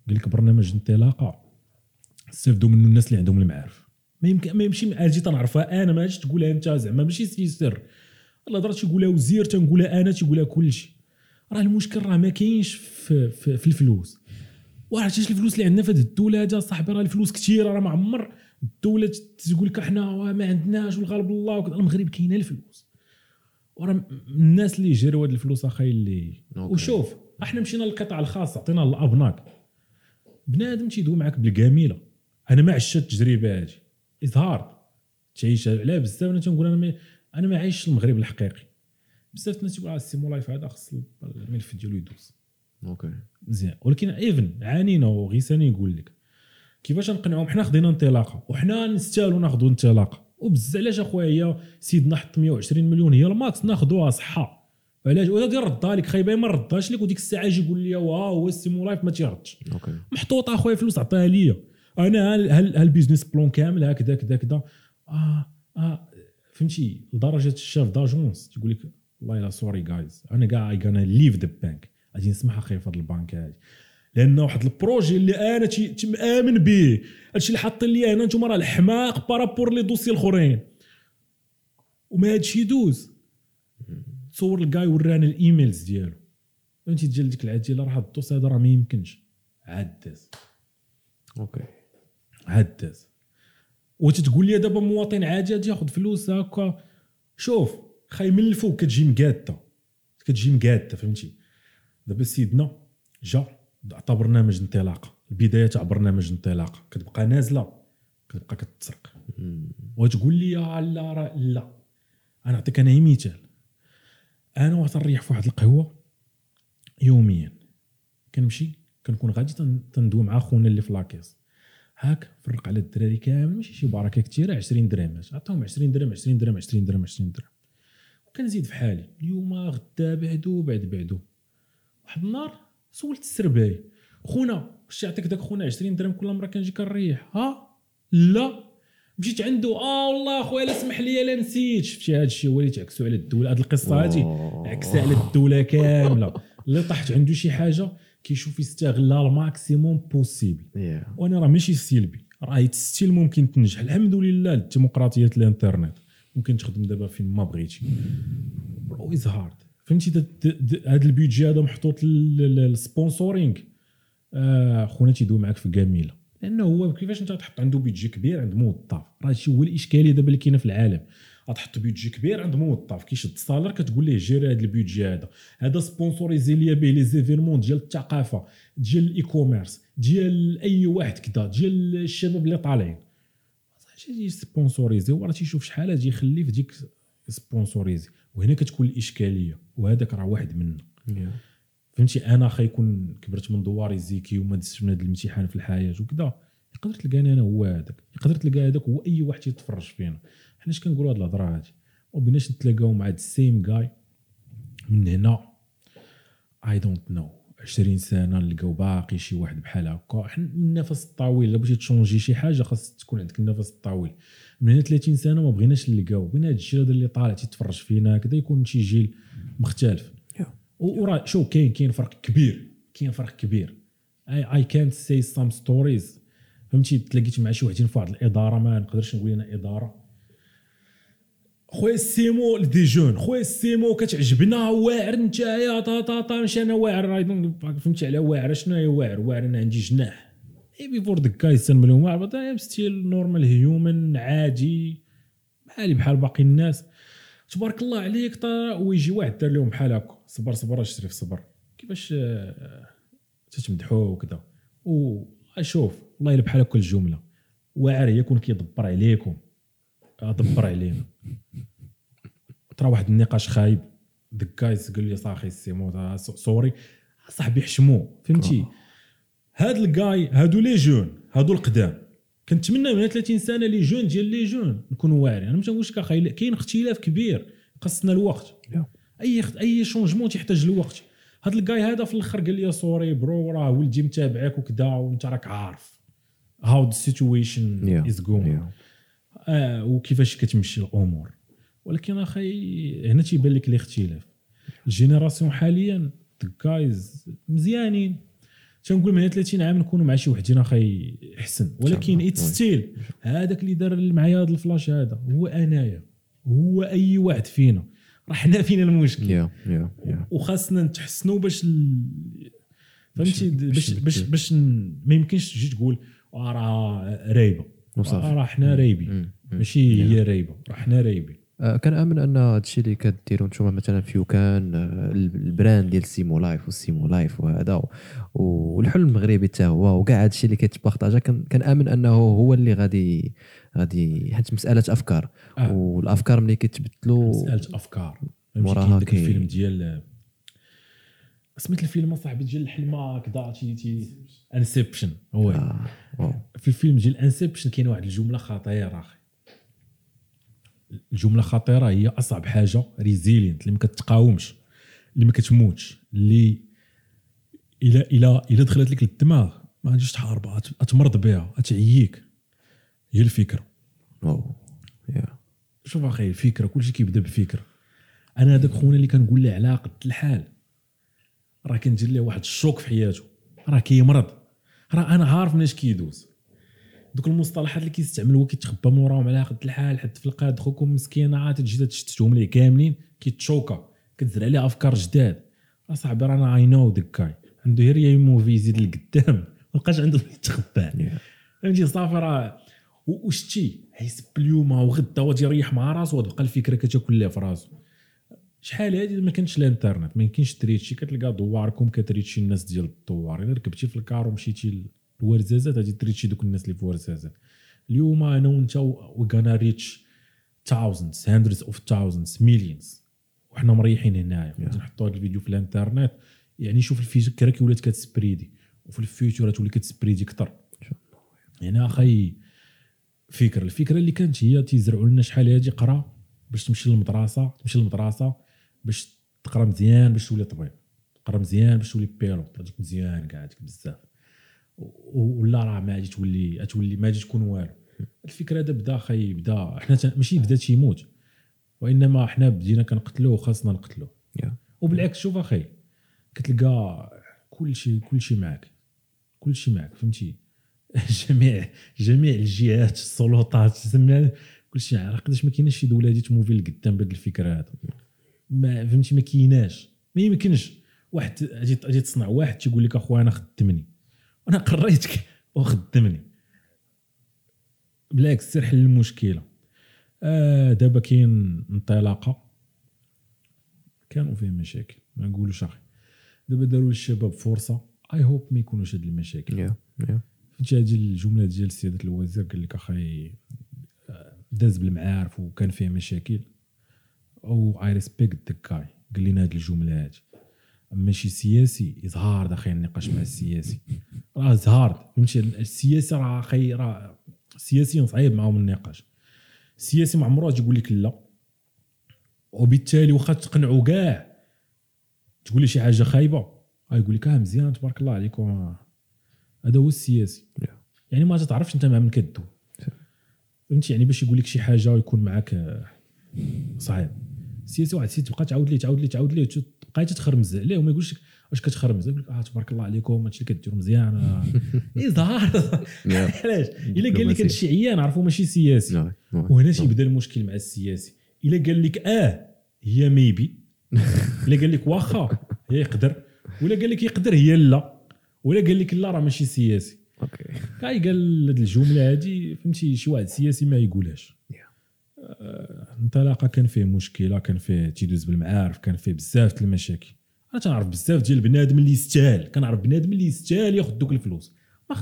قال لك برنامج انطلاقه استافدوا منه الناس اللي عندهم المعارف. ما يمكن ما يمشي اجي تنعرفها انا، ما اجيش تقولها انت زعما ماشي سر الله هضرت يقولها وزير تنقولها انا تيقولها كلشي. راه المشكل راه ما كاينش في الفلوس. وعرفتيش الفلوس اللي عندنا في هذه الدوله هذا صاحبي، راه الفلوس كثيره، راه ما عمر الدوله تقول لك احنا ما عندناش والغالب الله وكذا. المغرب كاينه الفلوس، وراه الناس اللي يجروا هاد الفلوس اخاي اللي وشوف احنا مشينا للقطاع الخاص عطينا الابناك بنادم تيدوي معاك بالكاميله. انا ما عشت التجربه هذه اظهار تعيشها على بزاف. انا تنقول انا ما عايش المغرب الحقيقي. بزاف الناس تيقول السيمو لايف هذا خص الملف ديالو يدوز اوكي مزيان، ولكن ايفن عانينا وغيساني يقول لك كيفاش نقنعهم. حنا خدينا انطلاقه وحنا نستاهلوا ناخذوا انطلاقه وبزاف. علاش اخويا هي سيدنا حط 120 مليون هي الماكس ناخذوها صحه. علاش ولا دير ردها لك خايبه ما ردهاش لك وديك الساعه يجي يقول لي واه هو السيمو لايف ما تيردش. اوكي محطوطه اخويا فلوس عطاها ليا انا هالبيزنس بلون كامل هكذا كذا كذا. فهمتي لدرجه الشاف داجونس تقول لك والله لا سوري جايز انا كاع اي غانا ليف ذا بانك غادي نسمح اخي في هذا البنك هذه لان واحد البروجي اللي انا مآمن به. هادشي اللي حاطين لي هنا نتوما راه الحماق بارابور لي دوسي الاخرين وما هادشي يدوز. تصور الكاي ورانا الايميلز ديالو فهمتي ديال ديك العجيله راه هاد الدوسي هذا راه ما يمكنش عاد داز. اوكي عاد داز وتتقول لي دابا مواطن عادي غادي ياخذ فلوس هكا. شوف خاي من الفوق كتجي مقاده فهمتي. دابا سيدنا جا عطى برنامج انطلاقه البدايه تاع برنامج انطلاقه كتبقى نازله كتبقى كتسرق وتقول لي لا راه لا. انا نعطيك انا مثال. انا وتنريح في واحد القهوه يوميا كنمشي كنكون غادي تندوي مع خونا اللي في لاكيس هاك فرق على الدراري كامل ماشي شي بركه كثيره 20 درهمات عطاهم 20 درهم 20 درهم 20 درهم 20 درهم وكنزيد في حالي. اليوم غدا بعدو بعدو واحد النهار سولت السرباي خونا واش يعطيك داك خونا 20 درهم كل مره كنجي كنريح لا مشيت عنده والله اخويا لا سمح لي لا نسيت. شفتي هذا الشيء هو اللي تعكسوا على الدوله. هذه القصه هذه عكسها على الدوله كامله. اللي طاحت عنده شي حاجه كيشوف يستغلها الماكسيموم بوسيبل. وانا راه ماشي سلبي راه ستيل ممكن تنجح الحمد لله. الديمقراطيه الانترنت ممكن تخدم دابا فين ما بغيتي اولويز هارد فهمتي. هذا البيدجي هذا محطوط للسبونسورينغ خونا تيدوي معاك في كاميله لانه هو كيفاش انت تحط عنده بيدجي كبير عند موظف. راه هادشي هو الاشكاليه دابا اللي كاينه في العالم. غتحط بيدجي كبير عند موظف كيشد الصالير كتقول ليه جيري هذا البيدجي هذا سبونسوريزي ليا به لي زيفينمون ديال الثقافه ديال الاي كوميرس ديال اي واحد كذا ديال الشباب اللي طالعين شي سبونسوريزي وراه تيشوف شحال غادي يخلي في ديك سبونسوريزي. وهنا كتكون الاشكاليه وهذاك راه واحد منه فهمتي. انا خايكون كبرت من دواري زيكي وما دزتش من هذا الامتحان في الحياه وكذا يقدر تلقاني انا هو هذاك يقدر تلقى هذاك هو اي واحد يتفرج فينا. حناش كنقولوا هاد الهضره هادي ما بغيناش نتلاقاو مع هاد السيم جاي من هنا اي دونت نو 20 سنه نلقاو باقي شي واحد بحال هكا. حنا النفس الطويل الا بغيتي تشونجي شي حاجه خاص تكون عندك النفس الطويل. من هنا 30 سنه ما بغيناش نلقاو بغينا هاد الشيء هذا اللي طالع تيتفرج فينا كذا يكون شي جيل مختلف. وراه شو كاين فرق كبير. اي كانت سي سام ستوريز فهمتي. تلاقيت مع شي وحدين في واحد الاداره ما نقدرش نقول انا اداره خويا السيمو دي جون خويا السيمو كتعجبنا واعر نتايا طا ماشي انا واعر فهمتي على واعر شنو هي واعر انا عندي جناح بيفور ذا جايز سنم لهم واعر ستيل نورمال هيومن عادي بحال باقي الناس تبارك الله عليك طا ويجي واحد دار لهم بحال هكا صبر اشري في صبر كيفاش تتمدحوه وكذا واشوف والله الا بحال هكا الجمله واعر هي يكون كيدبر عليكم دبر علينا. ترى واحد النقاش خايب ذا جايز قال لي صاحي السيمو سوري صاحبي حشمو فهمتي. هاد الجاي هادو لي جون هادو القدام كنتمنى من 30 سنه لي جون ديال لي جون نكونوا واعرين. انا ما تنقولش كاين اختلاف كبير خاصنا الوقت. اي شونجمون تيحتاج الوقت. هاد الجاي هذا في الاخر قال لي سوري برو راه ولدي متابعك وكذا وانت راك عارف هاو ذا سيتويشن از جوين وكيفاش كتمشي الامور. ولكن اخي هنا تيبان لك الاختلاف. الجينيراسيون حاليا جايز مزيانين تنقول من 30 عام نكونوا مع شي وحدين اخي احسن، ولكن اتس ستيل هذاك اللي دار معايا هذا الفلاش هذا هو انايا، هو اي واحد فينا، راه حنا فينا المشكل. وخاصنا نتحسنوا باش فهمتي باش ما يمكنش تجي تقول راه رايبه، راه حنا رايبين، ماشي هي رايبه، راه حنا رايبين. كنامن ان هادشي اللي كديروا نتوما مثلا في يوكان، البراند ديال سيمو لايف والسيمو لايف وهذا والحلم المغربي حتى هو، وكاع هادشي اللي كيتبارطاجا، كنامن انه هو اللي غادي حيت مساله افكار، والافكار ملي كيتبدلوا مساله افكار. موراها داك الفيلم ديال سميت الفيلم اصاحبي ديال الحلمه كذا تي انسبشن. هو في الفيلم ديال انسبشن كاين واحد الجمله خطيره اخي، الجمله خطيره هي اصعب حاجه ريزيلينت، اللي ما كتقاومش، اللي ما كتموتش، اللي الا دخلت لك للدماغ ما غاديش تحاربها، تمرض بها، تعييك. هي الفكره. شوف اخي الفكره كلشي كيبدا بفكره. انا هذاك خونا اللي كنقول له على قد الحال راه كندير له واحد الشوك في حياته، راه كيمرض، راه انا عارف مناش كيدوز. دوك المصطلحات اللي كيستعمل هو كيتخبى من وراهم على قد الحال، حتى في القاد خوكم مسكين عاد تجي تشتتهم ليه كاملين، كيتشوكا، كتزرع عليه افكار جداد. اصاحبي راه انا اي نو داك كاي عنده غير يموفي يزيد لقدام، ما بقاش عنده يتخبى. فهمتي صافي راه وشتي حيسب اليوم وغدا وغادي يريح مع راسو، وتبقى الفكره كتاكل ليه في راسو. شحال هادي ما كانش الانترنت، ما يمكنش تريتشي، كتلقى دواركم كتريتشي الناس ديال الدوار. الا ركبتي في الكار ومشيتي لورزازات غادي تريتشي دوك الناس اللي في ورزازات. اليوم انا وانت وغانا ريتش thousands hundreds of thousands millions، وحنا مريحين هنايا. غادي نحطوا هذا الفيديو في الانترنت، يعني شوف الفكره كي ولات كتسبريدي، وفي الفيوتشر تولي كتسبريدي اكثر. يعني اخي الفكره اللي كانت هي تيزرعوا لنا شحال هادي قرا باش تمشي للمدرسه باش تقرا مزيان باش تولي طبيب، تقرا مزيان باش تولي بيلوت، هذيك مزيان كاع هذيك بزاف، ولا راه ما غادي تولي ما غادي تكون والو. الفكره هذا بدا اخي، بدا حنا ماشي بدا تيموت، وانما حنا بدينا كنقتلوه وخاصنا نقتلوه. وبالعكس شوف اخي كتلقى كلشي معك فهمتي. جميع الجهات السلطات سمعنا كلشي عارف قداش ما كايناش شي دوله هادي تموفي لقدام بهاد الفكره هذا. ما فهمتي ما كايناش، ما يمكنش واحد اجي تصنع واحد تيقول لك اخويا انا خدمني وانا قريتك وخدمني. بالعكس سير حل المشكله. دابا كاين انطلاقه كانوا فيه مشاكل ما نقولوش اخي، دابا داروا للشباب فرصه، اي هوب ما يكونوش هاد المشاكل. فهمتي هذه الجمله ديال سياده الوزير قال لك اخي داز بالمعارف وكان فيه مشاكل، او اي ريسبكت ذا كاي قال لنا هذه الجمله هذه. ماشي سياسي يظهر داخل النقاش مع السياسي، راه زهار فهمتي. السياسي راه اخي راه سياسيين صعيب معاهم النقاش. السياسي ما عمره يقول لك لا، وبالتالي واخا تقنعوا كاع تقول لي شي حاجه خايبه يقول لك مزيان تبارك الله عليكم. هذا هو السياسي. يعني ما تعرفش انت مع من كدو فهمتي، يعني باش يقول لك شي حاجه ويكون معك صعيب. السياسي واحد سيت تبقى تعاود ليه تبقى تخرمز عليه وما يقولش واش كتخرمز، يقول لك تبارك الله عليكم هادشي اللي كديروا مزيان. يظهر علاش الا قال لك هادشي عيان عرفوا ماشي سياسي. وهنا تيبدا المشكل مع السياسي. الا قال لك هي ميبي، الا قال لك واخا هي يقدر، ولا قال لك يقدر هي لا، ولا قال لك لا راه ماشي سياسي. اوكي قال هاد الجمله هادي فهمتي شي واحد سياسي ما يقولهاش. انطلاقه كان فيه مشكله، كان فيه تيدوز بالمعارف، كان فيه بزاف المشاكل. انا تنعرف بزاف ديال بنادم اللي يستاهل، كنعرف بنادم اللي يستاهل ياخذ دوك الفلوس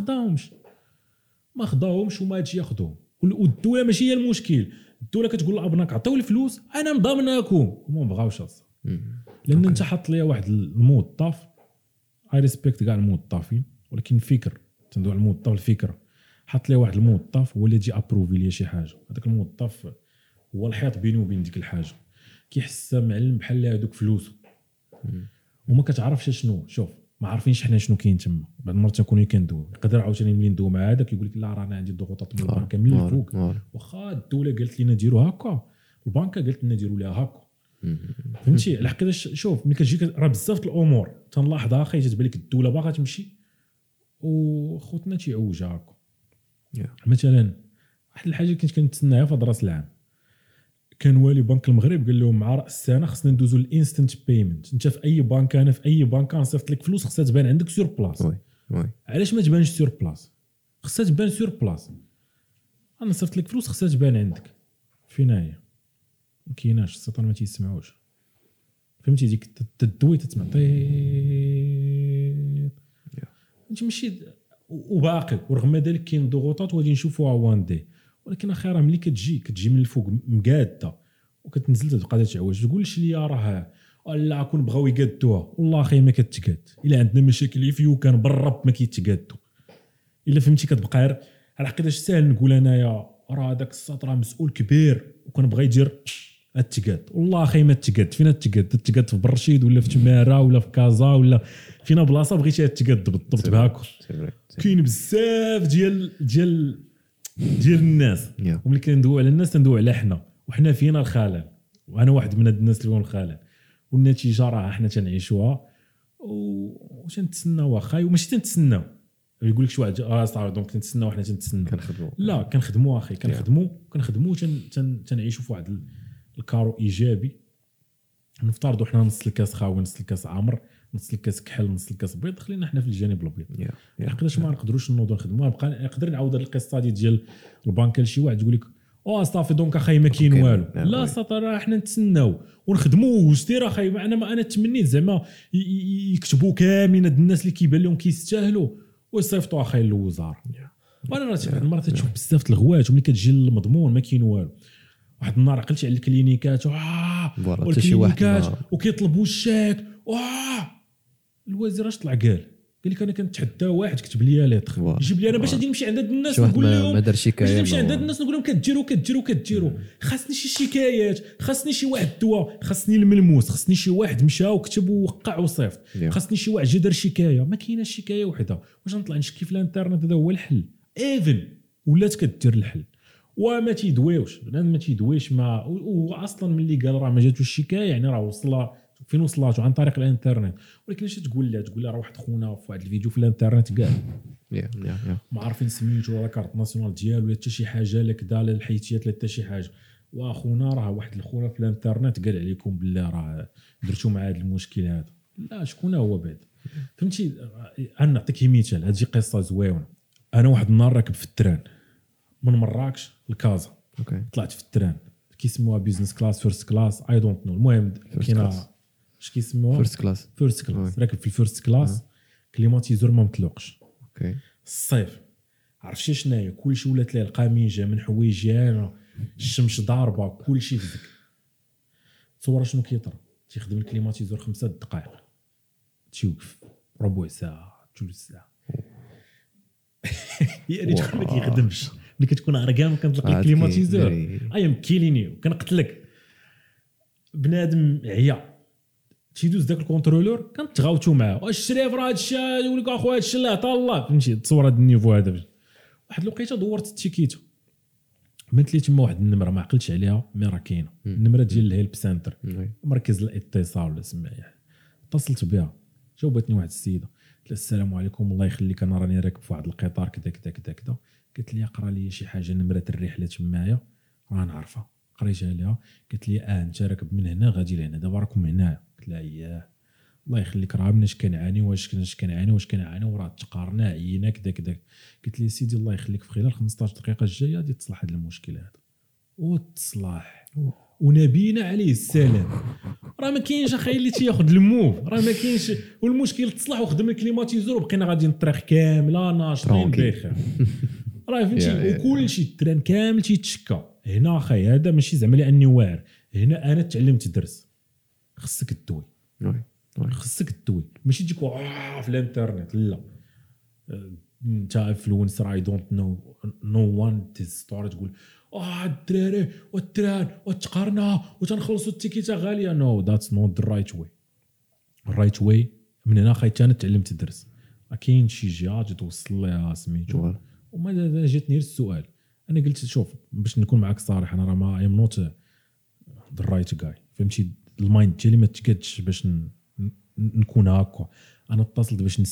ما خداهمش وما هادشي ياخذوهم. والدوله ماشي هي المشكل، الدوله كتقول لابناك عطيو الفلوس انا مضامناكم وما بغاوش اصلا. لان انت حط ليا واحد الموظف، اي ريسبكت كاع الموظفين، ولكن فكر تندوي على الموظف الفكره. حط لي واحد الموظف هو اللي يجي ابروفي ليا شي حاجه، هذاك الموظف هو الحيط بيني وبين ديك الحاجه، كيحس معلم بحال هذوك فلوسه وما كتعرفش شنو. شوف ما عارفينش حنا شنو كاين تما. بعض المرات تنكونوا كندوي يقدر عاوتاني ملي ندوي مع هذاك يقول لك لا راه انا عندي ضغوطات من البنكه من الفوق، واخا الدوله قالت لنا ديروا هكا، البنكه قالت لنا ديروا ليها هكا. فهمتي الحقيقه. شوف ملي كتجي راه بزاف الامور تنلاحظها اخي تتبان لك الدوله باغا تمشي وخوتنا تيعوجها هكا. مثلا واحد الحاجه اللي كنت كنتسناها في راس العام، كان والي بنك المغرب قال لهم مع راس السنه خصنا ندوزو الانستنت بيمنت. انت في اي بنك، انا في اي بنك نصيفط لك فلوس خصها تبان عندك سور بلاص. علاش ما تبانش سور بلاص؟ خصها تبان سور بلاص. انا صيفط لك فلوس خصها تبان عندك. فين هي؟ ما كايناش، السيطان ما تيسمعوش. فهمتي ديك تدوي تسمع انت ماشي وباقي. ورغم ذلك كاين ضغوطات وغادي نشوفوها وان دي، ولكن اخيرا ملي كتجي من الفوق مقاده وكتنزل تبقى تعوج. تقولش لي راه لا كون بغاو يقادوها، والله اخي ما كتقاد. الا عندنا مشاكل فيو كان بالرب ما كيتقادوا. الا فهمتي كتبقى على الحقيقه ساهل نقول انايا راه هذاك الساط راه مسؤول كبير وكنبغي يدير التقاد. والله اخي ما تقاد. فين تقاد في برشيد ولا في تماره ولا في كازا ولا فينا بلاصه بغيتي تقاد بالضبط بهاكا. كاين بزاف ديال الناس وملي كندويو على الناس تندويو على حنا، وحنا فينا الخلل، وانا واحد من هاد الناس اللي فيهم الخلل، والنتيجه راه حنا تنعيشوها وتنتسناو. واخا وماشي تنتسناو يقول لك شي واحد صافي دونك تنتسناو حنا تنتسناو. لا كنخدموا اخي، كنخدموا تنعيشوا في واحد الكارو ايجابي. نفترضوا حنا نص الكاس خاوي، نص الكاس عامر، نص الكاس كحل، نص الكاس بيض، خلينا حنا في الجانب الابيض. حقاش ما نقدروش نوضوا نخدموا. نقدر نعاود القصه ديال البنك لشي واحد يقول لك صافي دونك اخي ما كاين والو. لا صافي راه حنا نتسناو ونخدموا وستير اخي. انا تمنيت زعما يكتبوا كاملين هاد الناس اللي كيبان لهم كيستاهلوا ويصيفطوا اخي للوزاره. وانا راه المرات تشوف بزاف الغوات وملي كتجي للمضمون ما كاين والو. واحد النهار عقلتي على الكلينيكات والكلينيكات وكيطلبوا الشاك. الوزير اش طلع قال لك انا كنتحدى واحد كتب لي ليتر يجيب لي انا باش غادي نمشي عند هاد الناس نقول لهم باش نمشي عند هاد الناس نقول لهم كديروا. خاصني شي شكايات، خاصني شي واحد دواء، خاصني الملموس، خاصني شي واحد مشى وكتب ووقع وصيفط، خاصني شي واحد جا دار شكايه. ما كايناش شكايه وحده. واش نطلع نشكي في الانترنت؟ هذا هو الحل ايفن ولات كدير الحل وما تيدويوش. بنادم ما تيدويش ما واصلا ملي قال راه ما جاتوش الشكايه يعني راه وصلها فين وصلات عن طريق الانترنت. ولكن اش تقول لها راه واحد خونا في واحد الفيديو في الانترنت قال ما عارفين سميتو ولا كارت ناسيونال ديالو ولا حتى شي حاجه لا كدا لا الحيتيات لا حتى شي حاجه. واخونا راه واحد الخونا في الانترنت قال عليكم بالله راه درتو مع هذا المشكل هذا. لا شكون هو بعد؟ فهمتي؟ انا نعطيك مثال. هذه قصه زوينه. انا واحد النهار راكب في التران من مراكش لكازا. طلعت في التران كيسموها بيزنس كلاس فيرست كلاس اي دونت نو. المهم كاينه اش كيسموها فيرست كلاس. راكب في الفيرست كلاس كليماتيزور ما مطلوقش. الصيف عرفتي شناهي كلشي ولات ليه القميجه من حويجيانه، الشمس ضاربه كلشي فدك. تصور شنو كيطرا. تيخدم الكليماتيزور 5 دقائق تيوقف ربع ساعه ثلث ساعه. يا ريت ما كيخدمش. ملي كتكون عرقان وكنطلق الكليماتيزور ايام كيليني وكنقتلك. بنادم عيا تيدوز داك الكونترولور كنتغاوتوا معاه واش الشريف راه هادشي يقول لك اخويا هادشي اللي عطا الله. فهمتي؟ تصور هذا النيفو هذا. واحد الوقيته دورت التيكيته بنت لي تما واحد النمره ما عقلتش عليها مي راه كاينه النمره ديال الهيلب سنتر مركز الاتصال ولا سمعها. اتصلت بها جاوبتني واحد السيده قالت السلام عليكم الله يخليك انا راني راكب في واحد القطار كذا كذا كذا كذا. قالت لي اقرا لي شي حاجه نمره الرحله تمايا راه نعرفها. قريتها لها قالت لي انت راكب من هنا غادي لهنا دابا راكم هنا. قلت لها اياه الله يخليك راه مناش كنعاني واش كنعاني وراه تقارنا عينا كذا كذا. قلت لي سيدي الله يخليك في خلال 15 دقيقه الجايه غادي تصلح هذا المشكل هذا. وتصلح ونبينا عليه السلام. راه ما كاينش اخي اللي تياخذ الموف. راه ما كاينش والمشكل تصلح وخدم الكليماتيزور وبقينا غادي الطريق كامله ناشطين بخير. راه فهمتي وكلشي التران كامل تيتشكى. هنا اخي هذا ماشي زعما لاني واعر. هنا انا تعلمت درس. خصك تدوي. خصك تدوي ماشي تجيك في الانترنت. لا انت انفلونس راي دونت نو وان تستور تقول الدراري والتران وتقارنا وتنخلصوا التيكيته غاليه. نو ذاتس نوت ذا رايت واي. الرايت واي من هنا اخي انا تعلمت درس. كاين شي جهه توصل لها سميتو وما جاتني السؤال. انا قلت شوف باش نكون معك صريح انا راه ما ايم نوت ذا رايت جاي. فهمتي المايند ديالي ما تكادش باش نكون هكا. انا اتصلت باش نسب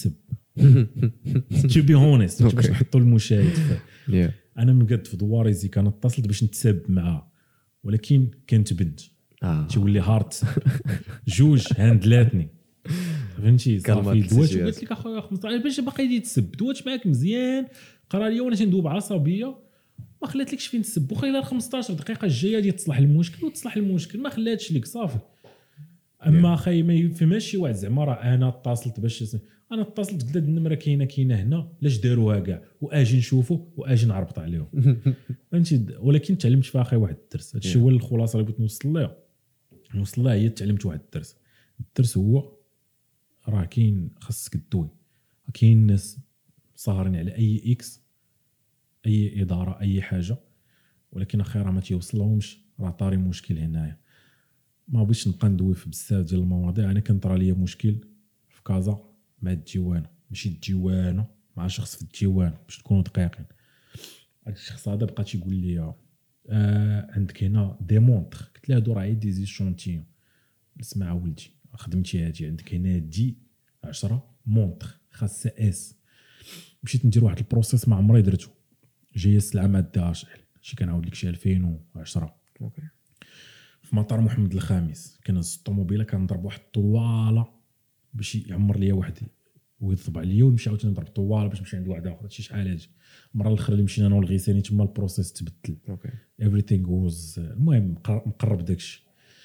تو بي هونست باش نحطوا المشاهد. Yeah. انا مقد في دواريزي كان اتصلت باش نتساب معها ولكن كانت بنت تقول لي هارت جوج هاندلاتني فهمتي صافي دوات قلت لك اخويا 15 باش باقي يتسب دوات معاك مزيان قرا لي وانا تندوب عصبيه ما خلاتلكش فين تسب وخا 15 دقيقه الجايه دي تصلح المشكل وتصلح المشكل ما خلاتش لك صافي. اما اخي ما يفهمش شي واحد زعما راه انا اتصلت باش انا اتصلت قلت النمره كاينه هنا لاش داروها كاع واجي نشوفوا واجي نعربط عليهم فهمتي. ولكن تعلمت فيها اخي واحد الدرس هادشي هو الخلاصه اللي بغيت نوصل لها هي تعلمت واحد الدرس هو راه كاين خاصك تدوي. كاين ناس صاهرين على اي اكس اي اداره اي حاجه ولكن اخي راه ما تيوصلهمش راه طاري مشكل هنايا. ما بغيتش نبقى ندوي في بزاف ديال المواضيع. انا كان طرا ليا مشكل في كازا مع الديوانه ماشي الديوانه مع شخص في الديوان باش تكونوا دقيقين. هذا الشخص هذا بقى تيقول لي عندك هنا دي مونطر قلت له هادو راه عندي دي زيشونتيون اسمع ولدي خدمتي هادي عندك هنا دي 10 مونطر خاصها اس. مشيت ندير واحد البروسيس ما عمري درته جايه السلعه ما داهاش شي كنعاود لك شي 2010 اوكي في مطار محمد الخامس كنهز الطوموبيله كنضرب واحد الطواله باش يعمر ليا واحد ويضرب عليا ونمشي عاوتاني نضرب طواله باش نمشي عند واحد اخر هادشي شحال هادي. المره الاخرى اللي مشينا انا والغيساني تما البروسيس تبدل اوكي everything was المهم مقرب داكشي.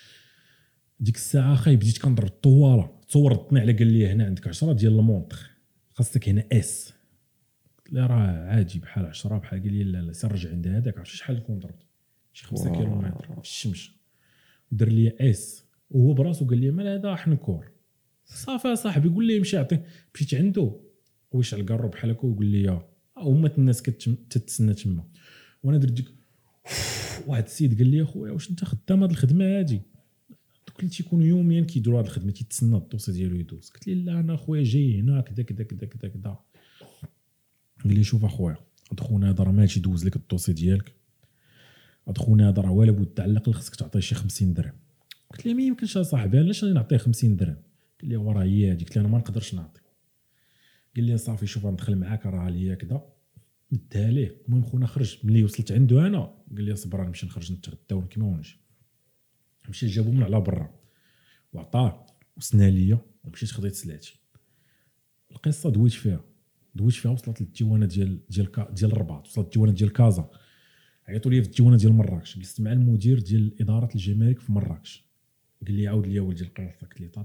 ديك الساعه اخي بديت كنضرب الطواله تصورتني على قال لي هنا عندك 10 ديال المونطر خاصك هنا اس. قلت له راه عادي بحال 10 بحال قال لي لا سير رجع عند هذاك عرفتي شحال نكون ضربت شي 5 كيلومتر في الشمس ودار لي اس وهو براسو قال لي مال هذا حنكور صافي صاحبي يقول لي مشي عطيه. مشيت عنده ويشعل الكارو بحال هكا ويقول لي هما الناس كتتسنى تما وانا درت ديك واحد السيد قال لي اخويا واش انت خدام هاد الخدمه هادي دوك اللي تيكونوا يوميا كيديروا هاد الخدمه تيتسنى الدوسي ديالو يدوز. قلت لي لا انا اخويا جاي هنا كذا كذا كذا كذا كذا. قال لي شوف اخويا هاد خونا هذا راه ماشي يدوز لك الدوسي ديالك هاد خونا هذا راه ولا بد تعلق خصك تعطيه شي 50 درهم. قلت له ما يمكنش صاحبي علاش نعطيه 50 درهم. قال لي وراه هي هذيك قلت له انا ما نقدرش نعطي. قال لي صافي شوف ندخل معاك راه ليا كذا مدها ليه. المهم خونا خرج ملي وصلت عنده انا قال لي صبر نمشي نخرج نتغداو كيما ونجي. مشيت جابو من على برا وعطاه وسنا ليا ومشيت خديت سلعتي. القصه دويت فيها وصلت للديوانه ديال الرباط وصلت للديوانه ديال كازا عيطوا لي في الديوانه ديال مراكش. جلست مع المدير ديال اداره الجمارك في مراكش قال لي عاود لي ولدي القصه. قلت لي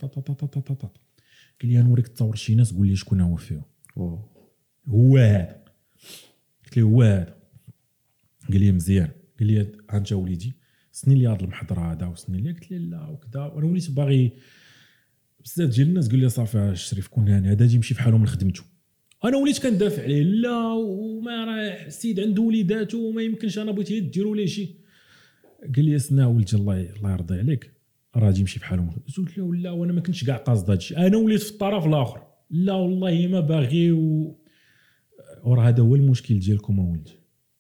قال لي نوريك تصور شي ناس قول لي شكون هو فيهم. هو هذا. قلت له هو هذا. قال لي مزيان. قال لي انت وليدي سني لي هذا المحضر هذا وسني لي. قلت له لا وكذا وانا وليت باغي بزاف ديال الناس قال لي صافي الشريف كون هاني هذا يمشي في حاله من خدمته. انا وليت كندافع عليه لا وما راه السيد عنده وليداته وما يمكنش انا بغيت ديروا ليه شي. قال لي اسنا ولدي الله يرضي عليك راه غادي يمشي في حاله. قلت له لا وانا ما كنتش كاع قاصد هادشي انا وليت في الطرف الاخر لا والله ما باغي وراه هذا هو المشكل ديالكم اولدي.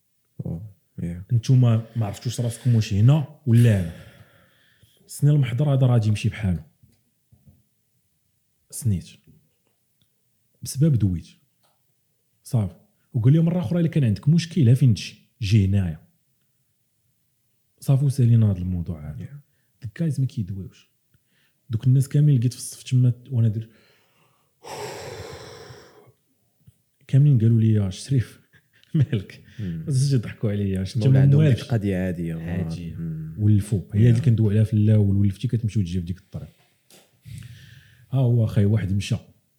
نتوما ما عرفتوش راسكم واش هنا ولا هنا. سني المحضر هذا راه غادي يمشي بحاله. سنيت بسبب دويت صافي. وقال لي مره اخرى الا كان عندك مشكل فين تجي جي هنايا صافي وسالينا هذا الموضوع هذا. ديك جايز ما كيدويوش دوك الناس كاملين لقيت في الصف تما وانا درت كاملين قالوا لي شريف مالك بس يضحكوا عليا واش انت ما عندهم عندك قضيه عاديه ولفوا هي اللي كندوي عليها في الاول ولفتي كتمشي وتجي في ديك الطريق. ها هو اخي واحد مشى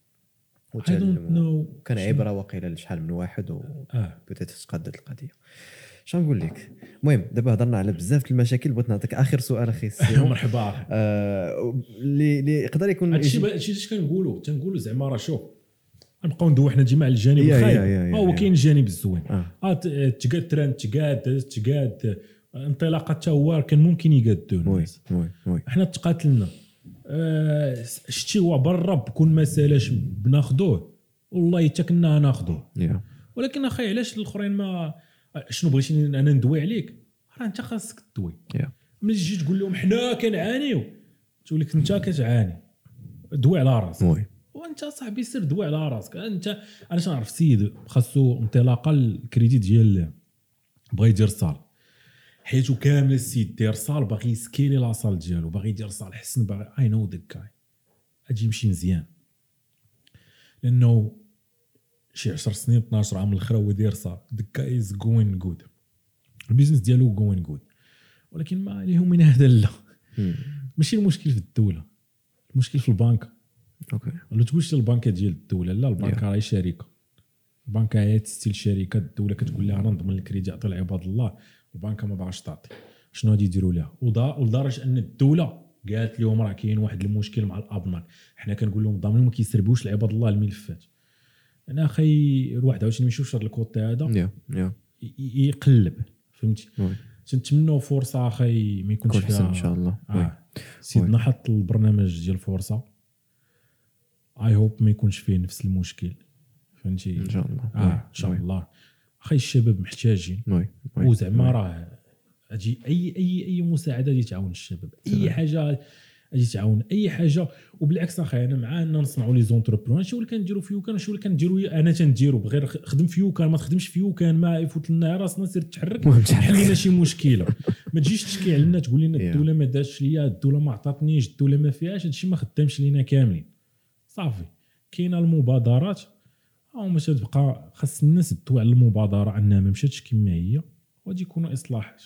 كان عبره وقيله لشحال من واحد بدات تقادت القضيه. شنو نقول لك. المهم دابا هضرنا على بزاف المشاكل بغيت نعطيك اخر سؤال اخي السيو. مرحبا. اللي يقدر يكون هادشي اش تنقولوا زعما راه شوف نبقاو ندوي حنا ديما على الجانب الخايب هو كاين الجانب الزوين تقاد تران تقاد انطلاقه حتى هو كان ممكن يقادو الناس. حنا تقاتلنا شتي هو برا بكون ما سالاش بناخذوه والله حتى كنا ناخذوه. ولكن اخي علاش الاخرين ما شنو بغيتيني انا ندوي عليك راه انت خاصك تدوي. ملي تجي تقول لهم حنا كنعانيو تقول لك انت كتعاني دوي على راسك. وانت صاحبي سير دوي على راسك. انت انا نعرف سيد خاصو انطلاقه الكريدي ديال بغى يدير صال حيتو كامل السيد داير صال باغي يسكيلي لا صال ديالو باغي يدير صال حسن باغي اي نو ذا جاي اجي يمشي مزيان لانه شي 10 سنين 12 عام الاخر هو داير صال ذا جاي از جوين جود البيزنس ديالو جوين جود ولكن ما عليهم من هذا لا ماشي المشكل في الدوله المشكل في البنك اوكي ولا تقولش البنكه ديال الدوله لا البنكه راهي شركه البنكه هي تستيل شركه الدوله كتقول لها انا نضمن الكريدي عطي لعباد الله البنكه ما باغاش تعطي شنو غادي يديروا لها ولدرجه ان الدوله قالت لهم راه كاين واحد المشكل مع الابناك حنا كنقول لهم ضامنين ما كيسربوش لعباد الله الملفات انا اخي الواحد عاوتاني ما يشوفش هذا الكوتي هذا يقلب فهمتي تنتمنوا فرصه اخي ما يكونش فيها ان شاء الله سيدنا حط البرنامج ديال فرصه اي هوب ما يكونش فيه نفس المشكل فهمتي ان شاء الله ان شاء الله اخي الشباب محتاجين وزعما راه اجي اي مساعده اللي تعاون الشباب اي حاجه اجي تعاون اي حاجه وبالعكس اخي انا مع ان نصنعوا لي زونتربرونور شنو اللي كنديروا فيه وكان شنو اللي كنديروا انا تنديروا بغير خدم فيه وكان ما تخدمش فيه وكان ما يفوت لنا راسنا سير تحرك حل لنا شي مشكله ما تجيش تشكي علينا تقول لنا الدوله ما دارتش ليا الدوله ما عطاتنيش الدوله ما فيهاش هادشي ما خدامش لينا كاملين صافي كاينه المبادرات او ماشي تبقى خاص الناس تدوي على المبادره انها ما مشاتش كما هي وغادي يكونوا اصلاحات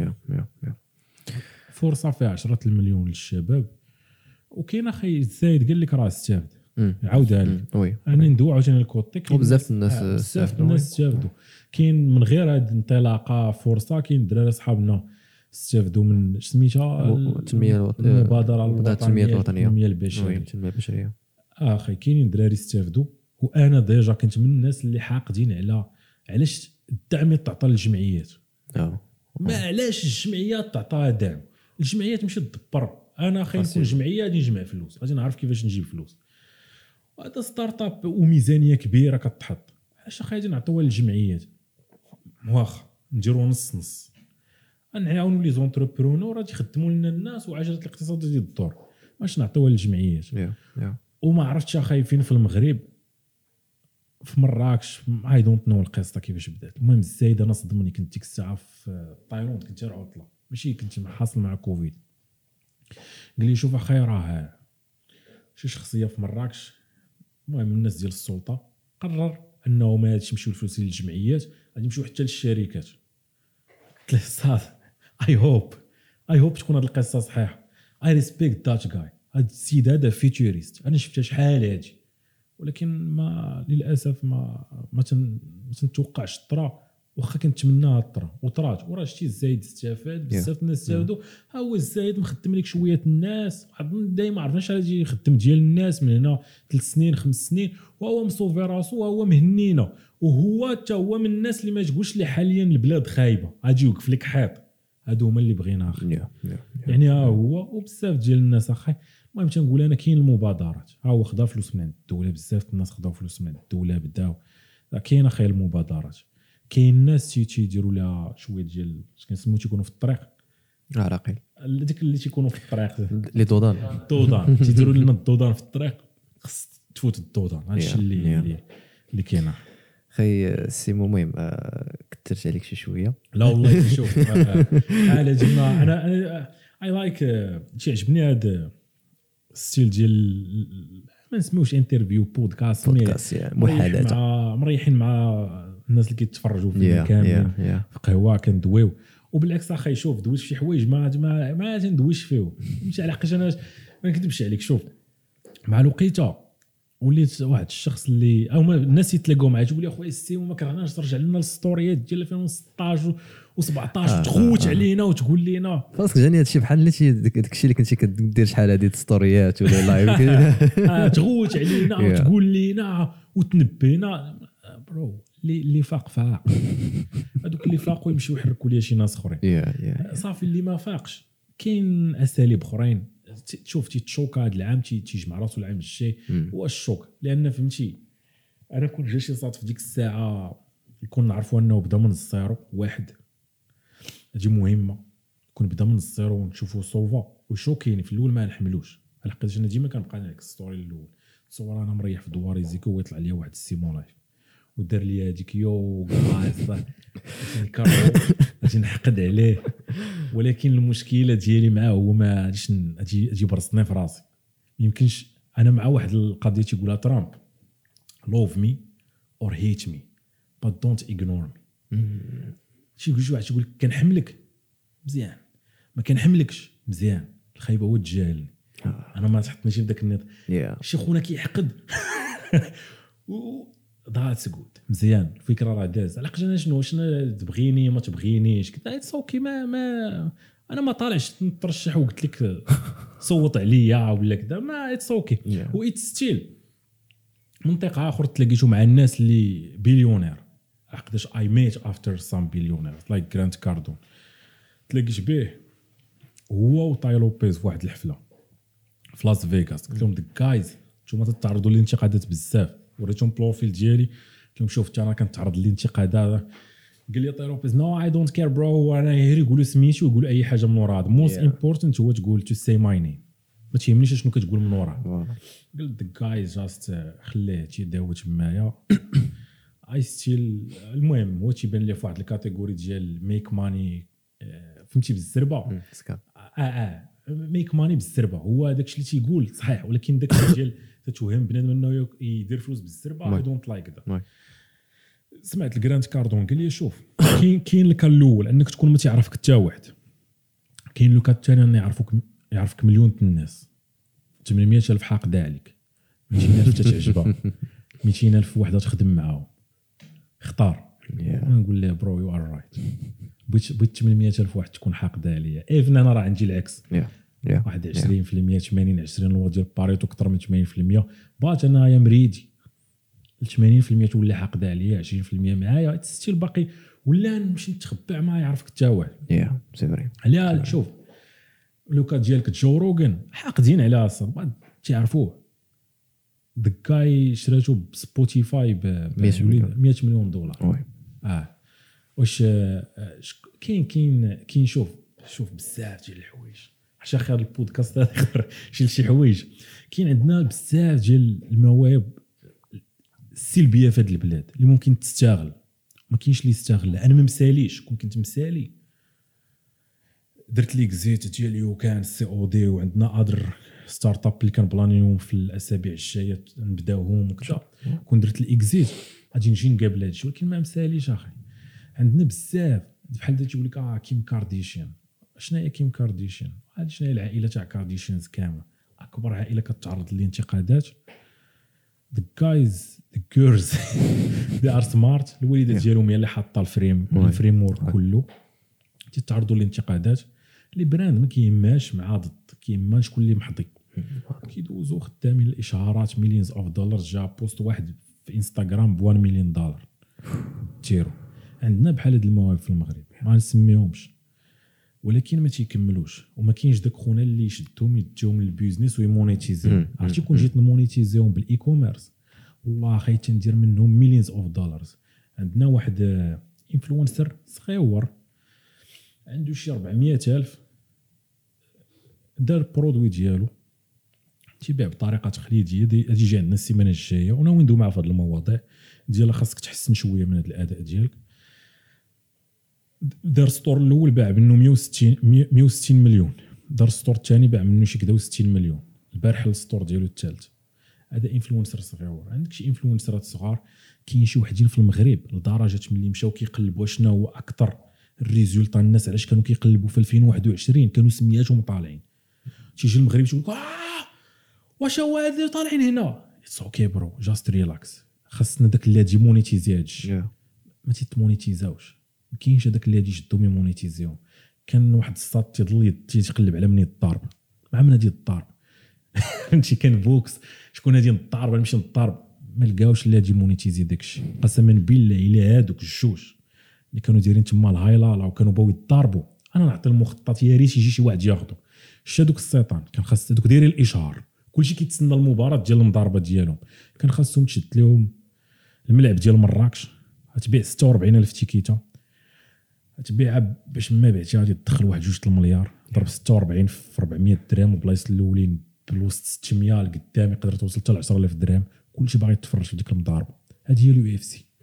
فرصه فيها 10 المليون للشباب وكاين اخي الزايد قال لك راه استافد عاودها لي انا ندوي عاوتاني الكوتي وبزاف الناس استافدوا كاين من غير هذه الانطلاقه فرصه كاين دراري اصحابنا استافدوا من سميتها المبادره الوطنيه البشريه اخي كاينين دراري استافدوا وانا ديجا كنت من الناس اللي حاقدين على علاش الدعم يتعطى للجمعيات ما علاش الجمعيات تعطيها دعم الجمعيات تمشي تدبر انا اخي نكون جمعيه غادي نجمع فلوس غادي نعرف كيفاش نجيب فلوس هذا ستارت اب وميزانيه كبيره كتحط علاش اخي غادي نعطيوها للجمعيات واخا نديروا نص نعاونوا لي زونتربرونور غادي يخدموا لنا الناس وعجله الاقتصاد غادي تدور واش نعطيوها للجمعيات وما عرفتش اخي فين في المغرب في مراكش اي دونت نو القصه كيفاش بدات المهم الزايد انا صدمني كنت ديك الساعه في طايرون كنت غير عطله ماشي كنت حاصل مع كوفيد قال لي شوف اخي راه شي شخصيه في مراكش المهم الناس ديال السلطه قرر انه ما غاديش يمشيو الفلوس للجمعيات غادي يمشيو حتى للشركات قلت له صاد اي هوب تكون هذه القصه صحيحه اي ريسبكت ذات جاي هذا السيد هذا فيتوريست انا شفتها شحال هادي ولكن ما للاسف ما تنتوقعش طرا واخا كنتمناها طرا وطرات وراه شتي الزايد استفاد بزاف الناس استافدوا ها هو الزايد مخدم لك شويه الناس دائما عرفناش غادي يخدم ديال الناس من هنا 3 سنين 5 سنين وهو مصوفي راسو وهو مهنينا وهو حتى هو من الناس اللي ما تقولش لي حاليا البلاد خايبه غادي يوقف لك حيط هادو هما اللي بغينا يعني ها هو وبزاف ديال الناس اخي المهم تنقول انا كاين المبادرات ها هو خدا فلوس من الدوله بزاف الناس خداو فلوس من الدوله بداو كاين اخي المبادرات كاين الناس تيديروا لها شويه ديال اش كنسميو تيكونوا في الطريق عراقيل ديك اللي تيكونوا في الطريق لي الدودان تيديروا لنا الدودان في الطريق خص تفوت الدودان هادشي اللي كاين خي سيمو المهم كثرت عليك شي شويه لا والله شوف حاله ديما انا اي لايك شي عجبني هذا ستيل ديال ما نسميوش انترفيو بودكاست محادثه مريحين مع الناس اللي كيتفرجوا فينا كاملين في قهوه كندويو وبالعكس اخي شوف دويت شي حوايج ما تندويش فيهم ماشي على حقاش انا ما نكذبش عليك شوف مع الوقيته وليت واحد الشخص اللي او الناس يتلاقاو معاه تقول لي اخويا السيمو ما كرهناش ترجع لنا الستوريات ديال 2016 و17 وتخوت علينا وتقول لنا خاصك جاني هادشي بحال داكشي اللي كنتي كدير شحال هادي ستوريات ولا لايف تغوت علينا وتقول لنا وتنبينا برو اللي فاق هذوك اللي فاقوا يمشيو يحركوا ليا شي ناس اخرين صافي اللي ما فاقش كاين اساليب اخرين تشوف تيتشوك هذا العام تيجمع راسو العام الجاي هو الشوك لان فهمتي انا كون جا شي صاد في ديك الساعه يكون نعرفوا انه بدا من الزيرو واحد هذه مهمه يكون بدا من الزيرو ونشوفوا صوفا وشوكين في الاول ما نحملوش لحقاش انا ديما كنبقى نعكس ستوري الاول صور انا مريح في دواري زيكو ويطلع لي واحد السيمون لايف ودار لي هذيك يوغا الكارو غادي نحقد عليه. ولكن المشكله ديالي معاه هو ما غاديش اجي برصني في راسي. يمكنش انا مع واحد القضيه تيقولها ترامب love me or hate me but don't ignore me. تيقول شي واحد تيقول كنحملك مزيان ما كنحملكش مزيان الخايبه هو تجاهلني. انا ما تحطنيش في داك النظام. شي خونا كيحقد ضاعت سكوت مزيان الفكره راه داز على انا شنو تبغيني ما تبغينيش كذا صوكي ما انا ما طالعش نترشح وقلت لك صوت عليا ولا كذا ما اتس اوكي و ستيل منطقه اخر تلاقيتو مع الناس اللي بليونير عقداش اي ميت افتر سام بليونير لايك جرانت كاردون تلاقيش به هو وطاي لوبيز في واحد الحفله في لاس فيغاس. قلت لهم جايز نتوما تتعرضوا للانتقادات بزاف وريتهم بروفيل ديالي قلت لهم شوف انا كنتعرض للانتقادات. قال لي طاي لوبيز نو اي دونت كير برو انا غير يقولوا سميتي ويقولوا اي حاجه من ورا. موست امبورتنت هو تقول تو سي ماي نيم ما تيهمنيش شنو كتقول من ورا. قلت جايز جاست خليه تيداوي تمايا اي ستيل. المهم هو تيبان لي في واحد الكاتيجوري ديال ميك ماني فهمتي بالزربه ميك ماني بالزربه هو داكشي اللي تيقول صحيح ولكن داكشي ديال تتوهم بنادم انه يدير فلوس بالزربه اي دونت لايك ذات. سمعت الجراند كاردون قال لي شوف كاين الكال الاول انك تكون ما تعرفك حتى واحد. كاين لو كات الثاني ان يعرفك مليون الناس 800,000 حاقده عليك 200,000 تتعجبها 200,000 وحده تخدم معاهم اختار. نقول له برو يو ار رايت بغيت 800,000 واحد تكون حاقده عليا ايفن انا راه عندي العكس واحد 20% 80 20 هو ديال باريتو اكثر من 80% بغات انايا مريدي 80% تولي حاقده عليا 20% معايا ستيل باقي ولا نمشي نتخبع ما يعرفك حتى واحد. سي فري عليها شوف لوكا ديالك جو روغن حاقدين عليها اصلا تعرفوه دكاي شراتو بسبوتيفاي ب 100 مليون دولار. واش كاين شوف بزاف ديال الحوايج عشان خير البودكاست هذا خير شي حوايج كاين عندنا بزاف ديال المواهب السلبيه في هذه البلاد اللي ممكن تستغل ما كاينش اللي يستغل. انا ما مساليش كنت مسالي درت لي اكزيت ديالي وكان سي او دي وعندنا ادر ستارت اب اللي كان بلانيهم في الاسابيع الجايه نبداوهم وكذا كنت درت الاكزيت غادي نجي نقابل هادشي ولكن ما مساليش اخي. عندنا بزاف بحال دا تيقول لك كيم كارديشيان. شنو هي كيم كارديشيان؟ هذه شنو هي العائله تاع كارديشيانز كامله اكبر عائله كتعرض للانتقادات. the guys the girls they are smart. الوالده ديالهم هي اللي حاطه الفريم ورك كله تتعرضوا للانتقادات. لي براند ما كيهماش مع ضد كيهما شكون اللي محظي كيدوزوا خدامين الاشعارات مليونز اوف دولار. جا بوست واحد في انستغرام ب 1 مليون دولار تيرو. عندنا بحال هاد المواهب في المغرب ما نسميهمش ولكن ما تيكملوش وما كاينش داك خونا اللي يشدهم يديهم للبيزنس ويمونيتيزي. عرفتي كون جيت نمونيتيزيهم بالاي كوميرس والله اخي تندير منهم مليونز اوف دولارز. عندنا واحد انفلونسر صغير عنده شي 400,000 دار برودوي ديالو تيبيع بطريقه تقليديه. غادي يجي عندنا السيمانه الجايه وناوي ندوي معاه في هذه المواضيع ديال خاصك تحسن شويه من هذا الاداء ديالك. دار ستور الاول باع منه 160 مليون. دار ستور الثاني باع منه شي كدا 60 مليون. البارح الستور ديالو الثالث. هذا انفلونسر صغير. عندك شي انفلونسرات صغار كاين شي وحدين في المغرب لدرجه ملي مشاو كيقلبوا شنو هو اكثر الريزولطا الناس علاش كانوا كيقلبوا في 2021 كانوا سمياتهم طالعين. تيجي المغرب تقول واش هو هذا طالعين هنا اتس اوكي برو جاست ريلاكس. خاصنا داك اللي غادي مونيتيزي هادشي ما تيتمونيتيزاوش. ما كاينش هذاك اللي غادي يشدهم يمونيتيزيهم. كان واحد الساط تيضل تيقلب على مني الضرب مع من هادي الضرب فهمتي كان بوكس شكون هادي الضرب نمشي نضرب ما لقاوش اللي غادي مونيتيزي داكشي. قسما بالله الا هادوك الجوج اللي كانوا دايرين تما الهايلالا وكانوا باغيو يضربوا انا نعطي المخطط يا ريت يجي شي واحد ياخذو. شا دوك السيطان كان خاص دوك دايرين الاشهار كلشي كيتسنى المباراه ديال المضاربه ديالهم. كان خاصهم تشد لهم الملعب ديال مراكش غتبيع 46,000 تيكيته تبيعها باش ما بعتي غادي تدخل واحد 2 المليار ضرب 46 في 400 درهم وبلايص الاولين بلوسط 600 لقدام يقدر توصل حتى ل 10000 درهم، كلشي باغي يتفرج في ديك المضاربه. هذه هي اليو اف سي.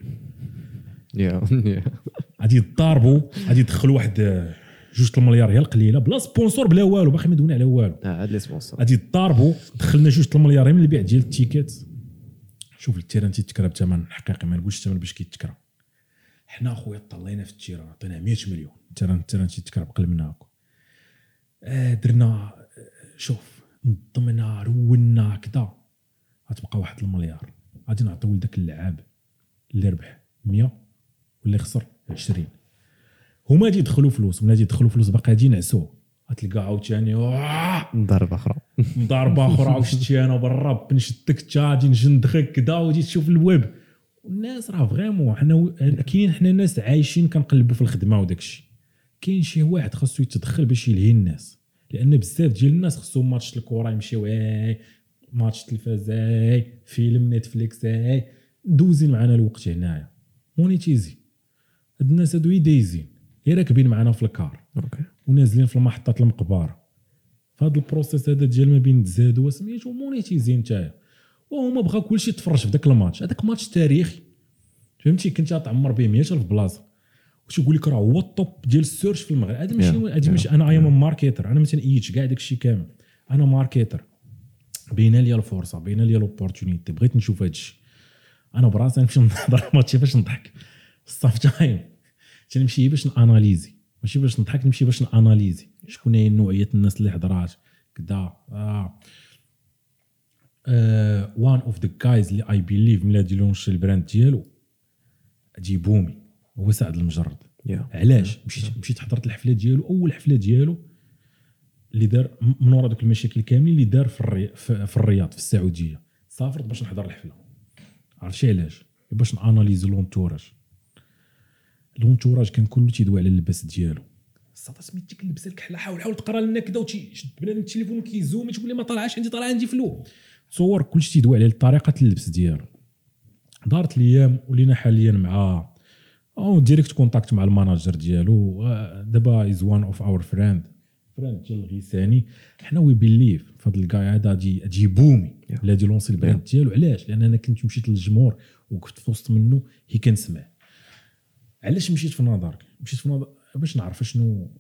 غادي يضاربوا، غادي يدخلوا واحد 2 المليار هي القليله بلا سبونسور بلا والو، باقي ما دونا على والو. هاد لي سبونسور غادي يضاربوا، دخلنا 2 المليار من البيع ديال التيكيت. شوف التيران تيتكرا بثمن حقيقي، ما نقولش الثمن باش كيتكرا. حنا اخويا طلينا في التيران عطينا 100 مليون التيران تيتكرا بقل من هاكا. درنا شوف نظمنا رونا كذا، غتبقى 1 المليار. غادي نعطيو لذاك اللعاب اللي ربح 100 واللي خسر 20. هما غادي يدخلوا فلوس، وملي غادي يدخلوا فلوس باقي غادي ينعسوا. غتلقى عاوتاني ضربه اخرى وشتي انا برا نشدك حتى غادي نجندخك كذا، وتجي تشوف الويب. والناس راه فريمون حنا كاينين، حنا ناس عايشين كنقلبوا في الخدمه وداك الشيء. كاين شي واحد خاصو يتدخل باش يلهي الناس، لان بزاف ديال الناس خصهم ماتش الكره يمشيو ماتش التلفاز فيلم نتفليكس دوزين معنا الوقت هنايا مونيتيزي. هاد الناس هادو يدايزين راكبين معنا في الكار ونازلين في المحطات المقباره في هذا البروسيس هذا ديال ما بين تزادوا وسميتو مونيتيزين نتايا. وهما بغاو كلشي يتفرج في داك الماتش. هذاك ماتش تاريخي فهمتي، كنت تعمر به 100,000 بلاصه وتقول لك راه هو الطوب ديال السيرش في المغرب. هذا ماشي انا ايام ماركيتر، انا ما تنقيدش كاع داك الشيء كامل. انا ماركيتر، بينا لي الفرصه، بينا لي لوبورتونيتي، بغيت نشوف هذا الشيء. انا براسي نمشي نحضر ماتشي باش نضحك الصاف تايم، تنمشي باش ناناليزي، ماشي باش نضحك، نمشي باش ناناليزي شكون هي نوعيه الناس اللي حضرات كذا. وان اوف ذا جايز اللي اي بيليف ملي غادي يلونش البراند ديالو اجي بومي هو سعد المجرد. علاش مشيت حضرت الحفله ديالو، اول حفله ديالو اللي دار من ورا دوك المشاكل كاملين اللي دار في الرياض في السعوديه. سافرت باش نحضر الحفله، عرفتي علاش؟ باش ناناليزي لونتوراج كان كله تيدوي على اللباس ديالو. الساطا سميتك اللبسه الكحله، حاول تقرا لنا كذا وتيشد بنادم التليفون كيزوم تقول لي ما طلعش عندي، طلع عندي فلو. تصور كلشي تيدوي على طريقه اللبس ديالو. دارت الايام ولينا حاليا مع ديريكت كونتاكت مع الماناجر ديالو. دابا از وان اوف اور فريند ديال الغيساني. حنا وي بيليف في هذا الكاي هذا اجي بومي لا دي لونسي البراند ديالو. علاش؟ لان انا كنت مشيت للجمهور وكنت في وسط منه هي كنسمع. علاش مشيت في نظرك؟ مشيت في نظر باش نعرف شنو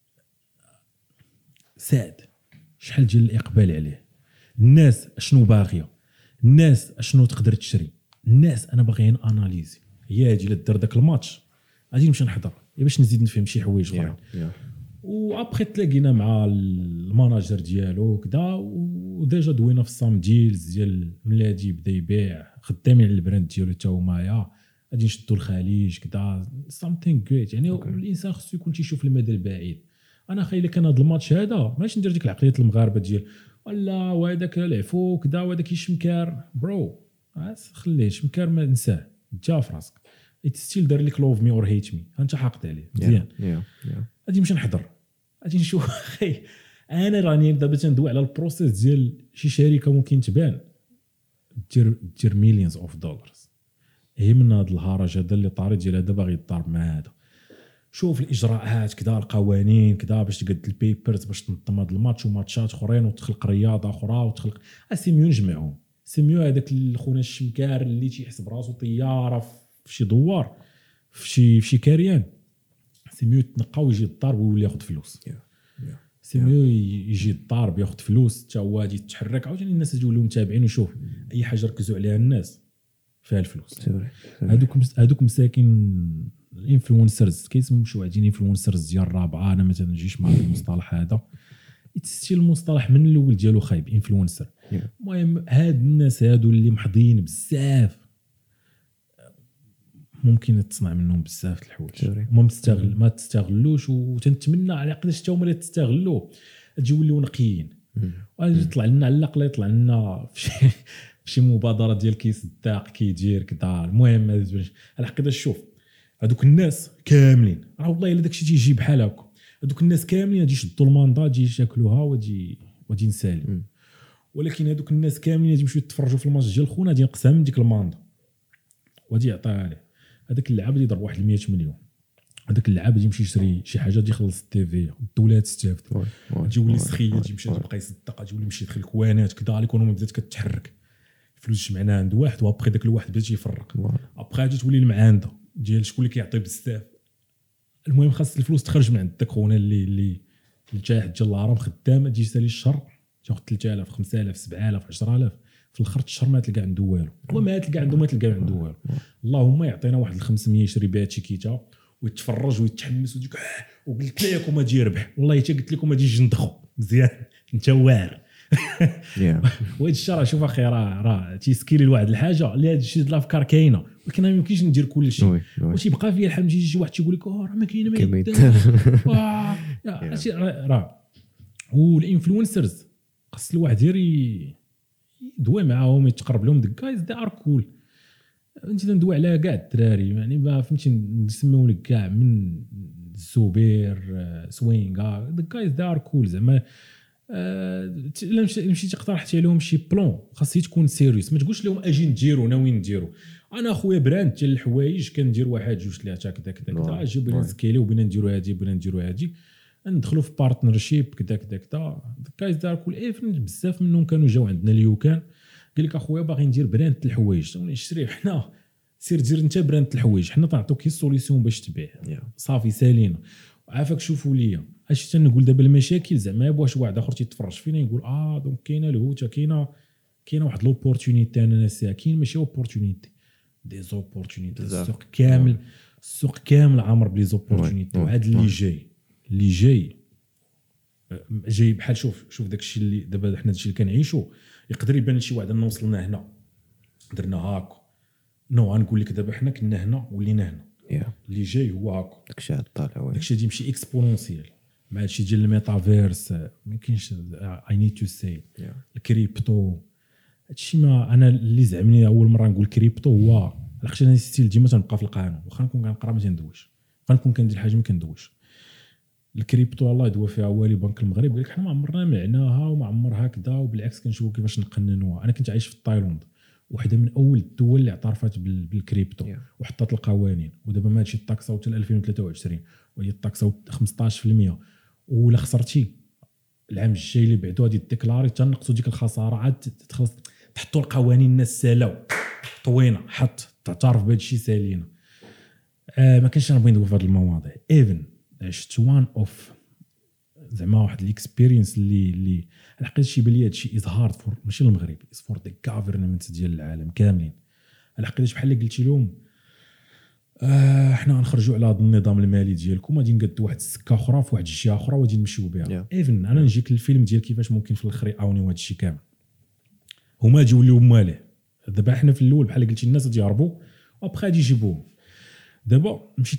ساد، شحال ديال الاقبال عليه، الناس شنو باغيه، الناس شنو تقدر تشري، الناس انا باغي اناليزي. هي هادي اللي دار داك الماتش غادي نمشي نحضر باش نزيد نفهم شي حوايج اخرين. وابخي تلاقينا مع الماناجر ديالو كذا، وديجا دوينا في الصام ديلز ديال ملي غادي يبدا يبيع، خدامين على البراند ديالو حتى هما غادي نشدوا الخليج كذا something great. يعني الانسان خصو يكون تيشوف المدى البعيد. انا خايله كان هذا الماتش هذا ماشي ندير ديك العقليه المغاربه ديال ولا وهذاك العفو كذا وهذاك يشمكار برو خليه شمكار ما نساه انت في راسك. ستيل دار لك لوف مي اور هيت مي، انت حاقد عليه مزيان. غادي نمشي نحضر، غادي نشوف اخي. انا راني دابا تندوي على البروسيس ديال شي شركه ممكن تبان دير مليونز اوف دولارز. هي من هذا الهرج هذا اللي طاري ديال هذا باغي يضرب مع هذا. شوف الاجراءات كذا، القوانين كذا باش تقد البيبرز باش تنظم هذا الماتش وماتشات اخرين وتخلق رياضه اخرى وتخلق سيميو نجمعهم. سيميو هذاك الخونه الشمكار اللي تيحسب راسو طياره في شي دوار في شي كاريان، سيميو يتنقى ويجي الضارب ويولي ياخذ فلوس. سيميو يجي الضارب ياخذ فلوس حتى هو غادي يتحرك. عاوتاني الناس يجيو متابعين ويشوف اي حاجه ركزوا عليها الناس فيها الفلوس. هذوك مساكين الانفلونسرز كيسموا شي واحدين انفلونسرز ديال الرابعه. انا مثلا نجيش مع المصطلح هذا، يتستيل المصطلح من الاول ديالو خايب انفلونسر. المهم هاد الناس هادو اللي محظيين بزاف ممكن تصنع منهم بزاف الحوايج ما تستغلوش. وتنتمنى على قداش حتى هما اللي تستغلوه تجي يوليو نقيين. ويطلع لنا على الاقل يطلع لنا في شي مبادره ديال كيس الداق كيدير كذا. المهم على قداش شوف هذوك الناس كاملين راه والله الا داكشي تيجي بحال هكا. هذوك الناس كاملين غادي يشدوا الماندا يجي ياكلوها وغادي نسالي. ولكن هذوك الناس كاملين غادي يمشيو يتفرجوا في الماتش ديال خونا غادي ينقسم من ديك الماندا وغادي يعطيها عليه. هذاك اللعاب اللي ضرب واحد 100 مليون هذاك اللعاب يجي يمشي يشري شي حاجه يجي يخلص التيفي، الدوله تستافد، يجي يولي سخيه، يجي يمشي يبقى يصدق، يجي يولي يمشي يدخل كوانات كذا، ليكونومي بدات كتحرك، الفلوس جمعنا عند واحد وابخي داك الواحد بدا يفرق، ابخي غادي تولي المعانده ديال شكون اللي كيعطي بزاف. المهم خاص الفلوس تخرج من عند داك خونا اللي تاع حتى الهرم خدام، تجي سالي الشهر تاخذ 3000 5000 7000 10000، في الاخر الشهر ما تلقى عنده والو، وما تلقى عنده ما تلقى عنده والو. اللهم يعطينا واحد 500 يشري بها تيكيتا ويتفرج ويتحمس ويجيك وقلت لكم ما تجي ربح، والله حتى قلت لكم ما تجيش ندخو مزيان انت واعر. وهذا الشيء راه شوف اخي راه تيسكيلي لواحد الحاجه اللي هذا الشيء الافكار كاينه، ولكن ما يمكنش ندير كل شيء، واش يبقى فيا الحال يجي شي واحد تيقول لك راه ما كاينه ما يدار راه. والانفلونسرز خاص الواحد يدوي معاهم يتقرب لهم، ديك جايز دي ار كول، انت ندوي على كاع الدراري يعني ما فهمتي نسميو لك كاع من الزبير سوينغا، ديك جايز دي ار كول زعما. الا مشيتي اقترحتي عليهم شي بلون خاص تكون سيريوس، ما تقولش لهم اجي نديرو ناويين نديرو انا اخويا براند ديال الحوايج كندير واحد جوج ثلاثه كذا كذا اجي بغينا نسكيليو وبغينا نديرو هادي بغينا نديرو هادي، ندخلوا في بارتنرشيب كذا كذا كذا. كايز دار كل بزاف منهم كانوا جاو عندنا اليوكان قال لك اخويا باغي ندير براند الحوايج نشري حنا، سير دير انت براند الحوايج حنا تعطوك السوليسيون باش تبيع صافي سالينا عافاك. شوفوا ليا اش تنقول دابا المشاكل زعما واش واحد اخر تيتفرج فينا يقول دونك كاينه الهوته كاينه واحد لوبورتونيتي انا ناسيها، كاين ماشي اوبورتونيتي دي زوبورتونيتي، السوق كامل عامر بلي زوبورتونيتي. وهذا اللي جاي بحال شوف داكشي اللي دابا حنا داكشي اللي كنعيشوا يقدر يبان لشي واحد انه وصلنا هنا درنا هاكو غنقول لك دابا حنا كنا هنا ولينا هنا اللي جاي هو هاكو داكشي طالع داكشي غادي يمشي اكسبونونسيال مع هادشي ديال الميتافيرس ما كاينش اي نيد تو سي الكريبتو هادشي. ما انا اللي زعمني اول مره نقول كريبتو هو لقيت انا ستيل ديما تنبقى في القانون، واخا نكون كنقرا ما تندويش، غنكون كندير حاجه ما كندويش. الكريبتو الله يدوى فيها والي بنك المغرب قال لك حنا ما عمرنا معناها وما عمر هكذا، وبالعكس كنشوفوا كيفاش نقننوها. انا كنت عايش في تايلاند، واحده من اول الدول اللي اعترفت بالكريبتو وحطت القوانين، ودابا ما هادشي الطاكسه حتى 2023 وهي الطاكسه 15%، ولا خسرتي العام الجاي اللي بعدو غادي ديكلاري تنقصوا ديك الخساره عاد تخلص تحطوا القوانين الناس سالاو طوينه حط تعترف بهذا الشيء سالينا. ما كانش انا بغيت ندوي في هذه المواضيع. ايفن عشت وان اوف زعما واحد الاكسبيرينس اللي الحقيقه شي بان لي هادشي از هارد فور ماشي المغرب از فور ذا غافرنمنت ديال العالم كاملين. الحقيقه بحال اللي قلتي لهم حنا غنخرجوا على هذا النظام المالي ديالكم غادي نقدوا واحد السكه اخرى في واحد الجهه اخرى وغادي نمشيو بها. ايفن انا نجيك الفيلم ديال كيفاش ممكن في الاخر يعاونيو هذا الشيء كامل، هما يجيو يوليو ماليه. دابا حنا في الاول بحال قلتي الناس غادي يهربوا وابخا غادي يجيبوهم. دابا مشيت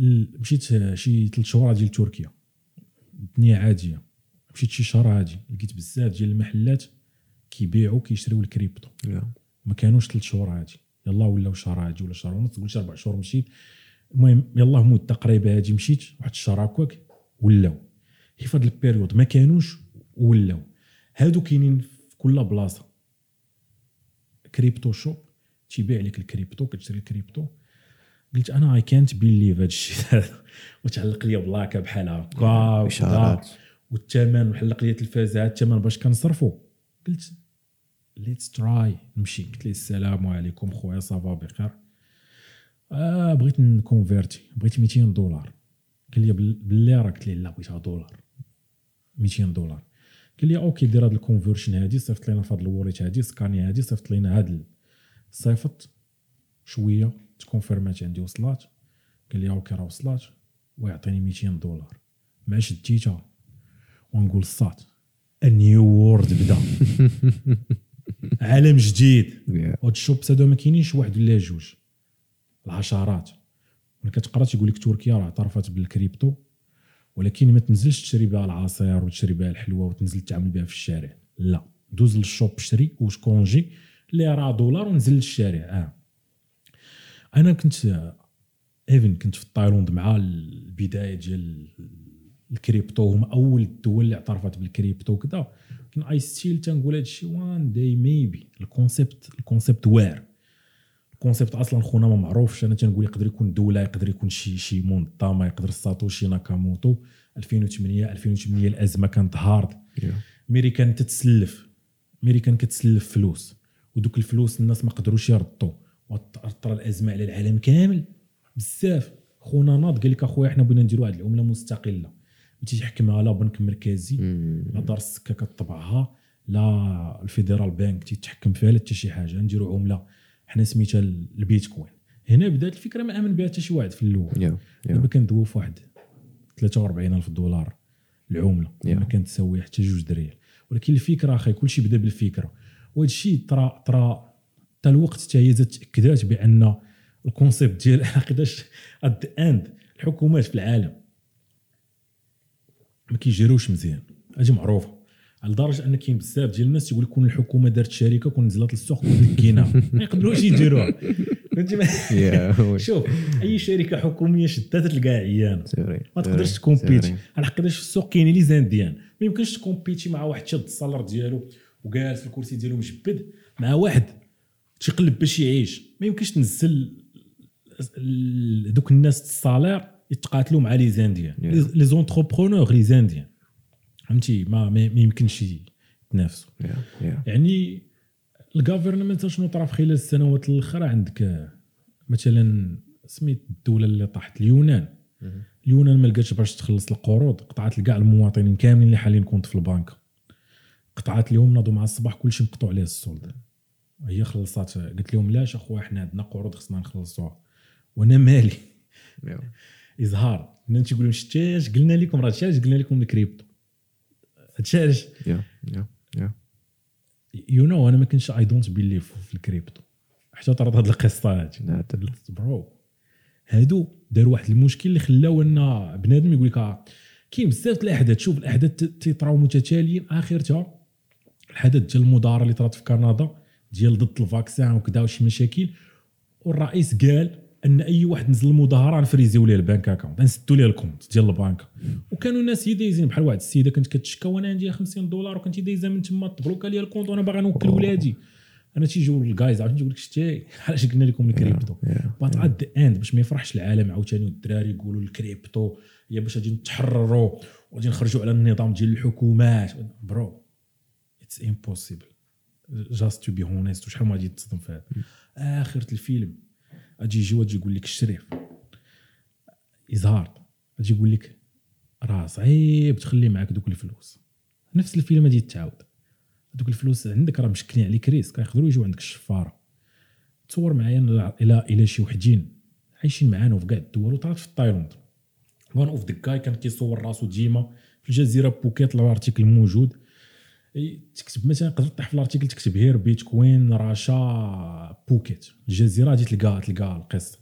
شي 3 شهور ديال تركيا، الدنيا عاديه. مشيت شي شهر عادي لقيت بزاف ديال المحلات كيبيعوا كيشريو الكريبتو. ما كانوش 3 شهور عادي، يلا ولاو شهر عادي ولا شهر ونص، تقول 4 شهور مشيت. المهم يلا مده قريبه هادي مشيت واحد الشهر هكاك ولاو. هي فهاد البيريود ما كانوش ولاو. هادو كاينين في كل بلاصه. كريبتو شوب تيبيع لك الكريبتو، كتشري الكريبتو. قلت انا اي كانت بيليف هذا الشيء وتعلق لي بلاكه بحال هكا اشارات والثمن وحلق لي التلفازه الثمن باش كنصرفوا. قلت ليتس تراي نمشي. قلت لي السلام عليكم خويا صافا بخير، بغيت نكونفيرتي، بغيت $200. قال لي بالله راه. قلت ليه لا بغيتها دولار $200. قال لي اوكي دير هاد الكونفيرشن هادي، صيفط لينا فهاد الواليت هادي، سكاني هادي، صيفط لينا هاد صيفط شويه تكونفيرمات عندي وصلات. قال لي اوكي راه وصلات ويعطيني $200. ما شديتها ونقول صات النيو وورد بدا عالم جديد. هاد الشوبس هادو ما كاينينش واحد ولا جوج، العشرات. ملي كتقرا تيقول لك تركيا راه اعترفت بالكريبتو، ولكن ما تنزلش تشري بها العصير وتشري بها الحلوى وتنزل تعامل بها في الشارع، لا دوز للشوب شري وشكونجي اللي راه دولار ونزل للشارع. انا كنت في تايلاند مع البدايه ديال الكريبتو، هما اول الدول اللي اعترفت بالكريبتو كذا. كان اي ستيل تنقول هادشي وان داي ميبي الكونسيبت واعر، الكونسيبت اصلا خونا ما معروفش. انا تنقول يقدر يكون دوله، يقدر يكون شي منظمه، يقدر ساتوشي ناكاموتو. 2008 الازمه كانت هارد. ميريكان تتسلف، ميريكان كتسلف فلوس، ودوك الفلوس الناس ما قدروش يردوا، وطرا الازمه على العالم كامل بزاف. خونا ناض قال لك اخويا حنا بغينا نديروا واحد العمله مستقله ما تيحكمها لا بنك مركزي لا دار السكه كطبعها لا الفيدرال بانك تيتحكم فيها لا حتى شي حاجه. نديروا عمله حنا سميتها البيتكوين. هنا بدات الفكره ما امن بها حتى شي واحد في الاول. دابا كندويو في واحد 43,000 دولار العمله ما كانت تساوي حتى 2 دريال. ولكن الفكره اخي كلشي بدا بالفكره، وهذا الشيء ترى حتى الوقت حتى هي تاكدات بان الكونسيبت ديال حقاش اد اند الحكومات في العالم ما كيجيروش مزيان. هذه معروفه على لدرجه ان كاين بزاف ديال الناس يقول لكم الحكومه دارت شركه كون نزلت للسوق ودكيناها ما يقدروش يديروها. شوف اي شركه حكوميه شدات تلقاها عيانه ما تقدرش تكومبيتي على حقاش في السوق كاينين لي زانديان. ما يمكنش تكومبيتي مع واحد شاد السالار ديالو وجالس في الكرسي ديالو مجبد مع واحد تيقلب باش يعيش. ما يمكنش تنزل دوك الناس السالير يتقاتلوا مع لي زانديان لي زونتربرونور لي زانديان فهمتي. ما يمكنش يتنافسوا. يعني الغافرنمنت شنو طرا في خلال السنوات الاخرى عندك مثلا سميت الدوله اللي طاحت اليونان ما لقاتش باش تخلص القروض، قطعت لكاع المواطنين كاملين اللي حالين كونط في البنك، قطعت لهم ناضوا مع الصباح كلشي مقطوع عليه السولد. هي خلصات قلت لهم لاش اخويا حنا عندنا قروض خصنا نخلصوها وانا مالي. اظهار انت تقول لهم شتاش قلنا لكم راه شتاش قلنا لكم الكريبتو هادشي يو نو. انا ما كنتش اي دونت بيليف في الكريبتو حتى طرات هاد القصه هادي برو. هادو داروا واحد المشكل اللي خلاو ان بنادم يقول لك كاين بزاف الاحداث. شوف الاحداث تيطراو متتاليين، اخرتها الحدث ديال المظاهره اللي طرات في كندا ديال ضد الفاكسان وكذا وشي مشاكل، والرئيس قال ان اي واحد نزل المظاهره نفريزيو ليه البنك اكاونت نسدوا ليه الكونت ديال البنك. وكانوا الناس يدايزين بحال واحد السيده كانت كتشكى وانا عندي 50 دولار وكنت دايزه من تما تبروكا ليا الكونت وانا باغي نوكل ولادي. انا تيجيو الجايز عاوتاني يقول لك شتي علاش قلنا لكم الكريبتو بات اد اند باش ما يفرحش العالم عاوتاني والدراري يقولوا الكريبتو هي باش غادي نتحرروا وغادي نخرجوا على النظام ديال الحكومات. برو اتس امبوسيبل جاست تو بي هونست. وشحال ما غادي تصدم في هذا اخره الفيلم اجي يجي واجي يقول لك الشريف اظهار اجي يقول لك راه صعيب تخلي معاك دوك الفلوس. نفس الفيلم غادي يتعاود دوك الفلوس عندك راه مشكلين عليك ريسك يقدروا يجيو عندك الشفاره. تصور معايا الى شي وحدين عايشين معانا في كاع الدول وطرات في تايلاند. وان اوف ذا جاي كان كيصور راسو ديما في الجزيره بوكيت. الارتيكل موجود تكتب مثلا قدرت تطيح في الارتيكل تكتب هير بيتكوين راشا بوكيت الجزيره غادي تلقى القصه.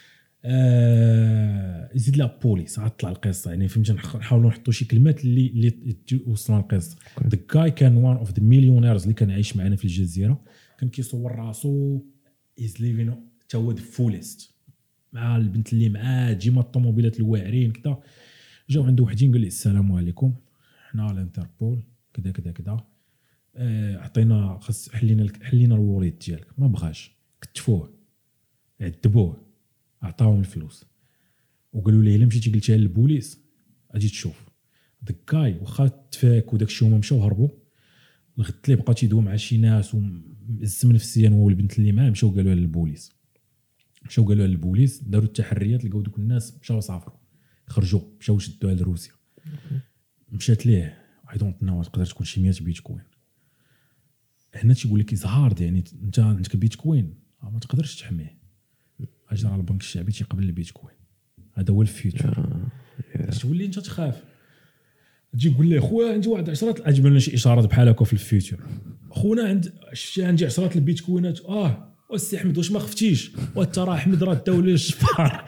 يزيد لها بوليس عاد طلع القصه. يعني فهمتي نحاولوا نحطوا شي كلمات اللي توصلنا القصه. ذا جاي كان وان اوف ذا مليونيرز اللي كان عايش معنا في الجزيره. كان كيصور راسو از ليفين تا هو فوليست مع البنت اللي معاه ديما الطوموبيلات الواعرين كذا. جاو عنده وحدين قال لي السلام عليكم حنا الانتربول كذا كذا كذا عطينا خاص حلينا الواليت ديالك. ما بغاش كتفوه عذبوه عطاهم الفلوس وقالوا ليه الا مشيتي قلتيها للبوليس غادي تشوف. داك كاي واخا تفاك وداك الشيء هما مشاو هربوا الغد اللي بقى تيدوي مع شي ناس ومزم نفسيا هو والبنت اللي معاه مشاو قالوها للبوليس. داروا التحريات لقاو دوك الناس مشاو سافروا خرجوا مشاو شدوها لروسيا. مشات ليه اي دونت نو تقدر تكون شي 100 بيتكوين. هنا تيقول لك هارد يعني انت عندك بيتكوين ما تقدرش تحميه. اجي على البنك الشعبي تيقبل البيتكوين هذا هو الفيوتشر. تولي انت تخاف تجي تقول لي خويا عندي واحد 10 اجيب لنا شي اشارات بحال هكا في الفيوتشر. خونا عندي 10 البيتكوينات والسي احمد واش ما خفتيش وانت راه احمد راه داو لي الشفار.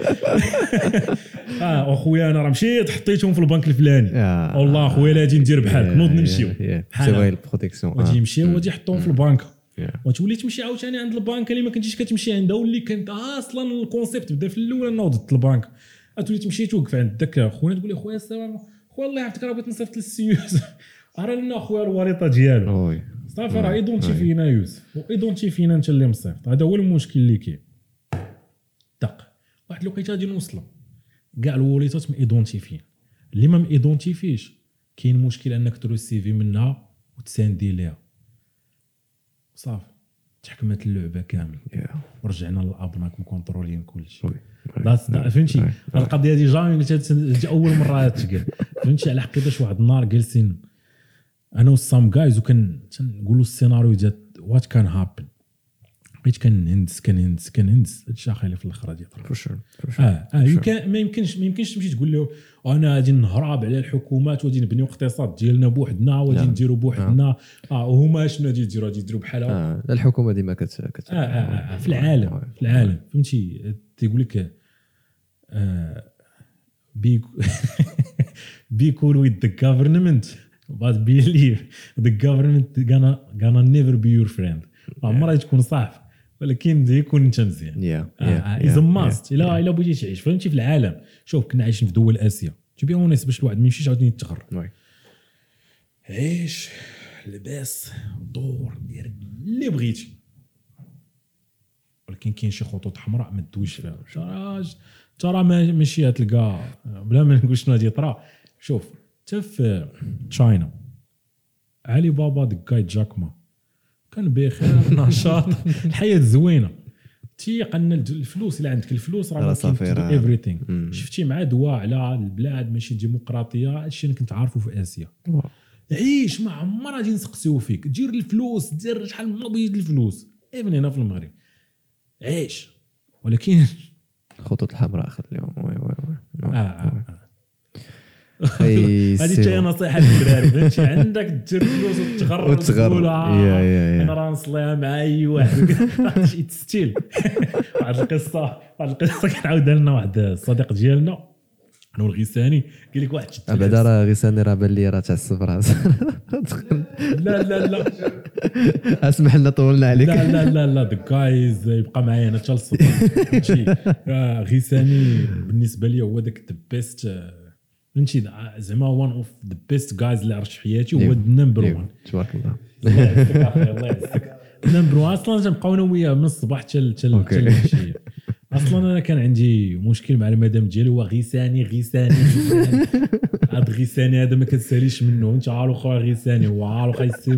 اخويا انا راه مشيت حطيتهم في البنك الفلاني والله اخويا لا غادي ندير بحالك نوض نمشيو بحال البروتيكسيون غادي يمشيو وغادي يحطوهم في البنك. وتولي تمشي عاوتاني عند البنك اللي ما كنتيش كتمشي عندها واللي كانت اصلا الكونسيبت بدا في الاول نوضت البنك. تولي تمشي توقف عند داك خونا تقول لي خويا السلام خويا الله يعطيك راه بغيت نصيفط للسيوز راه لنا خويا الوريطه ديالو صافي راه ايدونتي فينا يوسف وايدونتي فينا انت اللي مصيفط. هذا هو المشكل اللي كاين. واحد الوقيته غادي نوصل كاع الوليتات ميدونتيفين اللي ما ميدونتيفيش كاين مشكل انك تروح السي في منها وتساندي ليها صافي تحكمت اللعبه كامل ورجعنا للابناك مكونترولين كلشي فهمتي القضيه دي جامي قلت اول مره تقال فهمتي على حقيقه واحد النهار جالسين انا وسام جايز وكان تنقولوا السيناريو ديال وات كان هابن بقيت كنهندس هادشي خايله في الاخر غادي يطرا ما يمكنش تمشي تقول له انا غادي نهرب على الحكومات وغادي نبنيو اقتصاد ديالنا بوحدنا وغادي نديروا بوحدنا وهما شنو غادي يديروا بحالها الحكومه ديما في العالم فهمتي تيقول لك be cool with the government but believe the government gonna never be your friend عمرها تكون صاحب ولكن يكون انت مزيان اذا ماست الا بغيتي تعيش فهمتي في العالم شوف كنا عايشين في دول اسيا تبي اونس باش الواحد ما يمشيش عاوتاني يتغر عيش لباس دور دير اللي بغيتي ولكن كاين شي خطوط حمراء ما تدويش فيها ترى ماشي تلقى بلا ما نقول شنو غادي يطرا شوف حتى في تشاينا علي بابا دكاي جاكما كان بخير نشاط الحياه زوينه تيقن الفلوس اللي عندك الفلوس راه صافي everything شفتي مع دواء على البلاد ماشي ديمقراطيه هادشي انا كنت عارفه في اسيا عيش ما عمر غادي نسقسيو فيك دير الفلوس دير شحال من بغيت الفلوس ايفن هنا في المغرب عيش ولكن الخطوط الحمراء خليهم هذه تاهي نصيحه للدراري فهمتي عندك دير فلوس وتغرب انا راه نصليها مع اي واحد تستيل واحد القصه كنعاودها لنا واحد الصديق ديالنا انا والغيساني قال لك واحد بعدا راه غيساني راه بان لي راه تعصب راسك لا اسمح لنا طولنا عليك لا ذا جايز يبقى معايا انا حتى الصبح فهمتي غيساني بالنسبه لي هو داك ذا بيست فهمتي زعما وان اوف ذا بيست جايز اللي عرفت في حياتي هو النمبر 1 تبارك الله الله يعزك النمبر 1 اصلا تنبقاو انا وياه من الصباح حتى العشيه اصلا انا كان عندي مشكل مع المدام ديالي هو غيساني هاد غيساني هذا ما كتساليش منه انت عارف خويا غيساني هو عارف خايسيم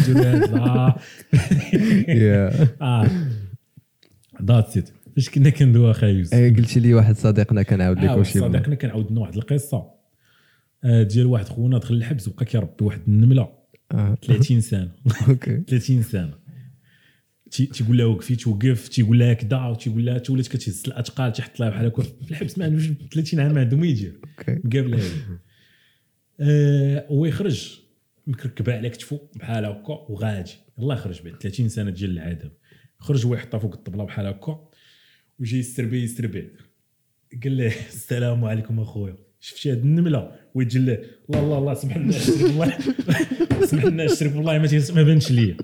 ذاتس ات فاش كنا كندوها خايس قلتي لي واحد صديقنا كنعاود لك واش صديقنا كنعاود لنا واحد القصه ديال واحد خونا دخل الحبس وبقى كيربي واحد النمله 30 سنه اوكي 30 سنه تيقول لها وقفي توقف تيقول لها هكذا وتيقول لها ولات كتهز الاثقال تحط لها بحال هكا في الحبس ما عندوش 30 عام ما عنده ما يدير قابلها هو يخرج مكركبه على كتفو بحال هكا وغادي الله يخرج بعد 30 سنه ديال العذاب خرج هو يحطها فوق الطبله بحال هكا وجاي يستربي قال له السلام عليكم اخويا شفتي هاد النمله ويجي له الله سمح لنا والله سمح لنا اشرب والله ما بانش ليا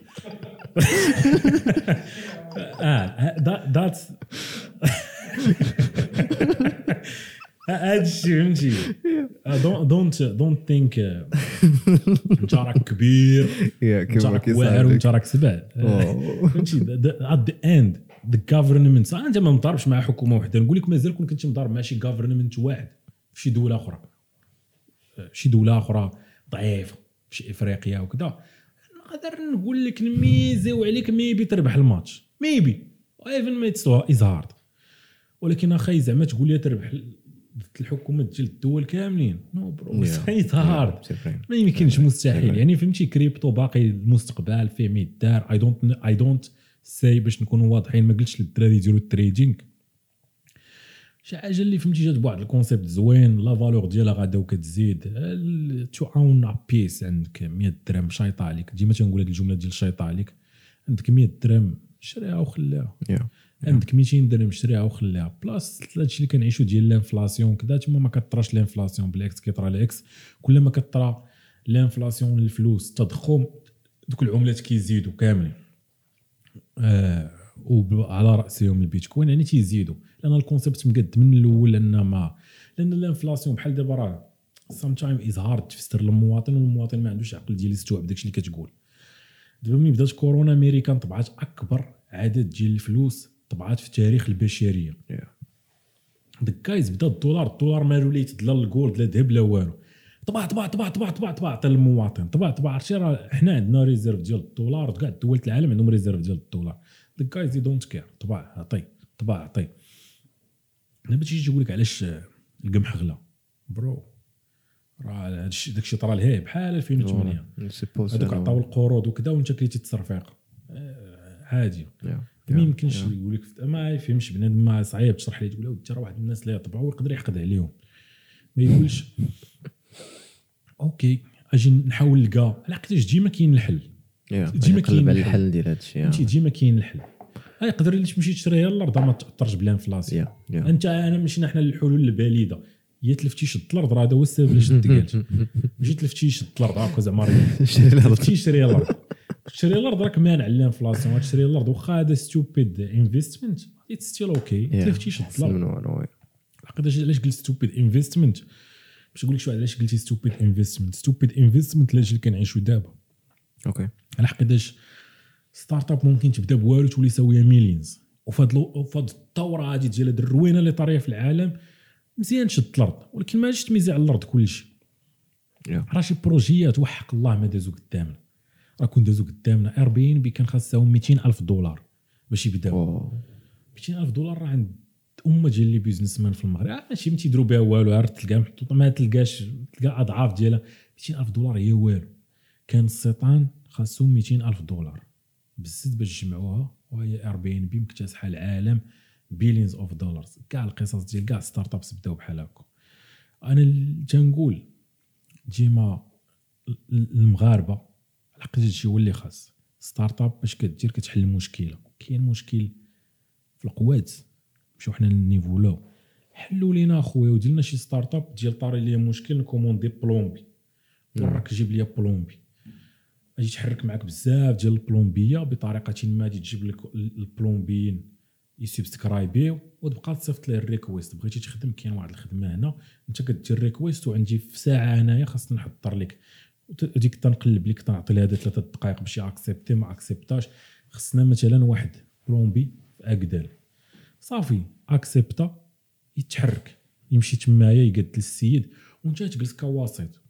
that's هادشي فهمتي don't think انت راك كبير انت راك واعر وانت راك سبع فهمتي at the end the government انت ما مضاربش مع حكومه وحده نقول لك مازال كنت مضارب مع شي government واحد في شي دوله اخرى ضعيفه في افريقيا وكذا نقدر نقول لك نميزيو عليك ميبي تربح الماتش ميبي ايفن ما يتسوى ازهارد ولكن اخي زعما تقول لي تربح الحكومات ديال الدول كاملين نو برو ازهارد ما يمكنش مستحيل يعني فهمتي كريبتو باقي المستقبل فيه ما يدار اي دونت ساي باش نكونوا واضحين ما قلتش للدراري يديروا التريدينغ شي حاجه اللي فهمتي جات بواحد الكونسيبت زوين لا فالور ديالها غادا وكتزيد تو اون بيس عندك 100 درهم شايطه عليك ديما تنقول هذه الجمله ديال شايطه عليك عندك 100 درهم شريها وخليها عندك 200 درهم شريها وخليها بلاس هادشي اللي كنعيشوا ديال الانفلاسيون كذا تما ما كطراش الانفلاسيون بالعكس كيطرا الاكس كل ما كطرا الانفلاسيون الفلوس التضخم دوك العملات كيزيدوا كاملين وعلى راسهم البيتكوين يعني تيزيدوا لان الكونسيبت مقد من الاول لان الانفلاسيون بحال دابا راه سام تايم از هارد تفسر للمواطن والمواطن ما عندوش عقل ديال يستوعب داكشي اللي كتقول دابا ملي بدات كورونا امريكان طبعات اكبر عدد ديال الفلوس طبعات في تاريخ البشريه داك كايز بدا الدولار مالو لي يتدلى الجولد لا ذهب لا والو، طبع طبع طبع طبع طبع طبع حتى المواطن طبع عرفتي راه حنا عندنا ريزيرف ديال الدولار، كاع دول العالم عندهم ريزيرف ديال الدولار. داك كايز يي دونت كير، طبع عطي. دابا تيجي تقول لك علاش القمح غلا برو، راه داكشي طرا لهيه بحال 2008 هذوك عطاو القروض وكذا وانت كليتي التصرفيق عادي. ما يمكنش يقول لك ما يفهمش بنادم، ما صعيب تشرح ليه تقول له انت راه واحد الناس اللي يطبعوا ويقدر يحقد عليهم، ما يقولش اوكي اجي نحاول نلقى علاقاش ديما كاين الحل، ديما كاين الحل ديال هذا الشيء، انت ديما كاين الحل. يقدر اللي تمشي تشري الارض ما تاثرش بلا انفلاسيون. انا مشينا حنا للحلول البليده، يا تلفتي شد الارض، راه هذا هو السبب علاش تقالت، ماشي تلفتي شد الارض هكا زعما تشري الارض راك مانع الانفلاسيون، تشري الارض واخا هذا ستوبيد انفستمنت اتس ستيل اوكي، تلفتي شد الارض. علاش قلت ستوبيد انفستمنت؟ باش نقول لك شو علاش قلتي ستوبيد انفستمنت لاش اللي كنعيشوا دابا. اوكي على حقاش ستارت اب ممكن تبدا بوالو تولي ساويه مليونز، وفاد الثوره هذه ديال هاد الروينه اللي طاريه في العالم مزيان شد الارض، ولكن ما جيت تميزي على الارض كلشي. راه شي بروجيات وحق الله ما دازو قدامنا، راه كون دازو قدامنا اير بي ان بي كان خاصهم $200,000 باش يبداو. $200,000 راه عند امه ديال لي بيزنس مان في المغرب ماشي ما تيديروا بها والو، عرفت تلقى محطوطه ما تلقاش، تلقى اضعاف ديالها. $200,000 هي والو، كان السيطان خاصهم $200,000 بزاف باش يجمعوها، وهي اير بي ان بي مكتسحه العالم بيليونز اوف دولارز. كاع القصص ديال كاع ستارت ابس بداو بحال هكا. انا تنقول ديما المغاربه لقيت هادشي هو اللي خاص ستارت اب باش كدير كتحل مشكله. كاين مشكل في القوات، مشيو حنا للنيفو حلوا لينا اخويا ودير لنا شي ستارت اب ديال طاري ليا مشكل نكوموندي بلومبي، وراك جيب ليا بلومبي، اجي تحرك معك بزاف ديال البلومبيه بطريقه ما، تجي تجيب لك البلومبيين يسبسكرايبيو وتبقى تصيفط ليه الريكويست. بغيتي تخدم كاين واحد الخدمه هنا، انت كدير الريكويست وعندي في ساعه انايا خاصني نحضر لك ديك تنقلب لك، تنعطي لها 3 دقائق باش ياكسبتي ما اكسبتاش. خصنا مثلا واحد بلومبي في اكدال صافي اكسبتا يتحرك يمشي تمايا يقد للسيد، وانت تجلس كواسط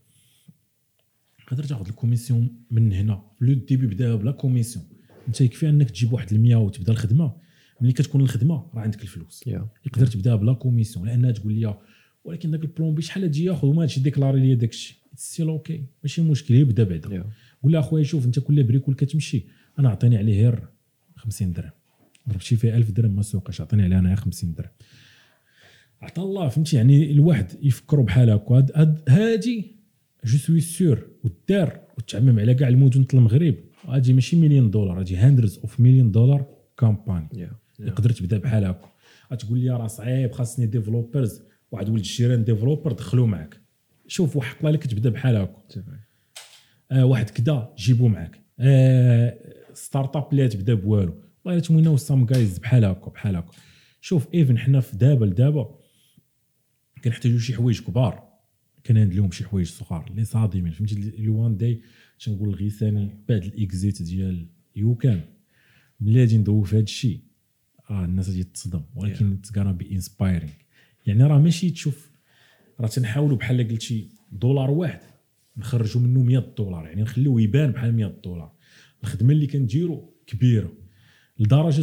تقدر تاخذ الكوميسيون من هنا. لو ديبي بدا بلا كوميسيون، انت يكفي انك تجيب واحد 100 وتبدا الخدمه. ملي كتكون الخدمه راه عندك الفلوس يقدر تبدا بلا كوميسيون، لانها تقول لي ولكن داك البلومبي شحال تجي ياخذ وما تجي ديكلاري لي داكشي سي اوكي ماشي مشكل، يبدا بعدا قول له اخويا شوف انت كل بريكول كتمشي انا عطيني عليه غير 50 درهم، ضربتي فيه 1000 درهم ما سوقش، عطيني عليه انا 50 درهم. عطا الله فهمتي. يعني الواحد يفكروا بحال هكا. هادي جو سوي سور ودار وتعمم على كاع المدن المغرب، هادي ماشي $1,000,000، هادي hundreds of $1,000,000 كامباني. يقدر تبدا بحال هكا. غتقول لي راه صعيب خاصني ديفلوبرز، واحد ولد الجيران ديفلوبر دخلوا معك. شوف وحق الله لك تبدا بحال هكا. واحد كدا جيبو معك. ستارت اب اللي تبدا بوالو والله تموينا وسام جايز بحال هكا. شوف ايفن حنا في دابا كنحتاجوا شي حوايج كبار، كنهندلهم شي حوايج صغار اللي صادمين فهمتي. الوان داي تنقول الغيثاني بعد الاكزيت ديال يوكان ملي غادي ندوي في هذا الشيء الناس غادي تصدم، ولكن اتس غانا بي انسبايرينغ. يعني راه ماشي تشوف، راه تنحاولوا بحال قلتي دولار واحد نخرجوا منه $100، يعني نخليوه يبان بحال $100. الخدمه اللي كنديروا كبيره لدرجه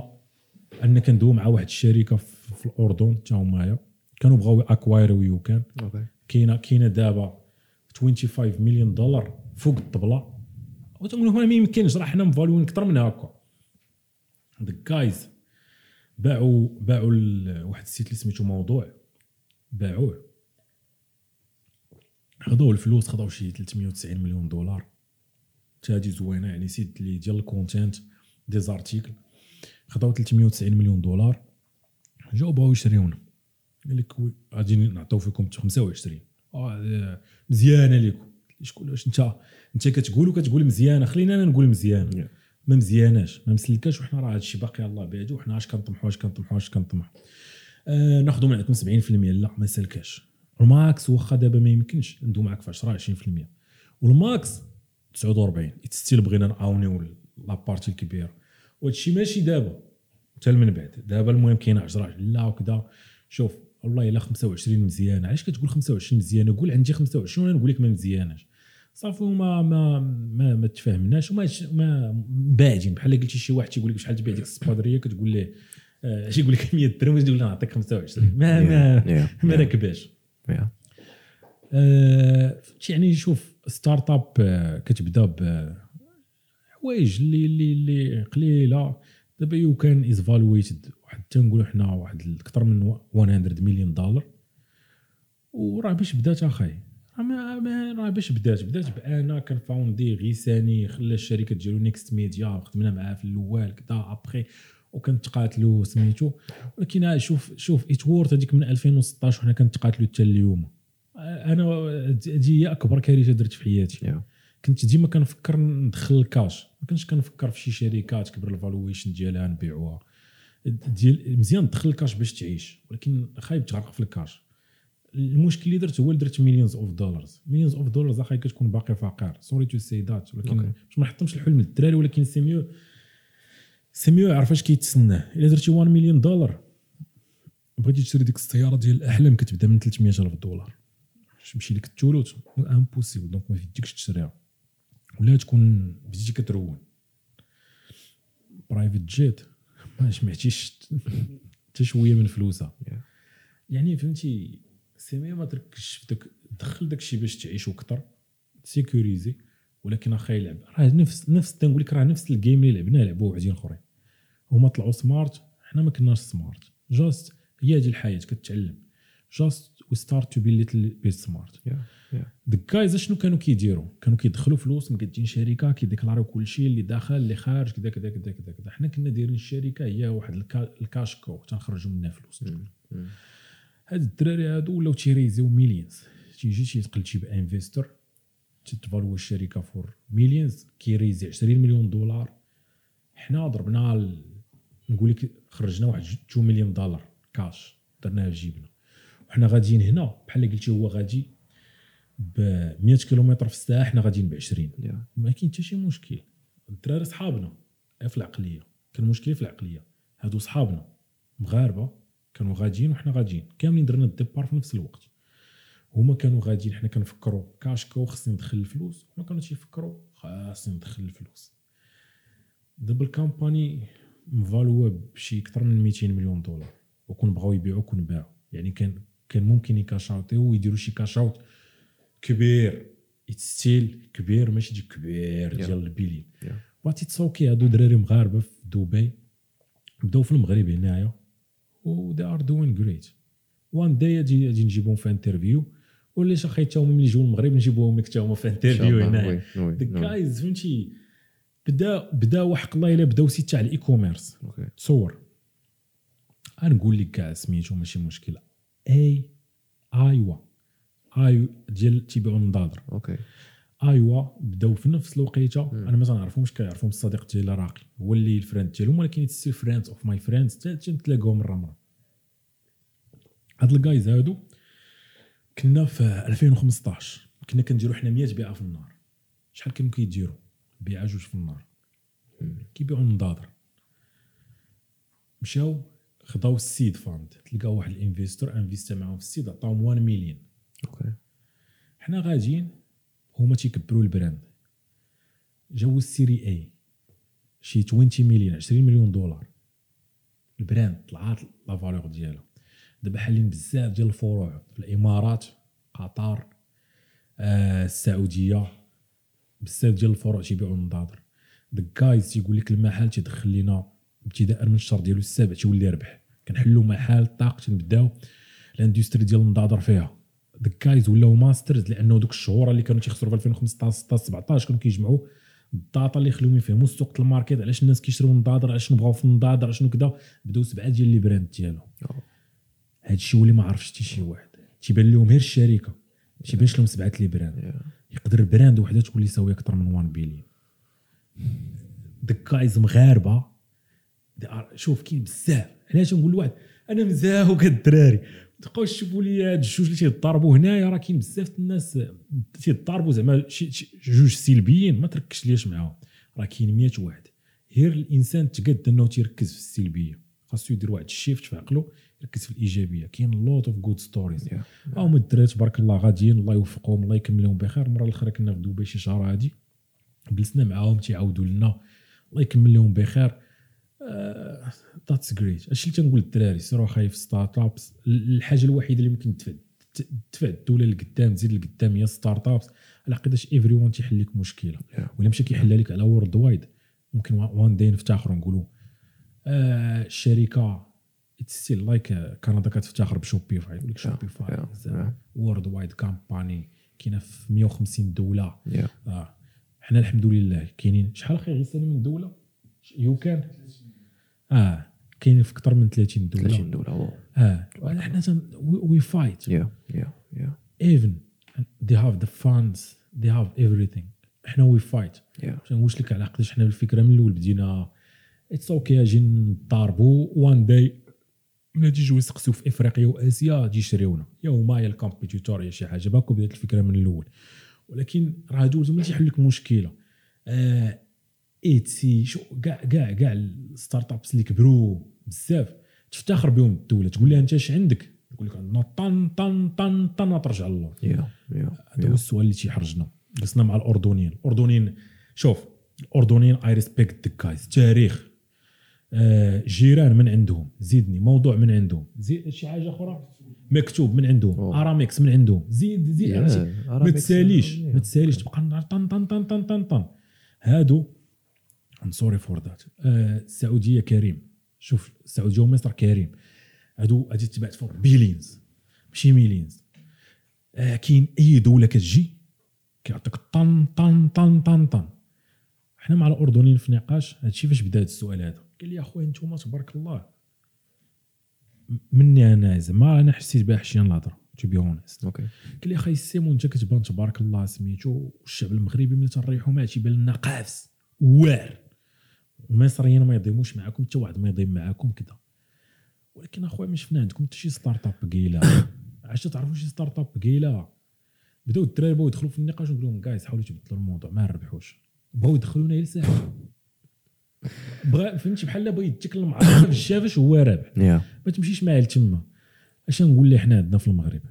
ان كندوي مع واحد الشركه في الاردن حتى هما كانوا بغاو اكوايرو يوكان. كاينه دابا $25 مليون فوق الطبله، وتنقول لهم ما يمكنش، راه حنا مفالوين اكثر من هكا. ذا جايز باعوا واحد السيت اللي سميتو موضوع، باعوه خداو الفلوس، خداو شي $390 مليون. هادي زوينه، يعني سيت اللي ديال الكونتنت دي زارتيكل، خداو $390 مليون. جاو بغاو يشريونا، قال لك غادي نعطيو فيكم 25. مزيانه ليكم. شكون واش انت كتقول مزيانه، خلينا انا نقول مزيانه. ما مزياناش ما مسلكاش، وحنا راه هادشي باقي الله بعدو، وحنا اش كنطمحوا ناخذوا منكم 70%. لا ما سلكاش. الماكس واخا دابا ما يمكنش ندو معاك في 10-20%، والماكس 49. ستيل بغينا نعاونيو لابارتي الكبيره، وهادشي ماشي دابا حتى من بعد. دابا المهم كاين 10 لا وكذا. شوف والله الا 25 مزيانه. علاش كتقول 25 مزيانه؟ قول عندي 25 وانا نقول لك ما مزياناش. صافي ما تفاهمناش ما باعدين. بحال قلتي شي واحد تيقول لك شحال تبيع ديك السبادريه كتقول ليه اش يقول لك 100 درهم واش تقول له نعطيك 25 ما راكباش. يعني شوف ستارت اب كتبدا بحوايج اللي قليله. دابا يو كان از فالويتد واحد تنقولوا حنا واحد اكثر من 100 مليون دولار وراه باش بدات اخاي. راه باش بدات بانا كنفاوندي غيساني خلى الشركه ديالو نيكست ميديا خدمنا معاه في الاول كذا ابخي وكنتقاتلوا سميتو. ولكن شوف ايتورت هذيك من 2016 وحنا كنتقاتلوا حتى اليوم. انا هذه هي اكبر كارثه درت في حياتي. كنت ديما كنفكر ندخل الكاش، ما كنتش كنفكر في شي شركات كبر الفالويشن ديالها نبيعوها. مزيان تدخل الكاش باش تعيش، ولكن خايب تغرق في الكاش. المشكل اللي درت هو اللي درت مليونز اوف دولارز اخاي كتكون باقي فقير. سوري تو سي ذات، ولكن باش ما نحطمش الحلم للدراري، ولكن سي ميو عرف اش كيتسناه. الا درتي 1 مليون دولار بغيتي تشري ديك السياره ديال الاحلام كتبدا من 300,000 دولار. تمشي لك الثلث امبوسيبل، دونك ما فيديكش تشريها. ولا تكون بديتي كترون برايفت جيت ما جمعتيش حتى شويه من فلوسها. يعني فهمتي سيمي ما تركش في داك، دخل داك الشيء باش تعيشوا اكثر سيكوريزي. ولكن اخا يلعب راه نفس تنقول لك راه نفس الجيم اللي لعبناه لعبوا وحدين اخرين. هما طلعوا سمارت، حنا ما كناش سمارت. جاست هي هذه الحياه كتتعلم. جاست وي ستارت تو بي ليتل بيت سمارت. داك جايز شنو كانوا كيديروا؟ كانوا كيدخلوا فلوس مقادين شركه كيديكلاريو كل شيء اللي داخل اللي خارج كذا كذا كذا كذا. حنا كنا دايرين الشركه هي واحد الكاشكو تنخرجوا منها فلوس. هاد الدراري هادو ولاو تيريزيو مليونز. تيجي تقلب شي بانفستور تتفالوا الشركه فور مليونز كيريزي 20 مليون دولار. حنا ضربنا نقول لك خرجنا واحد 2 مليون دولار كاش درناها في جيبنا. وحنا غاديين هنا بحال قلتي هو غادي ب 100 كيلومتر في الساعه، حنا غاديين ب 20. ما كاين حتى شي مشكل. الدراري صحابنا في العقليه، كان مشكل في العقليه. هادو صحابنا مغاربه كانوا غاديين وحنا غاديين كاملين درنا الديبار في نفس الوقت. هما كانوا غاديين، حنا كنفكروا كاشكو خصني ندخل الفلوس، هما كانوا تيفكروا خاصني ندخل الفلوس. دابا الكامباني مفالوا بشي اكثر من 200 مليون دولار وكون بغاو يبيعوا كون باعوا. يعني كان ممكن يكاشاوتيو ويديروا شي كاشاوت كبير يتستيل كبير ماشي ديك كبير ديال البيلين. باتي تصوكي هادو دراري مغاربه في دبي بداو في المغرب هنايا و they are doing great. وان داي اجي نجيبهم في انترفيو ولا شي اخي حتى هما ملي يجيو المغرب نجيبوهم لك حتى هما في انترفيو هنايا. ذا جايز فهمتي بدا وحق الله الا بداو سيت تاع الاي كوميرس. تصور غنقول لك كاع سميتو ماشي مشكله. ايوا ديال تيبيعوا النضاضر. ايوا بداو في نفس الوقيته. انا ما نعرفهمش، كيعرفهم الصديق ديالي راقي هو اللي الفريند ديالهم، ولكن يتسير فريندز اوف ماي فريندز تلاقاو مره. هاد الجايز هادو كنا في 2015 كنا كنديروا حنا 100 بيعه في النهار. شحال كانوا كيديروا؟ بيعه 2 في النهار كيبيعوا النضاضر. مشاو خداو السيد فاند، تلقاو واحد الانفستور انفيستا معاهم في السيد عطاهم 1 مليون. حنا غاديين هما تيكبروا البراند، جاو السيري اي شي 20 مليون 20 مليون دولار. البراند طلعات لا فالور ديالها. دابا حالين بزاف ديال الفروع في الامارات، قطر، السعوديه، بزاف ديال الفروع تيبيعوا النضاضر. داك جايز تيقول لك المحل تيدخل لنا ابتداء من الشهر ديالو السابع تيولي ربح. كنحلوا محل طاق تنبداو الاندستري ديال النضاضر فيها. داك جايز ولاو ماسترز لانه دوك الشهور اللي كانوا تيخسروا في 2015 16 17 كانوا كيجمعوا الداتا اللي يخليهم يفهموا سوق الماركت، علاش الناس كيشريو النضاضر، علاش نبغاو في النضاضر، علاش شنو كذا. بداو 7 ديال لي براند ديالهم. هادشي هو اللي ما عرفش حتى شي واحد. تيبان لهم غير الشركه، تيبانش لهم 7 لي براند. يقدر براند وحده تكون لي ساويه اكثر من 1 بليون. داك جايز مغاربه شوف كاين بزاف. علاش نقول لواحد انا مزاهو الدراري تبقاو تشوفوا لي هاد الجوج اللي تيضربوا هنايا، راه كاين بزاف الناس تيضربوا زعما جوج سلبيين ما تركش ليش معاهم. راه كاين 100 واحد غير الانسان تقاد انه تيركز في السلبيه. خاصو يدير واحد الشيفت في عقله يركز في الايجابيه. كاين لوت اوف جود ستوريز هما الدراري تبارك الله غاديين، الله يوفقهم الله يكملهم بخير. المره الاخرى كنا في دبي شي شهر هادي جلسنا معاهم تيعاودوا لنا الله يكمل لهم بخير. ذاتس جريت. هادشي اللي تنقول للدراري سيروا خايف ستارت ابس. الحاجه الوحيده اللي ممكن تدفع الدوله لقدام تزيد لقدام هي ستارت ابس، على حقاش ايفري وان تيحل لك مشكله ولا مشى كيحلها لك على وورد وايد. ممكن وان داي نفتخروا نقولوا الشركه ستيل لايك كندا كتفتخر بشوبيفاي، يقول لك شوبيفاي وورد وايد كامباني كاينه في 150 دوله. حنا الحمد لله كاينين شحال اخي غير من دوله يو كان كاينين في اكثر من 30 دوله. حنا وي فايت even they have the funds they have everything. حنا وي فايت واش لك على قداش حنا بالفكره من الاول بدينا اتس اوكي اجي نضاربوا وان داي ملي تيجيو يسقسوا في افريقيا واسيا تجي يشريونا يا هما يا الكومبيتيتور يا شي حاجه باكو بدات الفكره من الاول. ولكن راه هادو ملي تيحل لك مشكله ايتسي شو كاع الستارت ابس اللي كبروا بزاف تفتخر بهم الدوله تقول لها انت اش عندك يقول لك عندنا طن ترجع الله. هذا هو السؤال اللي تيحرجنا. جلسنا مع الاردنيين شوف الاردنيين اي ريسبكت ذا جايز تاريخ جيران من عندهم زيدني موضوع من عندهم زيد شي حاجه اخرى مكتوب من عندهم ارامكس من عندهم زيد ما تساليش تبقى طن هادو ام سوري فور ذات. السعوديه كريم شوف السعوديه ومصر كريم هادو غادي تبعت فوق بيلينز ماشي ميلينز. كاين اي دوله كتجي كيعطيك طن. حنا مع الاردنيين في نقاش هادشي فاش بدا هذا السؤال هذا قال لي يا خويا نتوما تبارك الله مني انا زعما انا حسيت بها حشيه الهضره تو بي اونست. قال لي اخي سيمون انت كتبان تبارك الله سميتو الشعب المغربي ملي تنريحوا ما تيبان لنا قافس واعر المصريين ما يضيموش معكم حتى واحد ما يضيم معكم كذا. ولكن اخويا ما شفنا عندكم حتى شي ستارت اب قيله علاش تعرفوا شي ستارت اب قيله. بداو الدراري بغاو يدخلوا في النقاش ونقول لهم جايز حاولوا تبدلوا الموضوع ما نربحوش بغاو يدخلونا غير ساحه فهمتي بحال بغا يديك المعركه في الشافش وهو رابح ما تمشيش معاه لتما. اش نقول ليه حنا عندنا في المغرب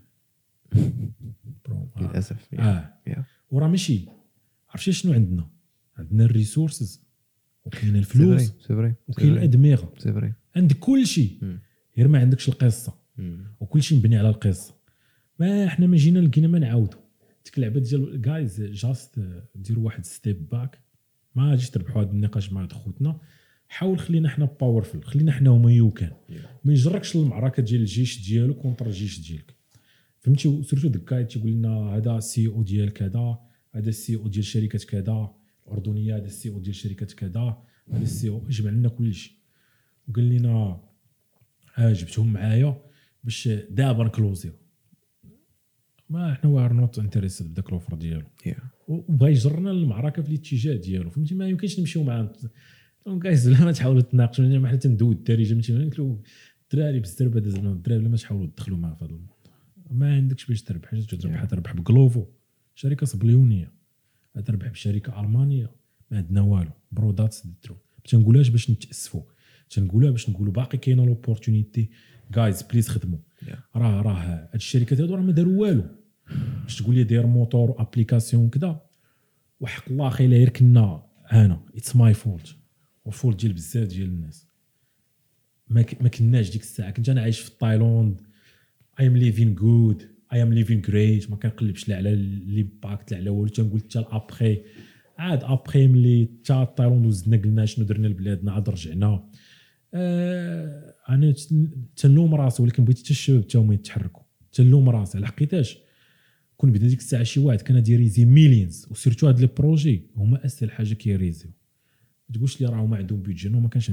للاسف وراه ماشي عرفتي شنو عندنا الريسورسز وكاين الفلوس وكاين الادمغه عندك كل شيء غير ما عندكش القصه وكل شيء مبني على القصه. ما احنا ما جينا لقينا ما نعاودوا ديك اللعبه ديال جايز جاست ديروا واحد ستيب باك ما جيش تربحوا هذا النقاش مع خوتنا. حاول خلينا حنا باورفل خلينا حنا هما يوكان ما يجركش المعركه ديال الجيش ديالو كونتر الجيش ديالك فهمتي. سورتو داك الكايت تيقول لنا هذا سي او ديال كذا هذا السي او ديال شركه كذا الاردنيه هذا السي او ديال شركه كذا هذا السي او جمع لنا كل شيء وقال لنا جبتهم معايا باش دابا نكلوزيو. ما احنا وار نوت انتريسد بداك الاوفر ديالو وبغا يجرنا المعركه في الاتجاه ديالو فهمتي. ما يمكنش نمشيو معاه جايز ما تحاولوا تناقشوا ما حنا تندوي الدارجه فهمتي. قلت له الدراري بالزربه دازنا الدراري ما تحاولوا تدخلوا معاه في هذا الموضوع ما عندكش باش تربح حاجه تربح بغلوفو شركه صبليونيه تربح بشركه المانيه ما عندنا والو برودات ديترو. ما تنقولهاش باش نتاسفوا تنقولها باش نقولوا باقي كاينه لوبورتونيتي جايز بليز خدموا. راه هاد الشركات هادو راه ما داروا والو باش تقول لي داير موتور وابليكاسيون كذا وحق الله اخي غير كنا انا اتس ماي فولت وفولت ديال بزاف ديال الناس ما كناش ديك الساعه. كنت انا عايش في تايلاند اي ام ليفين جود اي ام ليفين جريت ما كنقلبش لا على ليمباكت لا على والو. تنقول حتى الابخي عاد ابخي ملي حتى تايلاند وزدنا قلنا شنو درنا لبلادنا عاد رجعنا. انا تنلوم راسي ولكن بغيت حتى الشباب حتى هما يتحركوا تنلوم راسي على حقيقتاش كون بدا ديك الساعه شي واحد كان ديريزي مليونز وسيرتو هاد لي بروجي هما اسهل حاجه كيريزيو. ما تقولش لي راه هما عندهم بيدجي ما كانش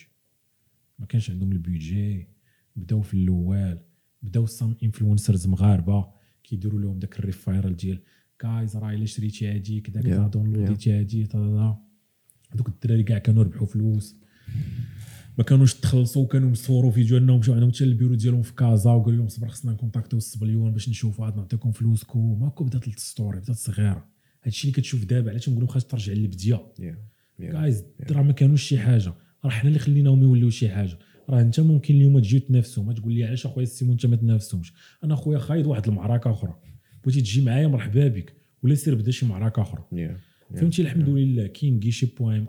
عندهم البيدجي بداو في الاول بداو سام انفلونسرز مغاربه كيديروا لهم داك الريفايرال ديال جايز راه الا شريتي هادي كذا داونلوديتي هادي دوك الدراري كاع كانوا ربحوا فلوس ما كانوش تخلصوا كانوا مصوروا فيديو انهم مشاو عندهم حتى البيرو ديالهم في كازا وقالوا لهم صبر خصنا نكونتاكتيو الصبليون باش نشوفوا عاد نعطيكم فلوسكم. ماكو بدات الستوري بدات صغيره. هادشي اللي كتشوف دابا علاش نقولوا خاص ترجع للبدايه جايز راه ما كانوش شي حاجه راه حنا اللي خليناهم يوليو شي حاجه. راه انت ممكن اليوم تجي تنافسوا، ما تقول لي علاش اخويا سيمون انت ما تنافسوش، انا اخويا خايض واحد المعركه اخرى، بغيتي تجي معايا مرحبا بك، ولا سير بدا شي معركه اخرى. فهمتي؟ الحمد لله كاين كيشي بوين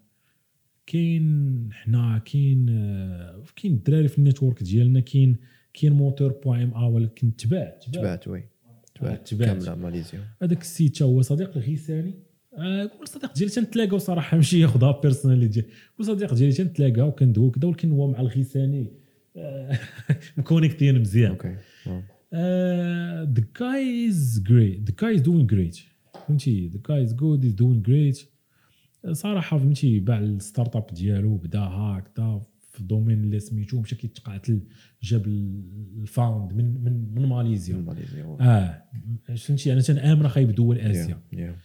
كاين حنا كاين الدراري في النيتورك ديالنا، كاين موتور بوين ولكن تبعت كامله ماليزيا. هذاك السيد تا هو صديق الغيساني، قول صديق ديالي تنتلاقاو صراحه ماشي ياخذها بيرسونالي ديالي، قول صديق ديالي تنتلاقاو وكندويو كذا، ولكن هو مع الغيساني مكونيكتين مزيان. اوكي the guy is great, the guy is doing great. فهمتي؟ the guy is good, is doing great صراحه. فهمتي؟ باع الستارت اب ديالو بدا هكذا في الدومين اللي سميتو، مشى كيتقاتل، جاب الفاوند من ماليزيا. فهمتي؟ انا تنامن خايب دول اسيا.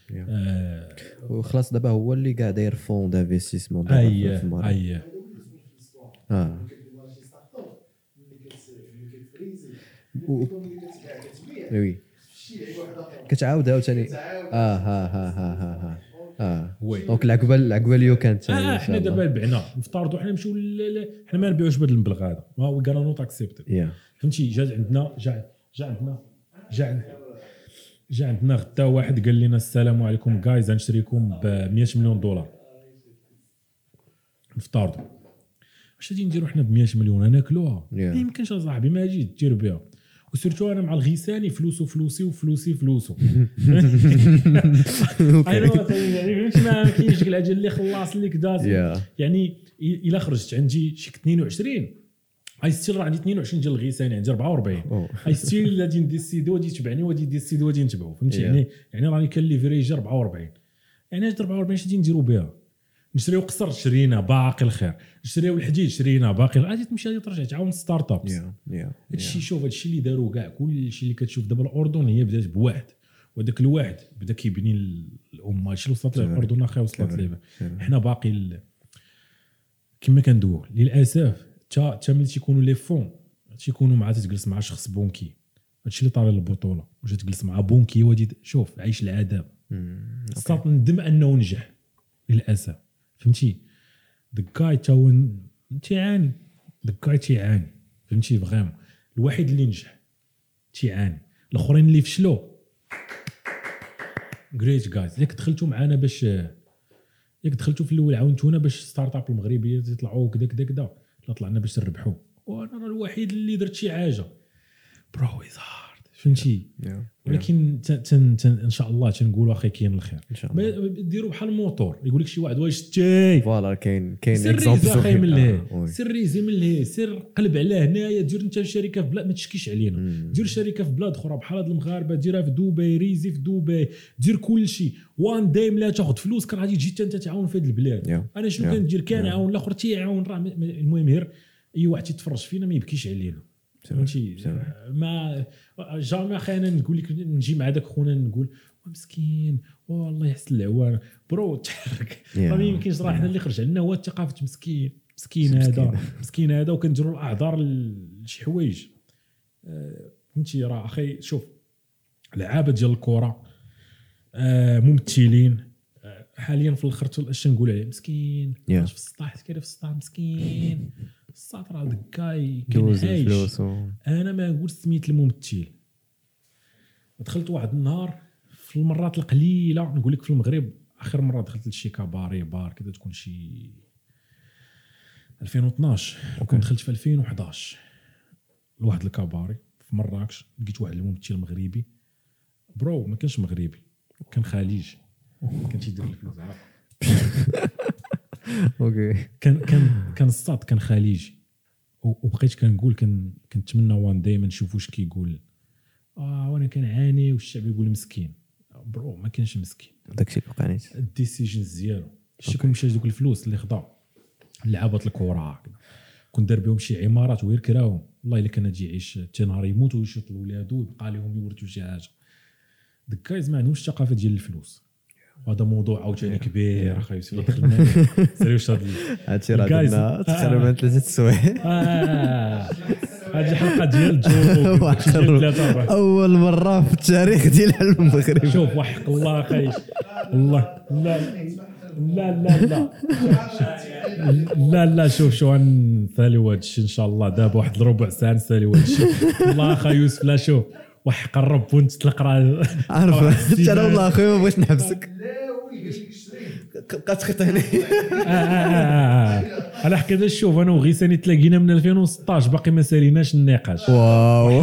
وخلاص دابا هو اللي قاعد داير فون دانفستيسمون في المغرب. وي كتعاود عاوتاني دونك العقبه اليو كانت حنا دابا بعنا نفترضوا حنا نمشيو حنا ما نبيعوش بهذا المبلغ هذا، ما هو قال نوت اكسبت. فهمتي؟ جا عندنا غدا واحد قال لنا السلام عليكم جايز غنشريكم ب 100 مليون دولار. نفترضوا واش غادي نديروا حنا ب 100 مليون ناكلوها؟ ما يمكنش صاحبي، ما جيت دير بها. وسيرتو انا مع الغيساني فلوسي وفلوسي ايوا فهمتي؟ ما كاينش ديك العجل اللي خلاص اللي كدا. يعني الا خرجت عندي شي 22 اي ستيل راه عندي 22 ديال الغيساني، عندي 44 اي ستيل غادي نديسيدي ودي تبعني ودي ديسيدي ودي نتبعو. فهمتي؟ يعني راني كنليفريجي 44، يعني هاد 44 اش غادي نديرو بها؟ نشريو قصر شرينا باقي الخير، نشريو الحديد شرينا باقي، غادي تمشي غادي ترجع تعاون ستارت ابس. هادشي شوف هادشي اللي داروا كاع كلشي اللي كتشوف دابا الاردن هي بدات بواحد، وهذاك الواحد بدا كيبني الامه. هادشي اللي وصلت ليه الاردن اخي وصلت ليه حنا باقي كما كندويو للاسف. تا ملي تيكونوا لي فون تيكونوا مع تجلس مع شخص بونكي، هادشي اللي طاري البطوله، واش تجلس مع بونكي ودي شوف عايش العذاب. صافي ندم انه نجح للاسف. فهمتي؟ دكاي تيعاني فهمتي؟ فغيم الوحيد اللي نجح تيعاني، الاخرين اللي فشلوا جريت جايز. ياك دخلتوا معنا باش ياك دخلتوا في الاول عاونتونا باش ستارت اب المغربيه يطلعوا كذا لا طلعنا باش نربحوا، وانا الوحيد اللي درت شي حاجه برو از هارد. فهمتي؟ ولكن ان شاء الله تنقولوا اخي كاين الخير. ديروا بحال الموتور، يقول لك شي واحد واش تاي فوالا كاين اكزامبل سير ريزي من لهيه، سير قلب على هنايا، دير انت شركه في بلاد ما تشكيش علينا، دير شركه في بلاد اخرى بحال هاد المغاربه، ديرها في دبي، ريزي في دبي، دير كل شيء وان دايم لا تاخذ فلوس، كان غادي تجي انت تعاون في هاد البلاد. انا شنو كندير؟ كان عاون الاخر تيعاون، راه المهم غير اي واحد تيتفرج فينا ما يبكيش علينا. فهمتي؟ ما جامي اخي انا نقول لك نجي مع داك خونا نقول مسكين والله يحسن العوان برو تحرك، ما يمكنش. راه حنا اللي خرج عندنا هو ثقافه مسكين هذا وكنديروا الاعذار لشي حوايج. فهمتي؟ راه اخي شوف لعابه ديال الكره ممثلين حاليا في الاخر اش نقول عليه مسكين في السطاح كيف في السطاح مسكين السطر هذا الكاي كيعيش. انا ما نقول سميت الممثل. دخلت واحد النهار في المرات القليله نقول لك في المغرب، اخر مره دخلت لشي كاباري بار كذا تكون شي 2012 وكنت دخلت في 2011 لواحد الكاباري في مراكش، لقيت واحد الممثل مغربي برو ما كانش مغربي، كان خليجي، كان تيدير الفلوس اوكي. كان الصاد كان خليجي، وبقيت كنقول كنتمنى وان دايما نشوف واش كيقول. وانا كنعاني والشعب يقول مسكين برو، ما كانش مسكين. داكشي اللي وقع نيت الديسيجنز ديالو شكون مشى دوك الفلوس اللي خدا لعابه الكره كنت دار بهم شي عمارات ويركراهم. والله الا كان غادي يعيش حتى نهار يموت ويشوط لولادو ويبقى لهم يورثوا شي حاجه. دكايز ما عندهمش الثقافه ديال الفلوس، وهذا موضوع عاوتاني كبير اخاي. دخلنا سيريو شاد هادشي راه درنا تقريبا 3 سوايع. هذه الحلقه ديال الجو اول مره في التاريخ ديال المغرب. شوف وحق الله اخاي والله لا شوف غنساليو هذا الشيء ان شاء الله. دابا واحد ربع ساعه نساليو هذا الشيء. والله اخا يوسف لا شوف وحق الرب وانت تطلق راه عارف حتى انا والله اخويا ما بغيتش نحبسك بقات تخيطني. على حكا شوف انا وغيساني تلاقينا من 2016 باقي ما ساليناش النقاش. واو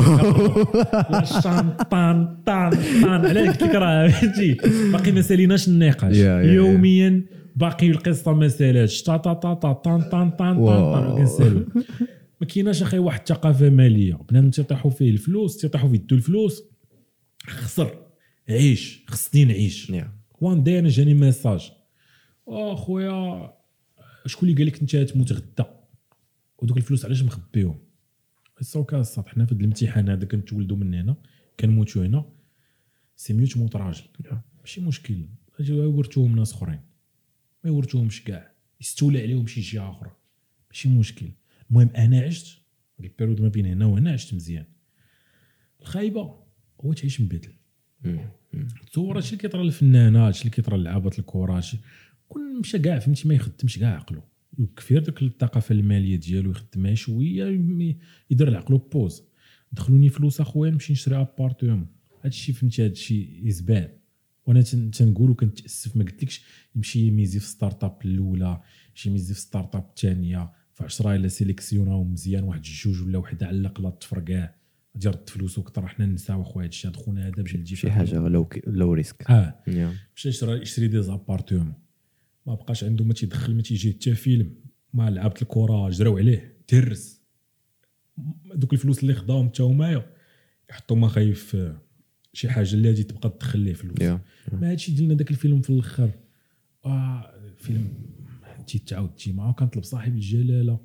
طان على قلت لك راه فهمتي باقي ما ساليناش النقاش يوميا باقي القصه ما سالاتش طان كنسالو. ما كايناش اخي واحد الثقافه ماليه بنادم تيطيحوا فيه الفلوس تيطيحوا في يدو الفلوس. خسر عيش خصني نعيش وان داي انا جاني ميساج اخويا شكون اللي قال لك انت تموت غدا ودوك الفلوس علاش مخبيهم. السوكا السطح حنا في الامتحان هذا كنتولدوا من هنا كنموتوا هنا سي ميو تموت راجل ماشي مشكل. اجي ورثوهم ناس اخرين ما يورثوهمش كاع يستولى عليهم شي جهه اخرى ماشي مشكل. المهم انا عشت البيريود ما بين هنا وهنا عشت مزيان. الخايبه هو تعيش مبدل تصور هادشي اللي كيطرى للفنانات هادشي اللي كيطرى للعابه الكره هادشي كون مشى كاع فهمتي ما يخدمش كاع عقلو يكفير ديك الثقافه الماليه ديالو يخدمها شويه يدير لعقلو بوز. دخلوني فلوس اخويا نمشي نشري ابارتومون هادشي فهمتي هادشي يزبال. وانا تنقول وكنتاسف ما قلتلكش يمشي يميزي في ستارت اب الاولى يمشي يميزي في ستارت اب الثانيه في 10 الا سيليكسيوناو مزيان واحد جوج ولا وحده علق لا تفرقع دير فلوسو كثر. حنا نساو اخويا هادشي هاد خونا هذا بجلدي شي حاجه لو ريسك. مشى يشري دي زابارتومون ما بقاش عنده ما تيدخل ما تيجي حتى فيلم ما لعبت الكره جراو عليه ترس دوك الفلوس اللي خداهم حتى هما يحطوا ما خايف شي حاجه اللي غادي تبقى تدخل ليه فلوس. ما هادشي ديالنا داك الفيلم في الاخر فيلم تيتعاود تيما كنطلب صاحب الجلاله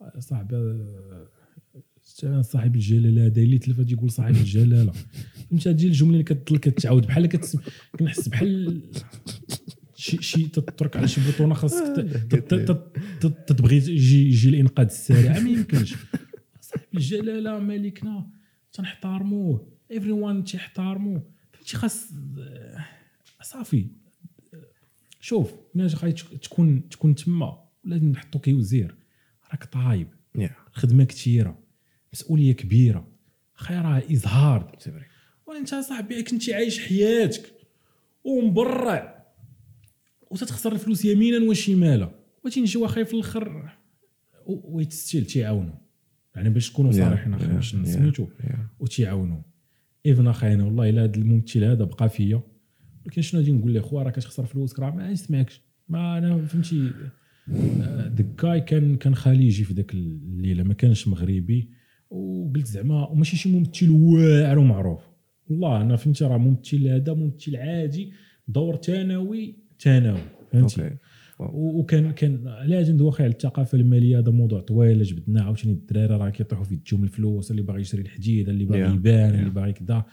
صاحب الجلاله هذا اللي تلفا تيقول صاحب الجلاله فهمت هذه الجمله اللي كتضل كتعاود بحال كنحس بحال شي تترك على شي بطونه خاصك تبغي يجي الانقاذ السريع ما يمكنش. صاحب الجلاله ملكنا تنحترموه everyone تيحترموه فهمتي خاص صافي. شوف ملي غادي تكون تما لازم نحطوك وزير راك طايب خدمه كثيره مسؤوليه كبيره خيرها اظهار وانت صاحبي كنتي عايش حياتك ومبرع وتتخسر الفلوس يمينا وشمالا وتنجي واخا في الاخر ويتستيل تيعاونوا يعني باش تكونوا صريحين اخي باش نسميتو وتيعاونوا ايفن اخاينا والله الا هذا الممثل هذا بقى فيا ولكن شنو غادي نقول له خويا راه كتخسر فلوسك راه ما نسمعكش ما انا فهمتي. دكاي كان خليجي في ذاك الليله ما كانش مغربي وقلت زعما وماشي شي ممثل واعر ومعروف والله انا فهمتي راه ممثل هذا ممثل عادي دور ثانوي فهمتي. وكان لازم ندوي على الثقافه الماليه. هذا موضوع طويل جبدنا عاوتاني الدراري راه كيطيحوا في يدهم الفلوس اللي باغي يشري الحديد اللي باغي يبان اللي باغي كذا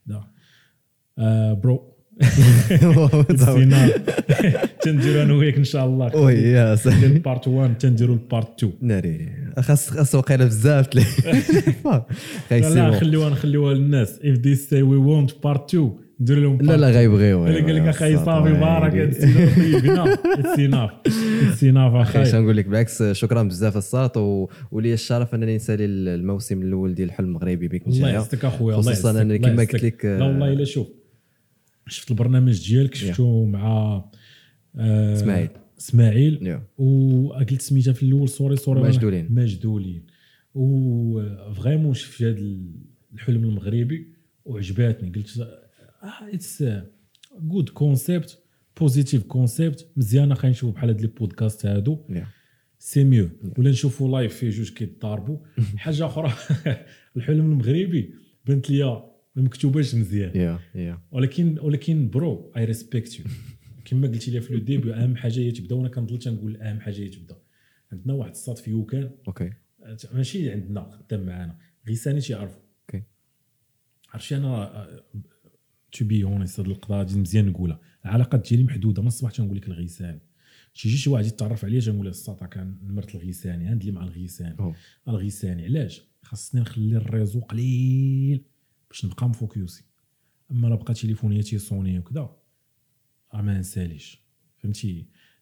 برو تنديروا انا وياك ان شاء الله وي يا سلام بارت 1 تنديروا البارت 2 ناري خاص وقيله بزاف لا نخليوها للناس if they say we want part 2 ندير لهم لا غيبغيو انا قال لك اخي صافي بارك السيناف اخي اش نقول لك بالعكس شكرا بزاف الساط ولي الشرف انني نسالي الموسم الاول ديال الحلم المغربي بك الله يعطيك اخويا الله خصوصا انا كما قلت لك لا والله الا شوف شفت البرنامج ديالك شفتو مع اسماعيل وقلت سميتها في الاول سوري ماجدولين وفريمون شفت هذا الحلم المغربي وعجباتني قلت اتس جود كونسيبت بوزيتيف كونسيبت مزيانه خلينا نشوفوا بحال هاد لي بودكاست هادو سي ميو ولا نشوفوا لايف فيه جوج كيتضاربوا. حاجه اخرى الحلم المغربي بنت ليا ما مكتوباش مزيان ولكن برو اي ريسبكت يو كما قلتي لي في لو ديبي اهم حاجه هي تبدا وانا كنضل تنقول اهم حاجه هي تبدا. عندنا واحد الصاد في يوكان ماشي عندنا خدام معانا غيساني تيعرفوا عرفتي انا تو بي اونست هاد القضاء ديال مزيان نقولها العلاقات ديالي محدوده من الصباح تنقول لك الغيساني تيجي شي واحد يتعرف عليا تنقول له الساطا كان مرت الغيساني عندي مع الغيساني علاش خاصني نخلي الريزو قليل باش نبقى مفوكيوسي. اما لا بقى تليفونياتي صوني وكذا ما نساليش فهمتي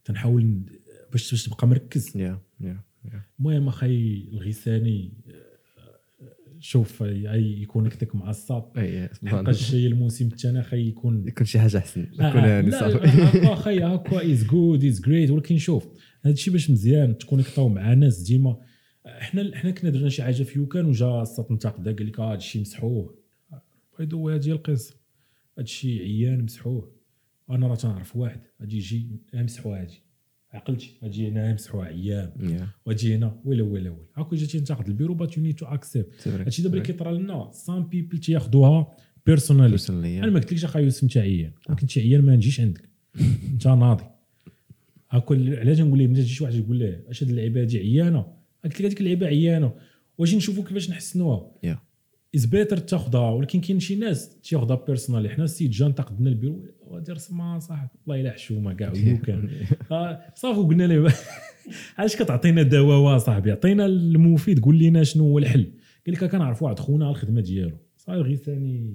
تنحاول باش تبقى مركز. المهم اخي الغيساني شوف يكونكتك مع الساط حقاش شي الموسم الثاني اخي يكون شي حاجه احسن يكون يعني صافي اخي هكا از جود از جريت. ولكن شوف هذا الشيء باش مزيان تكونيكطاو مع ناس ديما. احنا كنا درنا شي حاجه في يوكان وجا الساط نتاقدا قال لك هذا الشيء مسحوه بيدو هذه القصه هذا الشيء عيان مسحوه. انا راه تنعرف واحد غادي يجي مسحوه هذه عقلتي اجي هنا مسحوا عيام واجي هنا ولا هاكو جاتي نتاخذ البيرو بات يو نيد تو اكسبت هادشي دابا اللي كيطرى لنا سام بيبل تياخذوها بيرسونالي. انا ما قلتلكش اخا يوسف انت عيان ولكن انت عيان ما نجيش عندك انت ناضي هاكو. علاش نقول ليه ملي تجي واحد يقول له اش هاد اللعيبه هادي عيانه قلت لك هذيك اللعيبه عيانه واش نشوفوا كيفاش نحسنوها از بيتر تاخذها. ولكن كاين شي ناس تاخذها بيرسونالي. حنا السيد جان تاخذنا البيرو ودير سما صاحب والله الا حشومه كاع وكان صافي وقلنا له علاش كتعطينا دواء صاحبي عطينا المفيد قول لنا شنو هو الحل. قال لك كنعرف واحد خونا على الخدمه ديالو صافي غير ثاني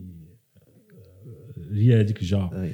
هي هذيك جا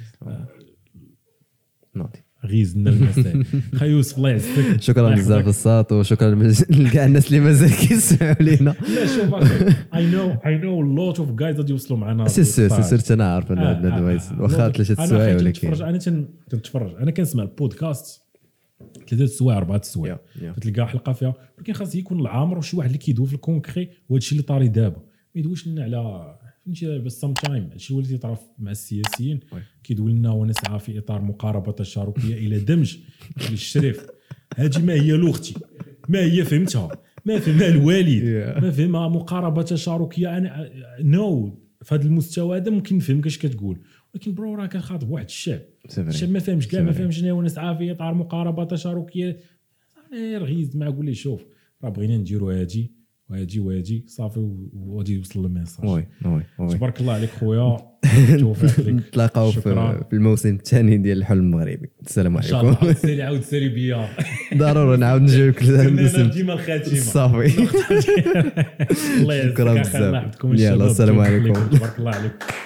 ناضي غيزنا المسائل. خا يوسف الله يعزك شكرا بزاف الساط وشكرا لكاع الناس اللي مازال كيسمعوا لينا. لا شوف اي نو لوت اوف جايز غادي يوصلوا معنا سير انا عارف ان هاد الناس واخا 3 سوايع ولكن انا تنتفرج انا كنسمع البودكاست 3 سوايع 4 سوايع تلقى حلقه فيها. ولكن خاص يكون العامر وشي واحد اللي كيدوي في الكونكري وهذا الشيء اللي طاري دابا ما يدويش لنا على فهمتي بس سام تايم هادشي هو اللي تيطرا مع السياسيين كيدوي لنا ونسعى في اطار مقاربه تشاركيه الى دمج الشريف. هذه ما هي لغتي ما هي فهمتها ما فهمها الوالد ما فهمها مقاربه تشاركيه. انا نو في هذا المستوى هذا ممكن نفهم اش كتقول ولكن برو راه كنخاطب واحد الشعب ما فهمش كاع ما فهمش شنو ونسعى في اطار مقاربه تشاركيه. رغيز مع قول لي شوف راه بغينا نديروا هادي وهادي صافي وغادي يوصل الميساج. تبارك الله عليك خويا توفيق لك. نتلاقاو في الموسم الثاني ديال الحلم المغربي. السلام عليكم. عاود سيري بيا ضروري نعاود نجيوك الموسم ديما الخاتمه صافي. الله يعزك شكرا بزاف. يلا السلام عليكم. تبارك الله عليك.